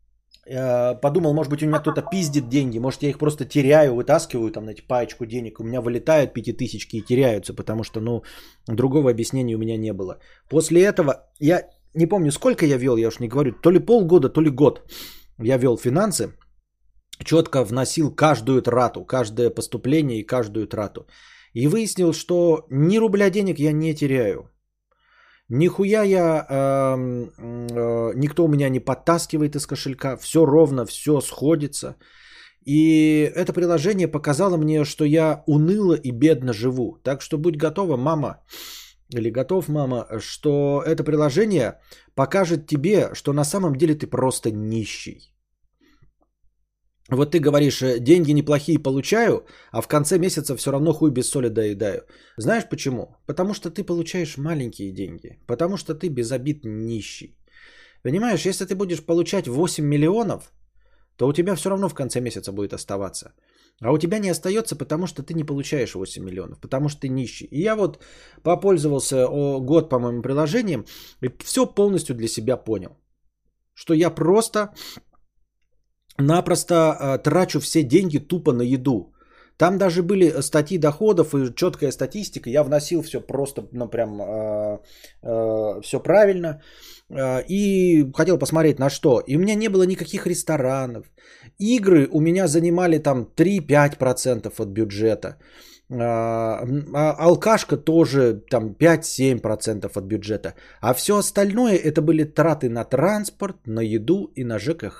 Подумал, может быть, у меня кто-то пиздит деньги, может, я их просто теряю, вытаскиваю там, знаете, паечку денег, у меня вылетают пятитысячки и теряются, потому что, ну, другого объяснения у меня не было. После этого, я не помню, сколько я вел, я уж не говорю, то ли полгода, то ли год я вел финансы, четко вносил каждую трату, каждое поступление и каждую трату. И выяснил, что ни рубля денег я не теряю. Нихуя я, э, э, никто у меня не подтаскивает из кошелька, все ровно, все сходится. И это приложение показало мне, что я уныло и бедно живу. Так что будь готова, мама, или готов, мама, что это приложение покажет тебе, что на самом деле ты просто нищий. Вот ты говоришь, деньги неплохие получаю, а в конце месяца все равно хуй без соли доедаю. Знаешь почему? Потому что ты получаешь маленькие деньги. Потому что ты без обид нищий. Понимаешь, если ты будешь получать восемь миллионов, то у тебя все равно в конце месяца будет оставаться. А у тебя не остается, потому что ты не получаешь восемь миллионов, потому что ты нищий. И я вот попользовался год, по-моему, приложением, и все полностью для себя понял. Что я просто... напросто э, трачу все деньги тупо на еду. Там даже были статьи доходов и четкая статистика. Я вносил все просто, ну прям э, э, все правильно. Э, и хотел посмотреть на что. И у меня не было никаких ресторанов. Игры у меня занимали там три-пять процентов от бюджета. Э, а алкашка тоже там пять-семь процентов от бюджета. А все остальное это были траты на транспорт, на еду и на ЖКХ.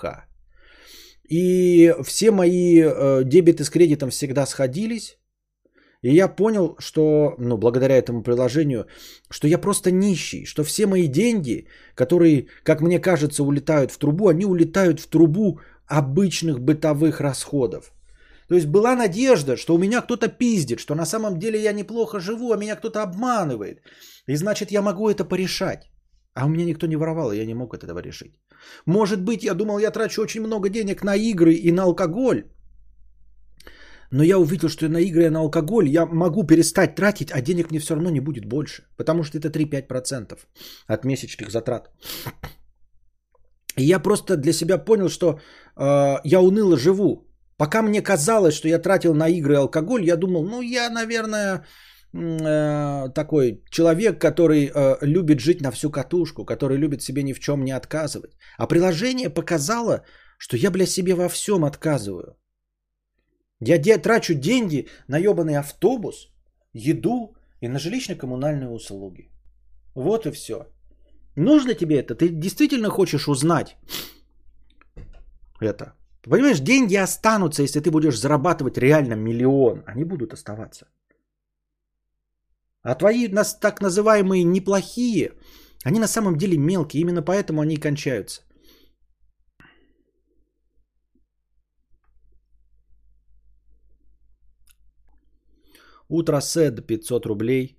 И все мои э, дебеты с кредитом всегда сходились. И я понял, что, ну, благодаря этому приложению, что я просто нищий. Что все мои деньги, которые, как мне кажется, улетают в трубу, они улетают в трубу обычных бытовых расходов. То есть была надежда, что у меня кто-то пиздит, что на самом деле я неплохо живу, а меня кто-то обманывает. И значит, я могу это порешать. А у меня никто не воровал, и я не мог этого решить. Может быть, я думал, я трачу очень много денег на игры и на алкоголь. Но я увидел, что на игры и на алкоголь я могу перестать тратить, а денег мне все равно не будет больше. Потому что это три-пять процентов от месячных затрат. И я просто для себя понял, что э, я уныло живу. Пока мне казалось, что я тратил на игры и алкоголь, я думал, ну я, наверное... такой человек, который э, любит жить на всю катушку, который любит себе ни в чем не отказывать. А приложение показало, что я, бля, себе во всем отказываю. Я де- трачу деньги на ебаный автобус, еду и на жилищно-коммунальные услуги. Вот и все. Нужно тебе это? Ты действительно хочешь узнать это? Понимаешь, деньги останутся, если ты будешь зарабатывать реально миллион. Они будут оставаться. А твои так называемые неплохие, они на самом деле мелкие, именно поэтому они и кончаются. Утро Сед, пятьсот рублей.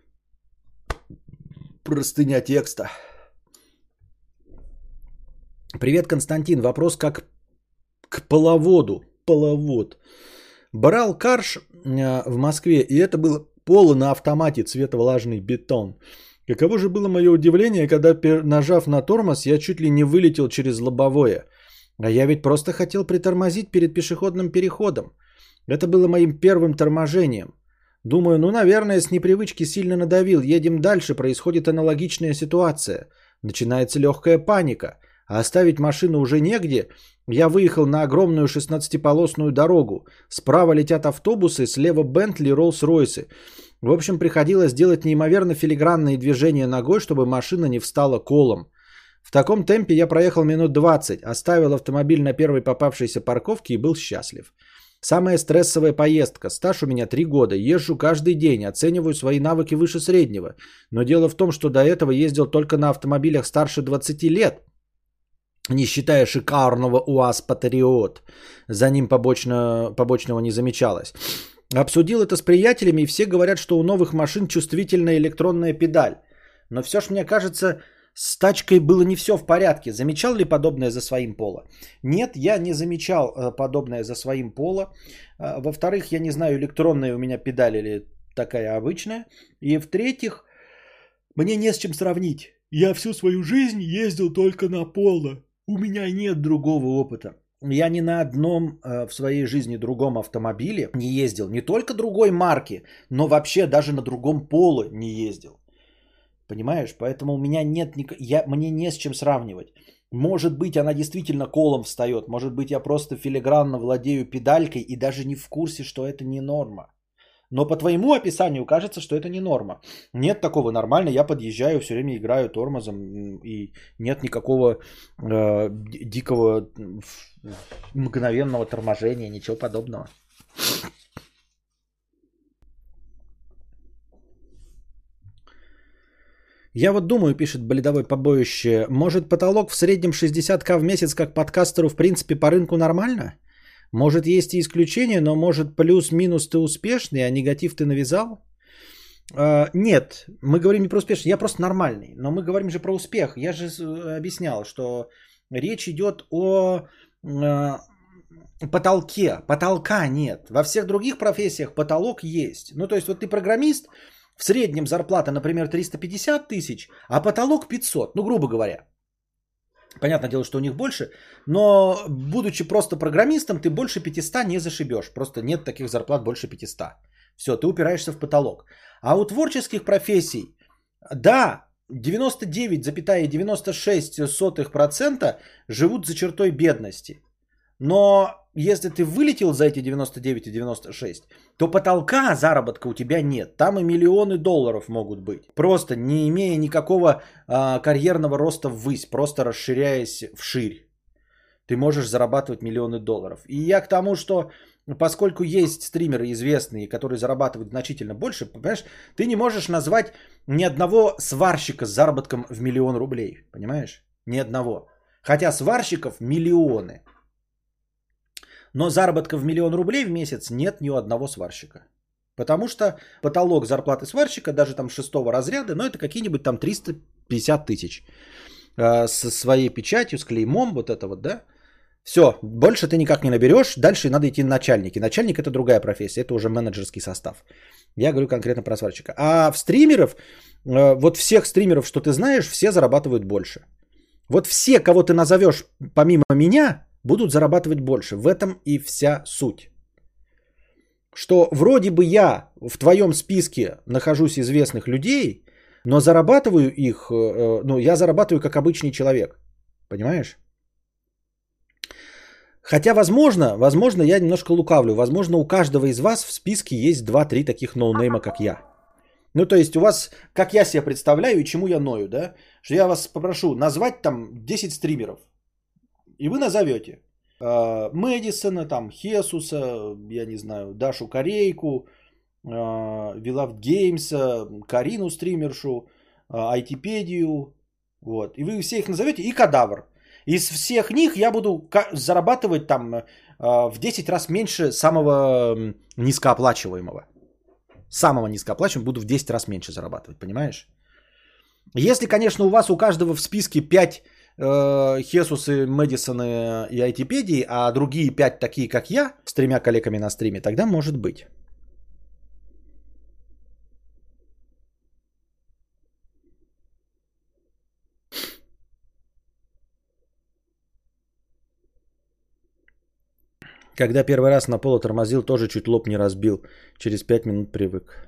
Простыня текста. Привет, Константин. Вопрос как к половоду. Половод. Брал карш в Москве, и это было поло на автомате цвета влажный бетон. Каково же было мое удивление, когда, нажав на тормоз, я чуть ли не вылетел через лобовое. А я ведь просто хотел притормозить перед пешеходным переходом. Это было моим первым торможением. Думаю, ну, наверное, с непривычки сильно надавил. Едем дальше, происходит аналогичная ситуация. Начинается легкая паника. А оставить машину уже негде. Я выехал на огромную шестнадцатиполосную дорогу. Справа летят автобусы, слева Бентли, Роллс-Ройсы. В общем, приходилось делать неимоверно филигранные движения ногой, чтобы машина не встала колом. В таком темпе я проехал минут двадцать, оставил автомобиль на первой попавшейся парковке и был счастлив. Самая стрессовая поездка. Стаж у меня три года. Езжу каждый день. Оцениваю свои навыки выше среднего. Но дело в том, что до этого ездил только на автомобилях старше двадцати лет. Не считая шикарного УАЗ Патриот. За ним побочно, побочного не замечалось. Обсудил это с приятелями, и все говорят, что у новых машин чувствительная электронная педаль. Но все ж мне кажется, с тачкой было не все в порядке. Замечал ли подобное за своим поло? Нет, я не замечал подобное за своим поло. Во-вторых, я не знаю, электронная у меня педаль или такая обычная. И в-третьих, мне не с чем сравнить. Я всю свою жизнь ездил только на поло. У меня нет другого опыта. Я ни на одном э, в своей жизни другом автомобиле не ездил. Не только другой марки, но вообще даже на другом поле не ездил. Понимаешь? Поэтому у меня нет... Ник... Я... Мне не с чем сравнивать. Может быть, она действительно колом встает. Может быть, я просто филигранно владею педалькой и даже не в курсе, что это не норма. Но по твоему описанию кажется, что это не норма. Нет такого, нормально, я подъезжаю, все время играю тормозом, и нет никакого э, дикого мгновенного торможения, ничего подобного. Я вот думаю, пишет Болидовой побоище, может потолок в среднем шестьдесят тысяч в месяц как подкастеру в принципе по рынку нормально? Может есть и исключения, но может плюс-минус ты успешный, а негатив ты навязал? Uh, нет, мы говорим не про успешный, я просто нормальный, но мы говорим же про успех. Я же объяснял, что речь идет о uh, потолке, потолка нет. Во всех других профессиях потолок есть. Ну то есть вот ты программист, в среднем зарплата, например, триста пятьдесят тысяч, а потолок пятьсот, ну грубо говоря. Понятное дело, что у них больше, но будучи просто программистом, ты больше пятисот не зашибешь. Просто нет таких зарплат больше пятисот. Все, ты упираешься в потолок. А у творческих профессий, да, девяносто девять целых девяносто шесть сотых процента живут за чертой бедности. Но если ты вылетел за эти девяносто девять и девяносто шесть, то потолка заработка у тебя нет. Там и миллионы долларов могут быть. Просто не имея никакого а, карьерного роста ввысь, просто расширяясь вширь. Ты можешь зарабатывать миллионы долларов. И я к тому, что поскольку есть стримеры известные, которые зарабатывают значительно больше, понимаешь, ты не можешь назвать ни одного сварщика с заработком в миллион рублей. Понимаешь? Ни одного. Хотя сварщиков миллионы. Но заработка в миллион рублей в месяц нет ни у одного сварщика. Потому что потолок зарплаты сварщика, даже там шестого разряда, ну это какие-нибудь там триста пятьдесят тысяч. Э, со своей печатью, с клеймом, вот это вот, да. Все, больше ты никак не наберешь, дальше надо идти на начальники. Начальник это другая профессия, это уже менеджерский состав. Я говорю конкретно про сварщика. А в стримеров, э, вот всех стримеров, что ты знаешь, все зарабатывают больше. Вот все, кого ты назовешь помимо меня, будут зарабатывать больше. В этом и вся суть. Что вроде бы я в твоем списке нахожусь известных людей, но зарабатываю их, ну, я зарабатываю как обычный человек. Понимаешь? Хотя, возможно, возможно, я немножко лукавлю. Возможно, у каждого из вас в списке есть два-три таких ноунейма, как я. Ну, то есть у вас, как я себе представляю и чему я ною, да? Что я вас попрошу назвать там десять стримеров. И вы назовете э, Мэдисона, там, Хесуса, я не знаю, Дашу Корейку, э, Вилавд Геймса, Карину стримершу, э, Айтипедию. Вот. И вы все их назовете и Кадавр. Из всех них я буду зарабатывать там э, в десять раз меньше самого низкооплачиваемого. Самого низкооплачиваемого буду в десять раз меньше зарабатывать, понимаешь? Если, конечно, у вас у каждого в списке пять Хесусы, Мэдисоны и Айтипедии, а другие пять такие, как я, с тремя коллегами на стриме, тогда может быть. Когда первый раз на полу тормозил, тоже чуть лоб не разбил. Через пять минут привык.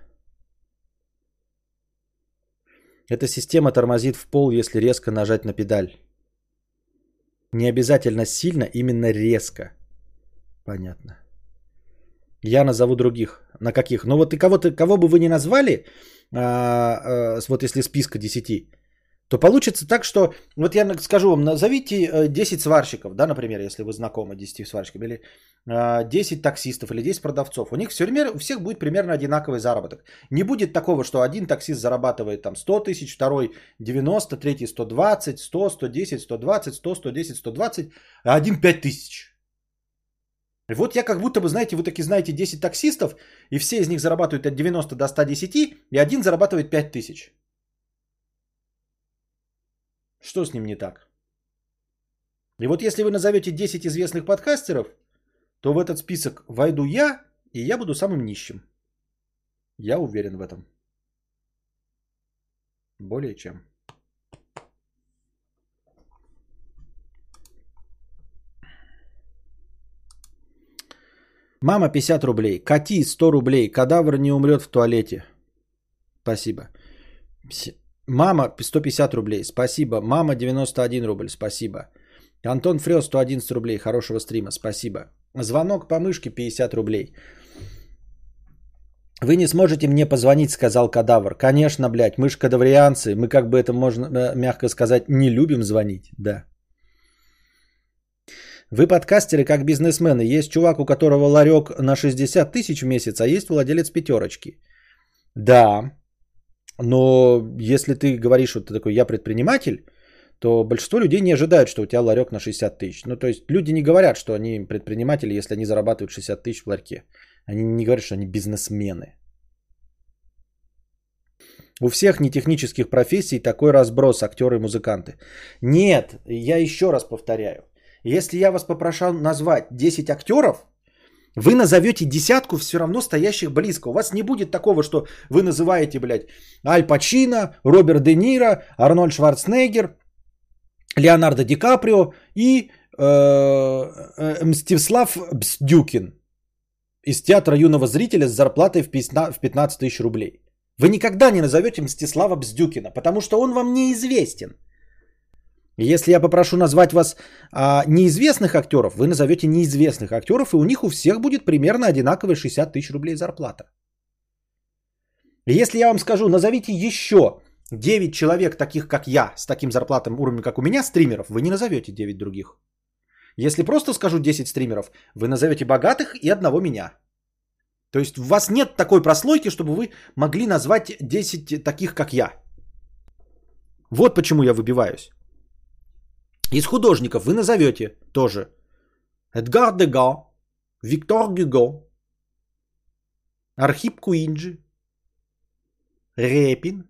Эта система тормозит в пол, если резко нажать на педаль. Не обязательно сильно, именно резко. Понятно. Я назову других. На каких? Ну вот и кого, кого бы вы ни назвали, а, а, вот если списка десяти, то получится так, что, вот я скажу вам, назовите десять сварщиков, да, например, если вы знакомы десяти сварщиками, или десять таксистов, или десять продавцов. У них все время, у всех будет примерно одинаковый заработок. Не будет такого, что один таксист зарабатывает там сто тысяч, второй девяносто, третий сто двадцать, сто, сто десять, сто двадцать, сто, сто десять, сто двадцать, а один пять тысяч. И вот я как будто бы, знаете, вы таки знаете десять таксистов, и все из них зарабатывают от девяноста до ста десяти, и один зарабатывает пять тысяч. Что с ним не так? И вот если вы назовете десять известных подкастеров, то в этот список войду я, и я буду самым нищим. Я уверен в этом. Более чем. Мама пятьдесят рублей. Кати сто рублей. Кадавр не умрет в туалете. Спасибо. Мама сто пятьдесят рублей. Спасибо. Мама девяносто один рубль. Спасибо. Антон Фрё сто одиннадцать рублей. Хорошего стрима. Спасибо. Звонок по мышке пятьдесят рублей. Вы не сможете мне позвонить, сказал Кадавр. Конечно, блядь, мы ж кадаврианцы. Мы, как бы это можно мягко сказать, не любим звонить. Да. Вы подкастеры как бизнесмены. Есть чувак, у которого ларек на шестьдесят тысяч в месяц, а есть владелец пятерочки. Да. Но если ты говоришь, что ты такой, я предприниматель, то большинство людей не ожидают, что у тебя ларек на шестьдесят тысяч. Ну, то есть люди не говорят, что они предприниматели, если они зарабатывают шестьдесят тысяч в ларьке. Они не говорят, что они бизнесмены. У всех нетехнических профессий такой разброс, актеры и музыканты. Нет, я еще раз повторяю. Если я вас попрошу назвать десять актеров, вы назовете десятку все равно стоящих близко. У вас не будет такого, что вы называете, блядь, Аль Пачино, Роберт Де Ниро, Арнольд Шварценеггер, Леонардо Ди Каприо и э, э, Мстислав Бздюкин из театра юного зрителя с зарплатой в пятнадцать тысяч рублей. Вы никогда не назовете Мстислава Бздюкина, потому что он вам неизвестен. Если я попрошу назвать вас а, неизвестных актеров, вы назовете неизвестных актеров, и у них у всех будет примерно одинаковые шестьдесят тысяч рублей зарплата. Если я вам скажу, назовите еще девять человек, таких как я, с таким зарплатным уровнем, как у меня, стримеров, вы не назовете девять других. Если просто скажу десять стримеров, вы назовете богатых и одного меня. То есть у вас нет такой прослойки, чтобы вы могли назвать десять таких, как я. Вот почему я выбиваюсь. Из художников вы назовете тоже Эдгар Дега, Виктор Гюго, Архип Куинджи, Репин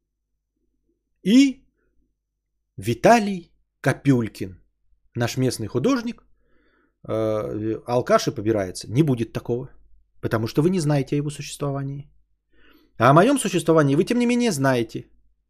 и Виталий Копюлькин. Наш местный художник, э, алкаш и побирается. Не будет такого, потому что вы не знаете о его существовании. А о моем существовании вы, тем не менее, знаете.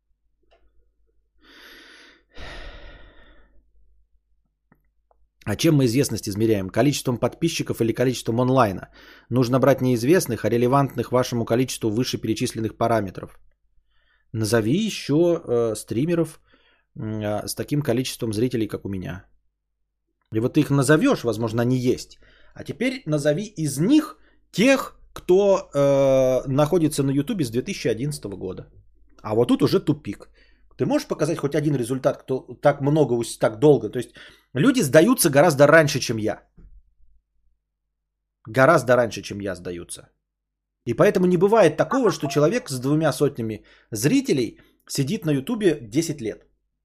А чем мы известность измеряем? Количеством подписчиков или количеством онлайна? Нужно брать неизвестных, а релевантных вашему количеству вышеперечисленных параметров. Назови еще э, стримеров э, с таким количеством зрителей, как у меня. И вот ты их назовешь, возможно, они есть. А теперь назови из них тех, кто э, находится на Ютубе с две тысячи одиннадцатого года. А вот тут уже тупик. Ты можешь показать хоть один результат, кто так много, так долго? То есть люди сдаются гораздо раньше, чем я. Гораздо раньше, чем я, сдаются. И поэтому не бывает такого, что человек с двумя сотнями зрителей сидит на Ютубе десять лет.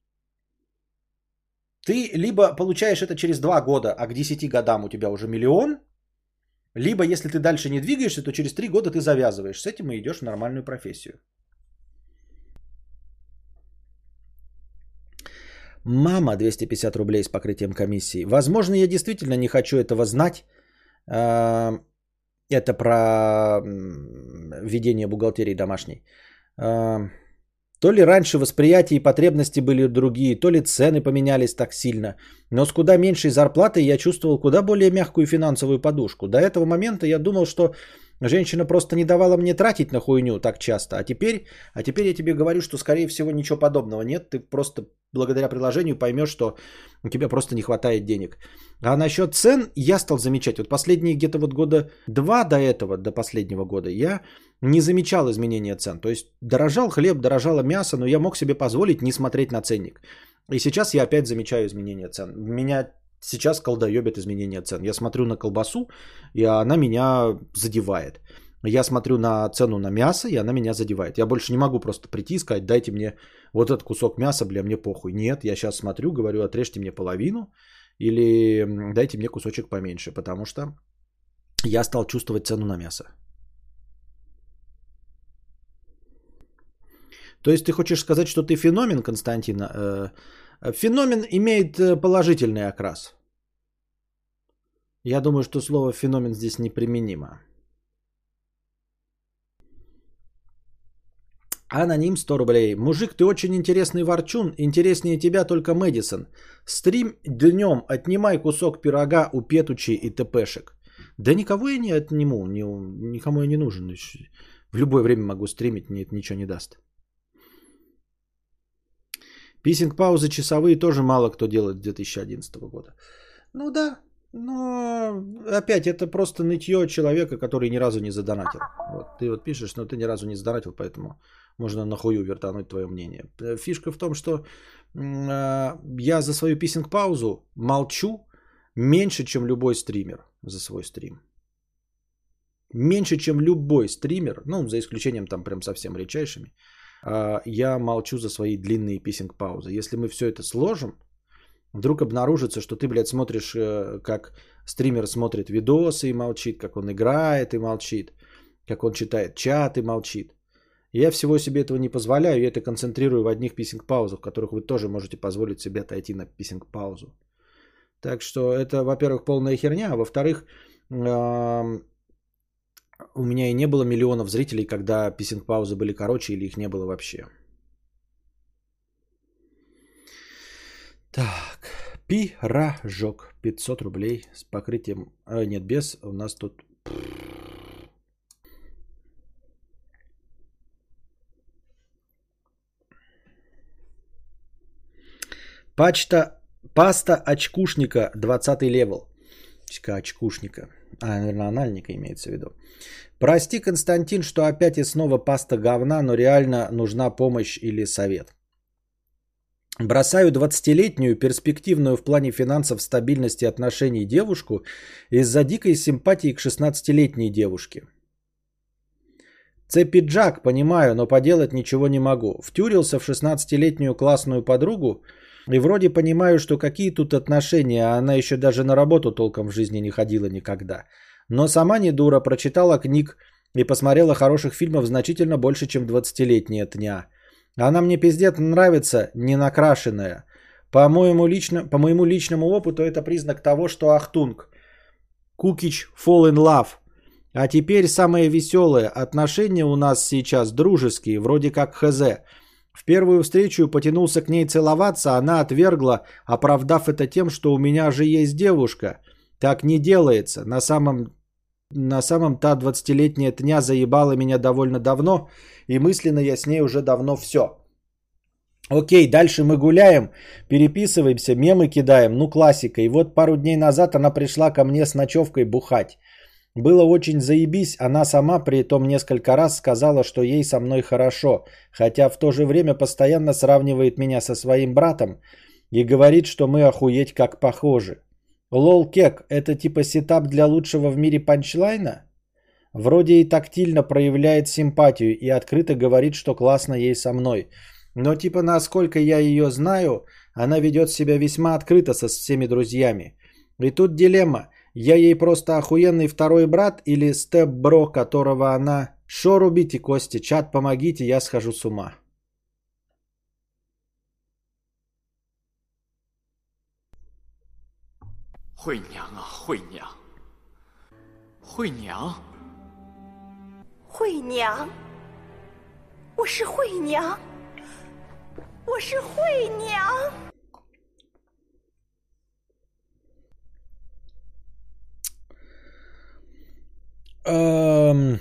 Ты либо получаешь это через два года, а к десяти годам у тебя уже миллион, либо если ты дальше не двигаешься, то через три года ты завязываешь с этим и идешь в нормальную профессию. Мама, двести пятьдесят рублей с покрытием комиссии. Возможно, я действительно не хочу этого знать. Это про ведение бухгалтерии домашней. То ли раньше восприятие и потребности были другие, то ли цены поменялись так сильно. Но с куда меньшей зарплатой я чувствовал куда более мягкую финансовую подушку. До этого момента я думал, что женщина просто не давала мне тратить на хуйню так часто. А теперь, а теперь я тебе говорю, что скорее всего ничего подобного нет. Ты просто благодаря приложению поймешь, что у тебя просто не хватает денег. А насчет цен я стал замечать. Вот последние где-то вот года два до этого, до последнего года, я не замечал изменения цен. То есть дорожал хлеб, дорожало мясо, но я мог себе позволить не смотреть на ценник. И сейчас я опять замечаю изменения цен. Меня сейчас колдоебят изменения цен. Я смотрю на колбасу, и она меня задевает. Я смотрю на цену на мясо, и она меня задевает. Я больше не могу просто прийти и сказать, дайте мне вот этот кусок мяса, бля, мне похуй. Нет, я сейчас смотрю, говорю, отрежьте мне половину, или дайте мне кусочек поменьше, потому что я стал чувствовать цену на мясо. То есть ты хочешь сказать, что ты феномен, Константин? Феномен имеет положительный окрас. Я думаю, что слово феномен здесь неприменимо. Аноним сто рублей. Мужик, ты очень интересный ворчун. Интереснее тебя только Мэдисон. Стрим днем. Отнимай кусок пирога у Петучи и ТПшек. Да никого я не отниму, ни, никому я не нужен. В любое время могу стримить, мне это ничего не даст. Писинг-паузы часовые тоже мало кто делает с две тысячи одиннадцатого года. Ну да, но опять это просто нытье человека, который ни разу не задонатил. Вот, ты вот пишешь, но ты ни разу не задонатил, поэтому можно нахую вертануть твое мнение. Фишка в том, что э, я за свою писинг-паузу молчу меньше, чем любой стример за свой стрим. Меньше, чем любой стример, ну, за исключением там прям совсем редчайшими, э, я молчу за свои длинные писинг-паузы. Если мы все это сложим, вдруг обнаружится, что ты, блядь, смотришь, как стример смотрит видосы и молчит, как он играет и молчит, как он читает чат и молчит. Я всего себе этого не позволяю, я это концентрирую в одних писинг-паузах, в которых вы тоже можете позволить себе отойти на писинг-паузу. Так что это, во-первых, полная херня, а во-вторых, у меня и не было миллионов зрителей, когда писинг-паузы были короче или их не было вообще. Так, пирожок, пятьсот рублей с покрытием, а, нет, без, у нас тут... Пачта, паста очкушника, двадцатый левел. Очкушника, а, наверное, анальника имеется в виду. Прости, Константин, что опять и снова паста говна, но реально нужна помощь или совет. Бросаю двадцатилетнюю, перспективную в плане финансов, стабильности отношений девушку из-за дикой симпатии к шестнадцатилетней девушке. Цепиджак, понимаю, но поделать ничего не могу. Втюрился в шестнадцатилетнюю классную подругу и вроде понимаю, что какие тут отношения, а она еще даже на работу толком в жизни не ходила никогда. Но сама не дура, прочитала книг и посмотрела хороших фильмов значительно больше, чем двадцатилетняя тня. Она мне пиздец нравится, не накрашенная. По моему, лично, по моему личному опыту это признак того, что Ахтунг. Кукич fall in love. А теперь самое веселое. Отношения у нас сейчас дружеские, вроде как хз. В первую встречу потянулся к ней целоваться, она отвергла, оправдав это тем, что у меня же есть девушка. Так не делается. На самом, на самом та двадцатилетняя тня заебала меня довольно давно, и мысленно я с ней уже давно все. Окей, дальше мы гуляем, переписываемся, мемы кидаем, ну классика. И вот пару дней назад она пришла ко мне с ночевкой бухать. Было очень заебись, она сама при том несколько раз сказала, что ей со мной хорошо, хотя в то же время постоянно сравнивает меня со своим братом и говорит, что мы охуеть как похожи. Лол кек, это типа сетап для лучшего в мире панчлайна? Вроде и тактильно проявляет симпатию и открыто говорит, что классно ей со мной. Но типа насколько я ее знаю, она ведет себя весьма открыто со всеми друзьями. И тут дилемма. Я ей просто охуенный второй брат или степ-бро, которого она... Шо рубите, Кости? Чат, помогите, я схожу с ума. 惠娘啊，惠娘，惠娘， 惠娘，我是惠娘，我是惠娘。 Эм...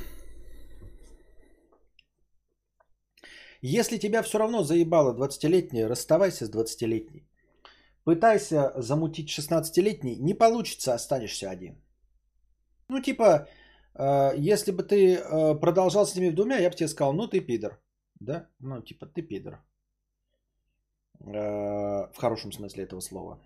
Если тебя все равно заебало двадцатилетняя, расставайся с двадцатилетней. Пытайся замутить шестнадцатилетний, не получится, останешься один. Ну типа, э, если бы ты э, продолжал с ними в двумя, я бы тебе сказал, ну ты пидор. Да? Ну типа ты пидор. Э, в хорошем смысле этого слова.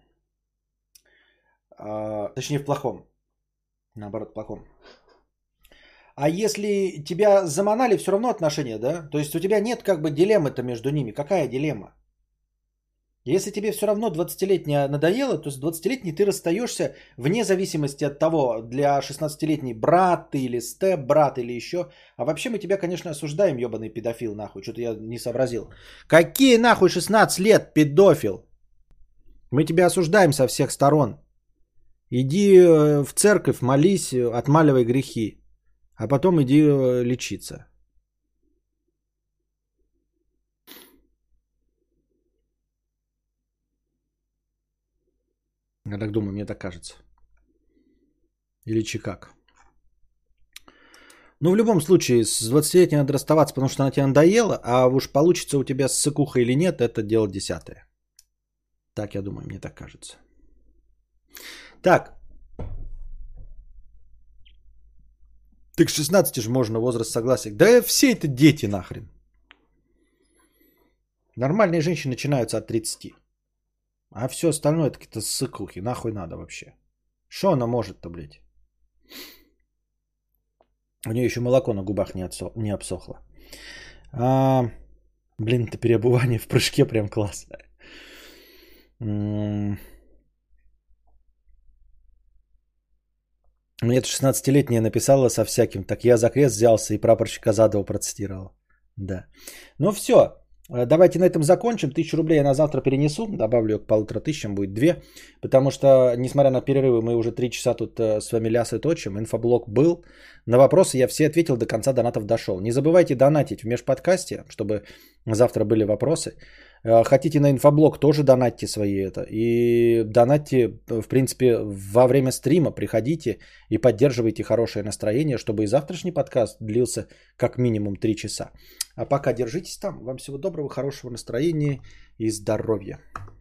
Э, точнее в плохом. Наоборот, в плохом. А если тебя заманали, все равно отношения, да? То есть у тебя нет как бы дилеммы-то между ними. Какая дилемма? Если тебе все равно двадцатилетняя надоела, то с двадцатилетней ты расстаешься вне зависимости от того, для шестнадцатилетней брат ты или степ, брат или еще. А вообще мы тебя, конечно, осуждаем, ебаный педофил, нахуй. Что-то я не сообразил. Какие нахуй шестнадцать лет, педофил? Мы тебя осуждаем со всех сторон. Иди в церковь, молись, отмаливай грехи. А потом иди лечиться. Я так думаю, мне так кажется. Или че как? Ну, в любом случае, с двадцатилетней надо расставаться, потому что она тебе надоела, а уж получится у тебя ссыкуха или нет, это дело десятое. Так, я думаю, мне так кажется. Так. Так к шестнадцати же можно возраст согласия. Да все это дети нахрен. Нормальные женщины начинаются от тридцати. А все остальное это какие-то ссыкухи. Нахуй надо вообще. Что она может-то, блядь? У нее еще молоко на губах не, отсо... не обсохло. А... Блин, это переобувание в прыжке прям классно. М- Мне шестнадцатилетняя написала со всяким. Так я за крест взялся и прапорщика Задова процитировал. Да. Ну все. Давайте на этом закончим. Тысячу рублей я на завтра перенесу. Добавлю ее к полутора тысячам. Будет две. Потому что, несмотря на перерывы, мы уже три часа тут с вами лясы точим. Инфоблог был. На вопросы я все ответил. До конца донатов дошел. Не забывайте донатить в межподкасте, чтобы завтра были вопросы. Хотите на инфоблог, тоже донатьте свои это. И донатьте, в принципе, во время стрима. Приходите и поддерживайте хорошее настроение, чтобы и завтрашний подкаст длился как минимум три часа. А пока держитесь там. Вам всего доброго, хорошего настроения и здоровья.